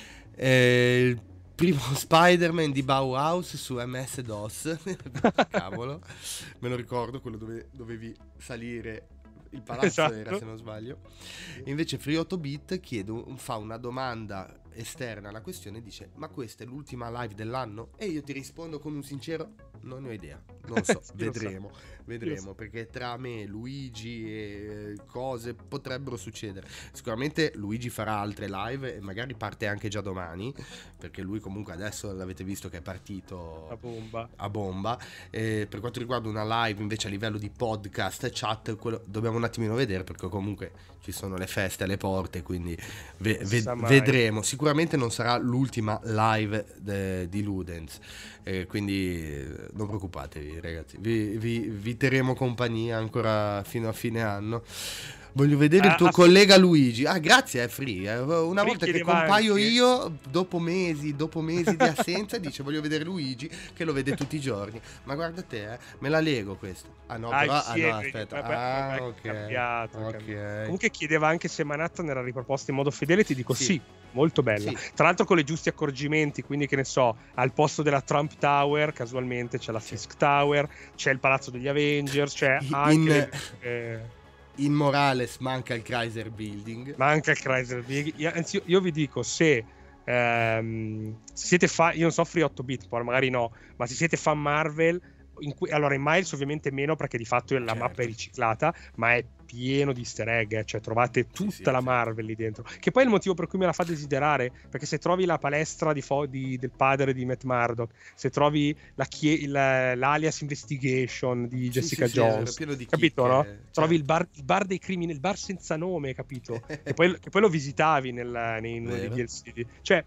Eh, il primo Spider-Man di Bauhaus su M S-DOS. Cavolo, me lo ricordo, quello dove dovevi salire. Il palazzo Esatto. era, se non sbaglio. Invece Free otto bit chiede un- fa una domanda esterna alla questione e dice: ma questa è l'ultima live dell'anno? E io ti rispondo con un sincero: non ne ho idea, non so, Io lo so. vedremo, vedremo, Io so. perché tra me, Luigi e cose potrebbero succedere. Sicuramente Luigi farà altre live e magari parte anche già domani, perché lui comunque adesso l'avete visto che è partito La bomba. a bomba. Eh, per quanto riguarda una live invece a livello di podcast e chat, quello dobbiamo un attimino vedere, perché comunque ci sono le feste alle porte, quindi ve- Non si ve- sa mai. vedremo. Sicuramente non sarà l'ultima live de- di Ludens, eh, quindi eh, non preoccupatevi ragazzi, vi, vi, vi terremo compagnia ancora fino a fine anno. Voglio vedere Ah, il tuo ah, collega Luigi. Ah, grazie, è Free. Eh, Una Free volta che chiedeva compaio anche- io, dopo mesi, dopo mesi di assenza, dice voglio vedere Luigi, che lo vede tutti i giorni. Ma guarda te, eh, me la lego questa. Ah no, Ah, però, ah, insieme, no, aspetta. vabbè, Ah, vabbè, ok. è cambiato, è Ok. cambiato. Comunque chiedeva anche se Manhattan era riproposta in modo fedele, ti dico Sì. sì, molto bella. Sì. Tra l'altro con i giusti accorgimenti, quindi che ne so, al posto della Trump Tower, casualmente c'è la Sì. Fisk Tower, c'è il palazzo degli Avengers, c'è In- anche... le- eh, In Morales manca il Chrysler Building. manca il Chrysler Big. Io, anzi, io, io vi dico, se, ehm, se siete fan, io non so Free otto bit, poi magari no, ma se siete fan Marvel, in cui, allora in Miles ovviamente meno perché di fatto la Certo. mappa è riciclata, ma è pieno di easter egg, eh, cioè trovate tutta sì, la certo. Marvel lì dentro, che poi è il motivo per cui me la fa desiderare, perché se trovi la palestra di fo- di- del padre di Matt Murdock, se trovi la chie- il- l'alias Investigation di Sì, Jessica sì, sì, era Jones, pieno di capito, chicche, no? certo. Trovi il bar, il bar dei crimini, il bar senza nome, capito? che, poi, che poi lo visitavi nel, nei, nei Vero. D L C. Cioè,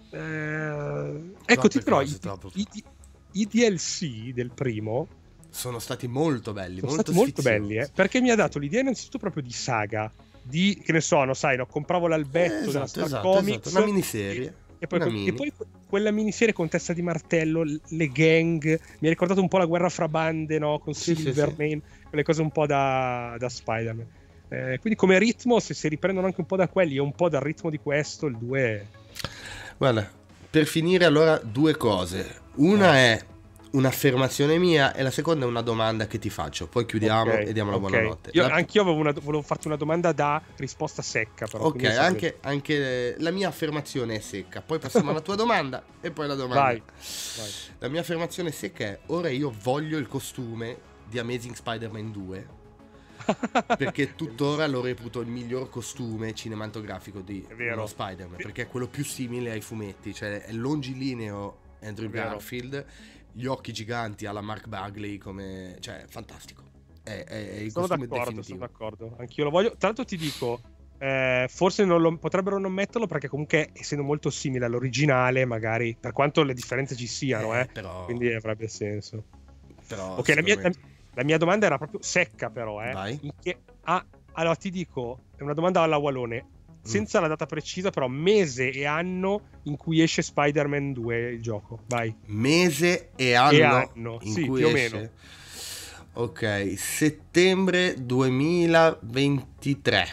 eh, ecco, Troppe ti dirò, cose, i, troppo. i- i- i D L C del primo Sono stati molto belli, sono molto stati molto sfiziosi. belli, eh, perché mi ha dato l'idea innanzitutto proprio di saga, di, che ne so, no, sai, no, compravo l'albetto eh, esatto, della Star esatto, Comics, esatto. Una miniserie. E, e, poi, una e mini. poi quella miniserie con Testa di Martello, le gang, mi ha ricordato un po' la guerra fra bande, no? Con Sì, Silvermane, sì, sì. quelle cose un po' da, da Spider-Man. Eh, quindi come ritmo, se si riprendono anche un po' da quelli e un po' dal ritmo di questo, il due... Guarda, per finire allora due cose. Una eh. è un'affermazione mia e la seconda è una domanda che ti faccio. Poi chiudiamo Okay, e diamo la okay. buonanotte. Io, La... Anch'io avevo una, volevo farti una domanda da risposta secca, però. Ok, anche, anche la mia affermazione è secca. Poi passiamo alla tua domanda e poi la domanda. Vai, vai. La mia affermazione secca è: ora io voglio il costume di Amazing Spider-Man due. Perché tuttora lo reputo il miglior costume cinematografico di uno Spider-Man, perché è quello più simile ai fumetti, cioè è longilineo Andrew Garfield, gli occhi giganti alla Mark Bagley, come, cioè fantastico, è, è, è il sono costume d'accordo, definitivo. sono d'accordo, anch'io lo voglio. Tra l'altro ti dico, eh, forse non lo, potrebbero non metterlo perché comunque essendo molto simile all'originale, magari, per quanto le differenze ci siano, eh, eh, però... quindi avrebbe senso. Però, ok, la mia, me... la, la mia domanda era proprio secca, però, eh. Vai. In che, ah, allora ti dico, è una domanda alla Wallone, senza mm. la data precisa, però mese e anno in cui esce Spider-Man due il gioco. Vai. Mese e anno, e anno. in sì, cui più esce? o meno. Ok, settembre duemilaventitré.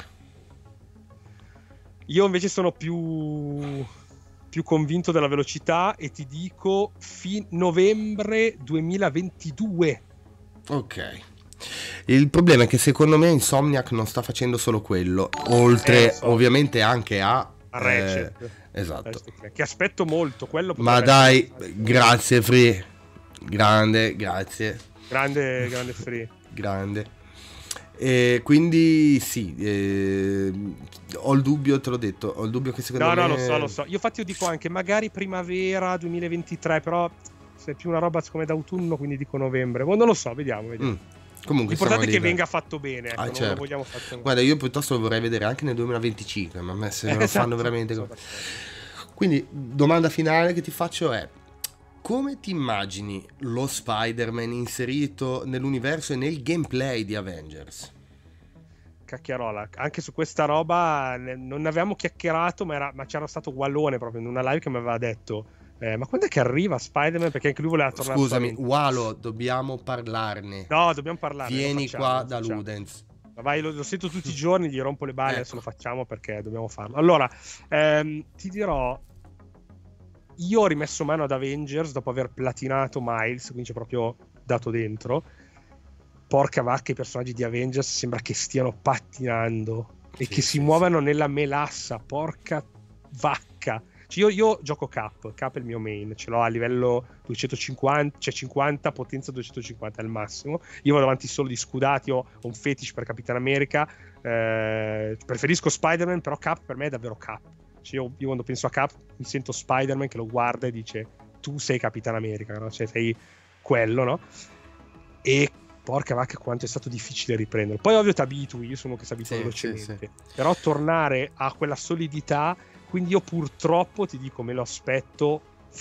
Io invece sono più più convinto della velocità e ti dico fin novembre duemilaventidue. Ok. Il problema è che secondo me Insomniac non sta facendo solo quello, oltre eh, so. ovviamente anche a, a Ratchet, eh, esatto, che aspetto molto quello. Ma dai, grazie Free, grande, grazie, grande, grande Free, grande. E quindi sì, eh, ho il dubbio, te l'ho detto, ho il dubbio che secondo no, me... No, lo so, lo so. Io infatti io dico anche magari primavera duemilaventitré, però se è più una roba come d'autunno, quindi dico novembre. Oh, non lo so, vediamo, vediamo. Mm. Comunque l'importante è che lì, venga fatto bene, ecco, ah, non certo. lo vogliamo fatto. Guarda, io piuttosto lo vorrei vedere anche nel duemilaventicinque, ma a me se non lo fanno veramente... so, Quindi, domanda finale che ti faccio è: come ti immagini lo Spider-Man inserito nell'universo e nel gameplay di Avengers? Cacchiarola, anche su questa roba non avevamo chiacchierato, ma, era, ma c'era stato Wallone proprio in una live che mi aveva detto eh, ma quando è che arriva Spider-Man? Perché anche lui voleva tornare. Scusami, Walo, dobbiamo parlarne. No, dobbiamo parlarne. Vieni facciamo, qua da Ludens. Ma vai, lo, lo sento tutti i giorni, gli rompo le balle, ecco. Adesso lo facciamo perché dobbiamo farlo. Allora, ehm, ti dirò, io ho rimesso mano ad Avengers dopo aver platinato Miles, quindi c'è proprio dato dentro. Porca vacca, i personaggi di Avengers sembra che stiano pattinando e sì, che sì, si muovano sì. nella melassa, porca vacca. Cioè io, io gioco Cap, Cap è il mio main, ce l'ho a livello duecentocinquanta, cioè cinquanta, potenza duecentocinquanta è il massimo. Io vado avanti solo di scudati, ho, ho un fetish per Capitan America, eh, preferisco Spider-Man, però Cap per me è davvero Cap. Cioè io, io quando penso a Cap mi sento Spider-Man che lo guarda e dice tu sei Capitan America, no? Cioè sei quello, no? E porca vacca quanto è stato difficile riprenderlo. Poi ovvio ti abitui, io sono uno che si abitua sì, velocemente, sì, sì. Però tornare a quella solidità, quindi io purtroppo ti dico me lo aspetto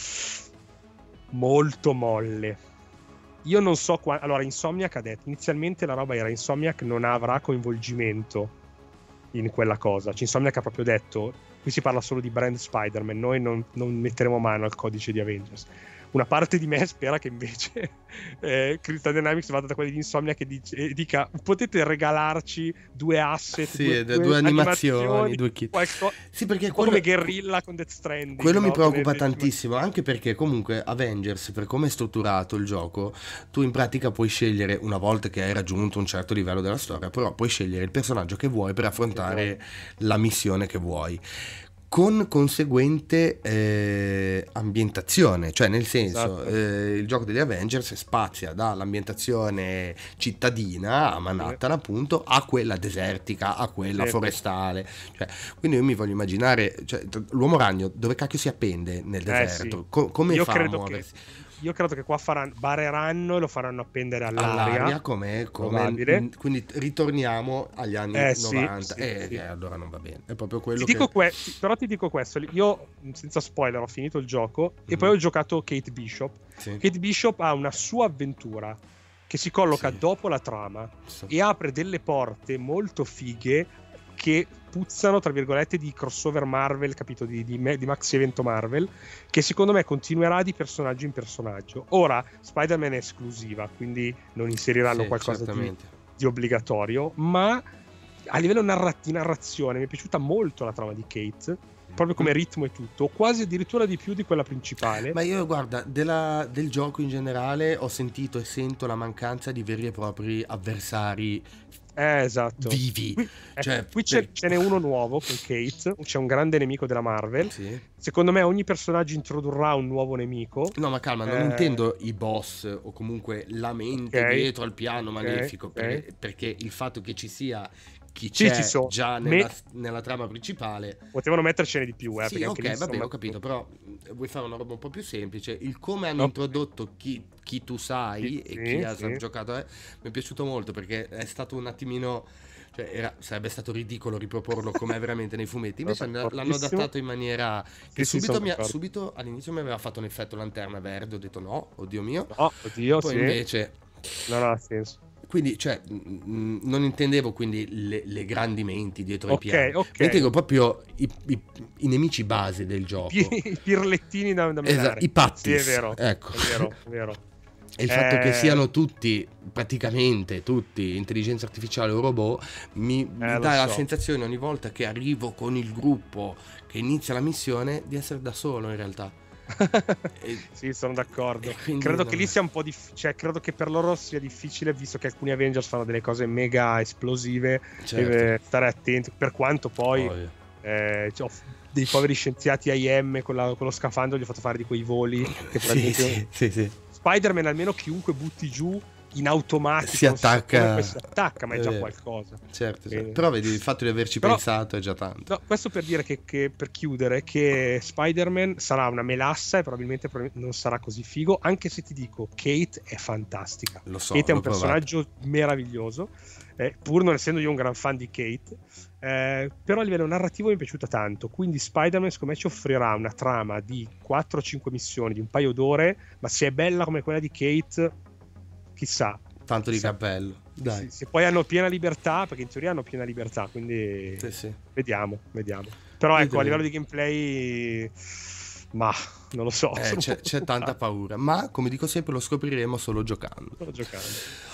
molto molle. Io non so qua... allora Insomniac ha detto inizialmente la roba era Insomniac non avrà coinvolgimento in quella cosa, cioè, Insomniac ha proprio detto qui si parla solo di brand Spider-Man, noi non, non metteremo mano al codice di Avengers. Una parte di me spera che invece eh, Crystal Dynamics vada da quelli di Insomnia che dice, eh, dica potete regalarci due asset, sì, due, due, due animazioni, animazioni, due kit. Qualco... Sì, perché quello... come Guerrilla con Death Stranding. Quello no? mi preoccupa tantissimo, anche perché comunque Avengers, per come è strutturato il gioco, tu in pratica puoi scegliere, una volta che hai raggiunto un certo livello della storia, però puoi scegliere il personaggio che vuoi per affrontare la missione che vuoi, con conseguente eh, ambientazione, cioè nel senso esatto. eh, il gioco degli Avengers spazia dall'ambientazione cittadina a Manhattan sì. appunto a quella desertica, a quella sì. forestale, cioè, quindi io mi voglio immaginare, cioè, l'uomo ragno dove cacchio si appende nel deserto, eh sì. Co- come io fa credo a muoversi? Che... Io credo che qua faranno, bareranno e lo faranno appendere all'aria, all'aria come, come n- quindi ritorniamo agli anni eh, novanta sì, e sì, eh, allora non va bene, è proprio quello ti che... dico que- però ti dico questo, io senza spoiler ho finito il gioco mm-hmm. e poi ho giocato Kate Bishop. sì. Kate Bishop ha una sua avventura che si colloca sì. dopo la trama sì. e apre delle porte molto fighe che puzzano, tra virgolette, di crossover Marvel, capito, di, di, di maxi evento Marvel, che secondo me continuerà di personaggio in personaggio. Ora Spider-Man è esclusiva, quindi non inseriranno Sì, qualcosa di, di obbligatorio, ma a livello narrat- di narrazione mi è piaciuta molto la trama di Kate, proprio come ritmo e tutto, quasi addirittura di più di quella principale. Ma io, guarda, della, del gioco in generale ho sentito e sento la mancanza di veri e propri avversari Eh, esatto. vivi. Qui, Cioè, ecco, qui c'è, per- ce n'è uno nuovo con Kate, c'è un grande nemico della Marvel. Sì. Secondo me ogni personaggio introdurrà un nuovo nemico. No, ma calma, non Eh, intendo i boss o comunque la mente Ok, dietro al piano ok, malefico, ok. perché, perché il fatto che ci sia chi Sì, c'è ci sono. già Me- nella, nella trama principale. Potevano mettercene di più, eh, Sì, perché anche lì ok, vabbè, insomma- ho capito, però mh, vuoi fare una roba un po' più semplice. Il come hanno No. introdotto chi, chi tu sai Sì, e sì, chi ha sì. giocato eh, mi è piaciuto molto, perché è stato un attimino, cioè era- sarebbe stato ridicolo riproporlo com'è veramente nei fumetti. Invece Sono l'hanno d'accordissimo. adattato in maniera che Sì, sì, subito, sono mi ha- d'accordo. subito all'inizio mi aveva fatto un effetto lanterna verde. Ho detto no, oddio mio. No, oddio, Poi sì. invece, Non ha senso. quindi, cioè, mh, non intendevo quindi le, le grandi menti dietro Ok, i piani. ok. Ma intendevo proprio i, i- i nemici base del gioco. Pi- I pirlettini da, da menare. Esatto, i pattis, Sì, è vero. ecco. È vero, è vero. E il fatto Eh, che siano tutti, praticamente tutti, intelligenza artificiale o robot, mi, mi Eh, lo dà la so. sensazione ogni volta che arrivo con il gruppo che inizia la missione di essere da solo in realtà. E- Sì, sono d'accordo. e quindi Credo non- che lì sia un po' difficile. Cioè, credo che per loro sia difficile, visto che alcuni Avengers fanno delle cose mega esplosive. Certo. Deve stare attenti. Per quanto poi Ovvio. eh, cioè, ho f- dei poveri scienziati I M con, la- con lo scafandro gli ho fatto fare di quei voli. Che Sì, probabilmente- sì, sì, sì. Spider-Man, almeno chiunque butti giù in automatico, Si non so attacca- come, poi si attacca, ma è è già vero. qualcosa. Certo, certo. Bene. Però vedi, il fatto di averci Però- pensato è già tanto. No, questo per dire che, che per chiudere che Spider-Man sarà una melassa e probabilmente, probabilmente non sarà così figo, anche se ti dico Kate è fantastica. Lo so, Kate è l'ho un provato. personaggio meraviglioso, eh, pur non essendo io un gran fan di Kate, eh, però a livello narrativo mi è piaciuta tanto, quindi Spider-Man secondo me ci offrirà una trama di quattro o cinque missioni di un paio d'ore, ma se è bella come quella di Kate, chissà. Tanto di Chissà. cappello. Dai. Se, se poi hanno piena libertà, perché in teoria hanno piena libertà, quindi Sì, sì. vediamo, vediamo. Però ecco, Vedremo. a livello di gameplay, ma non lo so. Eh, sono c'è, un po' c'è tanta preoccupato. paura, ma come dico sempre lo scopriremo solo giocando. Sto giocando.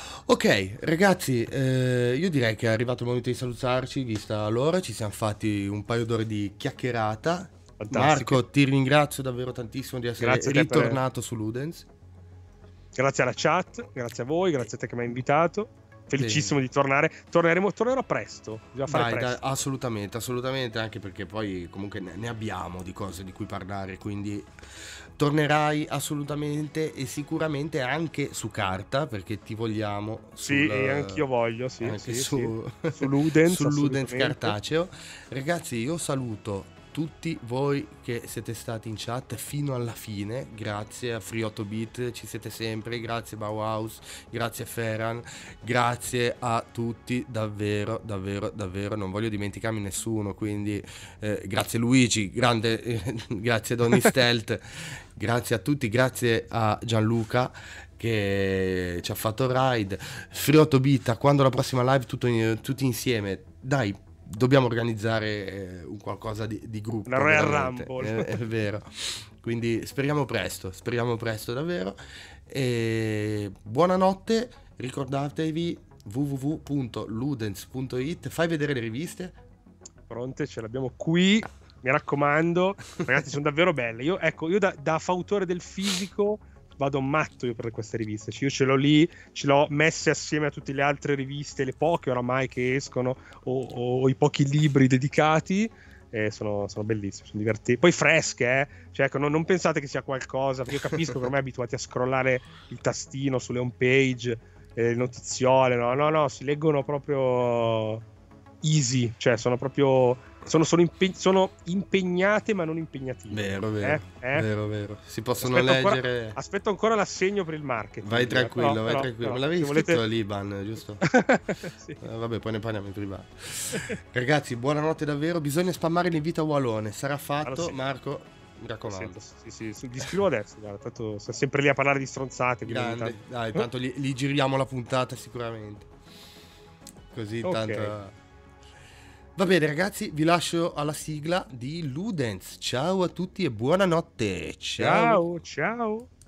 Ok ragazzi, eh, io direi che è arrivato il momento di salutarci, vista l'ora, ci siamo fatti un paio d'ore di chiacchierata. Fantastico. Marco, ti ringrazio davvero tantissimo di essere Grazie a te per- ritornato su Ludens. Grazie alla chat, grazie a voi, grazie a te che mi hai invitato. Felicissimo di tornare. Torneremo, tornerò presto. Bisogna fare Dai, dai, presto. assolutamente, assolutamente, anche perché poi comunque ne, ne abbiamo di cose di cui parlare, quindi tornerai assolutamente e sicuramente anche su carta, perché ti vogliamo Sì, sul- e anch'io voglio, sì, anche sì, su, Su Ludens, su Ludens assolutamente. cartaceo. Ragazzi, io saluto tutti voi che siete stati in chat fino alla fine, grazie a Free otto bit, ci siete sempre, grazie Bauhaus, grazie Ferran, grazie a tutti, davvero, davvero, davvero, non voglio dimenticarmi nessuno, quindi eh, grazie Luigi, grande, eh, grazie Donny Stealth, grazie a tutti, grazie a Gianluca che ci ha fatto il ride, Free otto bit, quando la prossima live tutto in- tutti insieme, dai, dobbiamo organizzare eh, un qualcosa di, di gruppo. Una Royal veramente. Rumble. È, è vero. Quindi speriamo presto, speriamo presto davvero. E buonanotte, ricordatevi w w w punto ludens punto it. Fai vedere le riviste. Pronte, ce l'abbiamo qui. Mi raccomando, ragazzi, sono davvero belle. Io, ecco, io da, da fautore del fisico vado matto io per queste riviste. Cioè, io ce l'ho lì, ce l'ho messe assieme a tutte le altre riviste, le poche oramai che escono, o, o i pochi libri dedicati. E sono, sono bellissime, sono divertenti. Poi fresche, eh? Cioè, ecco, non, non pensate che sia qualcosa, perché io capisco che ormai abituati a scrollare il tastino sulle home page, eh, le notiziole, no, no, no, si leggono proprio easy, cioè sono proprio sono, sono, impe- sono impegnate ma non impegnative. Vero, vero, Eh? Eh? vero, vero. Si possono Aspetto ancora- leggere. Aspetto ancora l'assegno per il marketing. Vai tranquillo, Però- vai però- tranquillo. però, Me l'avevi se scritto volete- l'I B A N, giusto? Sì. Eh, vabbè, poi ne parliamo in privato. Ragazzi, buonanotte davvero. Bisogna spammare l'invito a Wallone. Sarà fatto, Allora, sì. Marco. Mi raccomando. Sì, sì, sì, gli scrivo adesso, guarda, tanto sto sempre lì a parlare di stronzate. quindi ogni Grande. tanto- Dai, tanto gli, gli giriamo la puntata sicuramente. Così Ok. tanto. Va bene ragazzi, vi lascio alla sigla di Ludens. Ciao a tutti e buonanotte. Ciao. Ciao, ciao.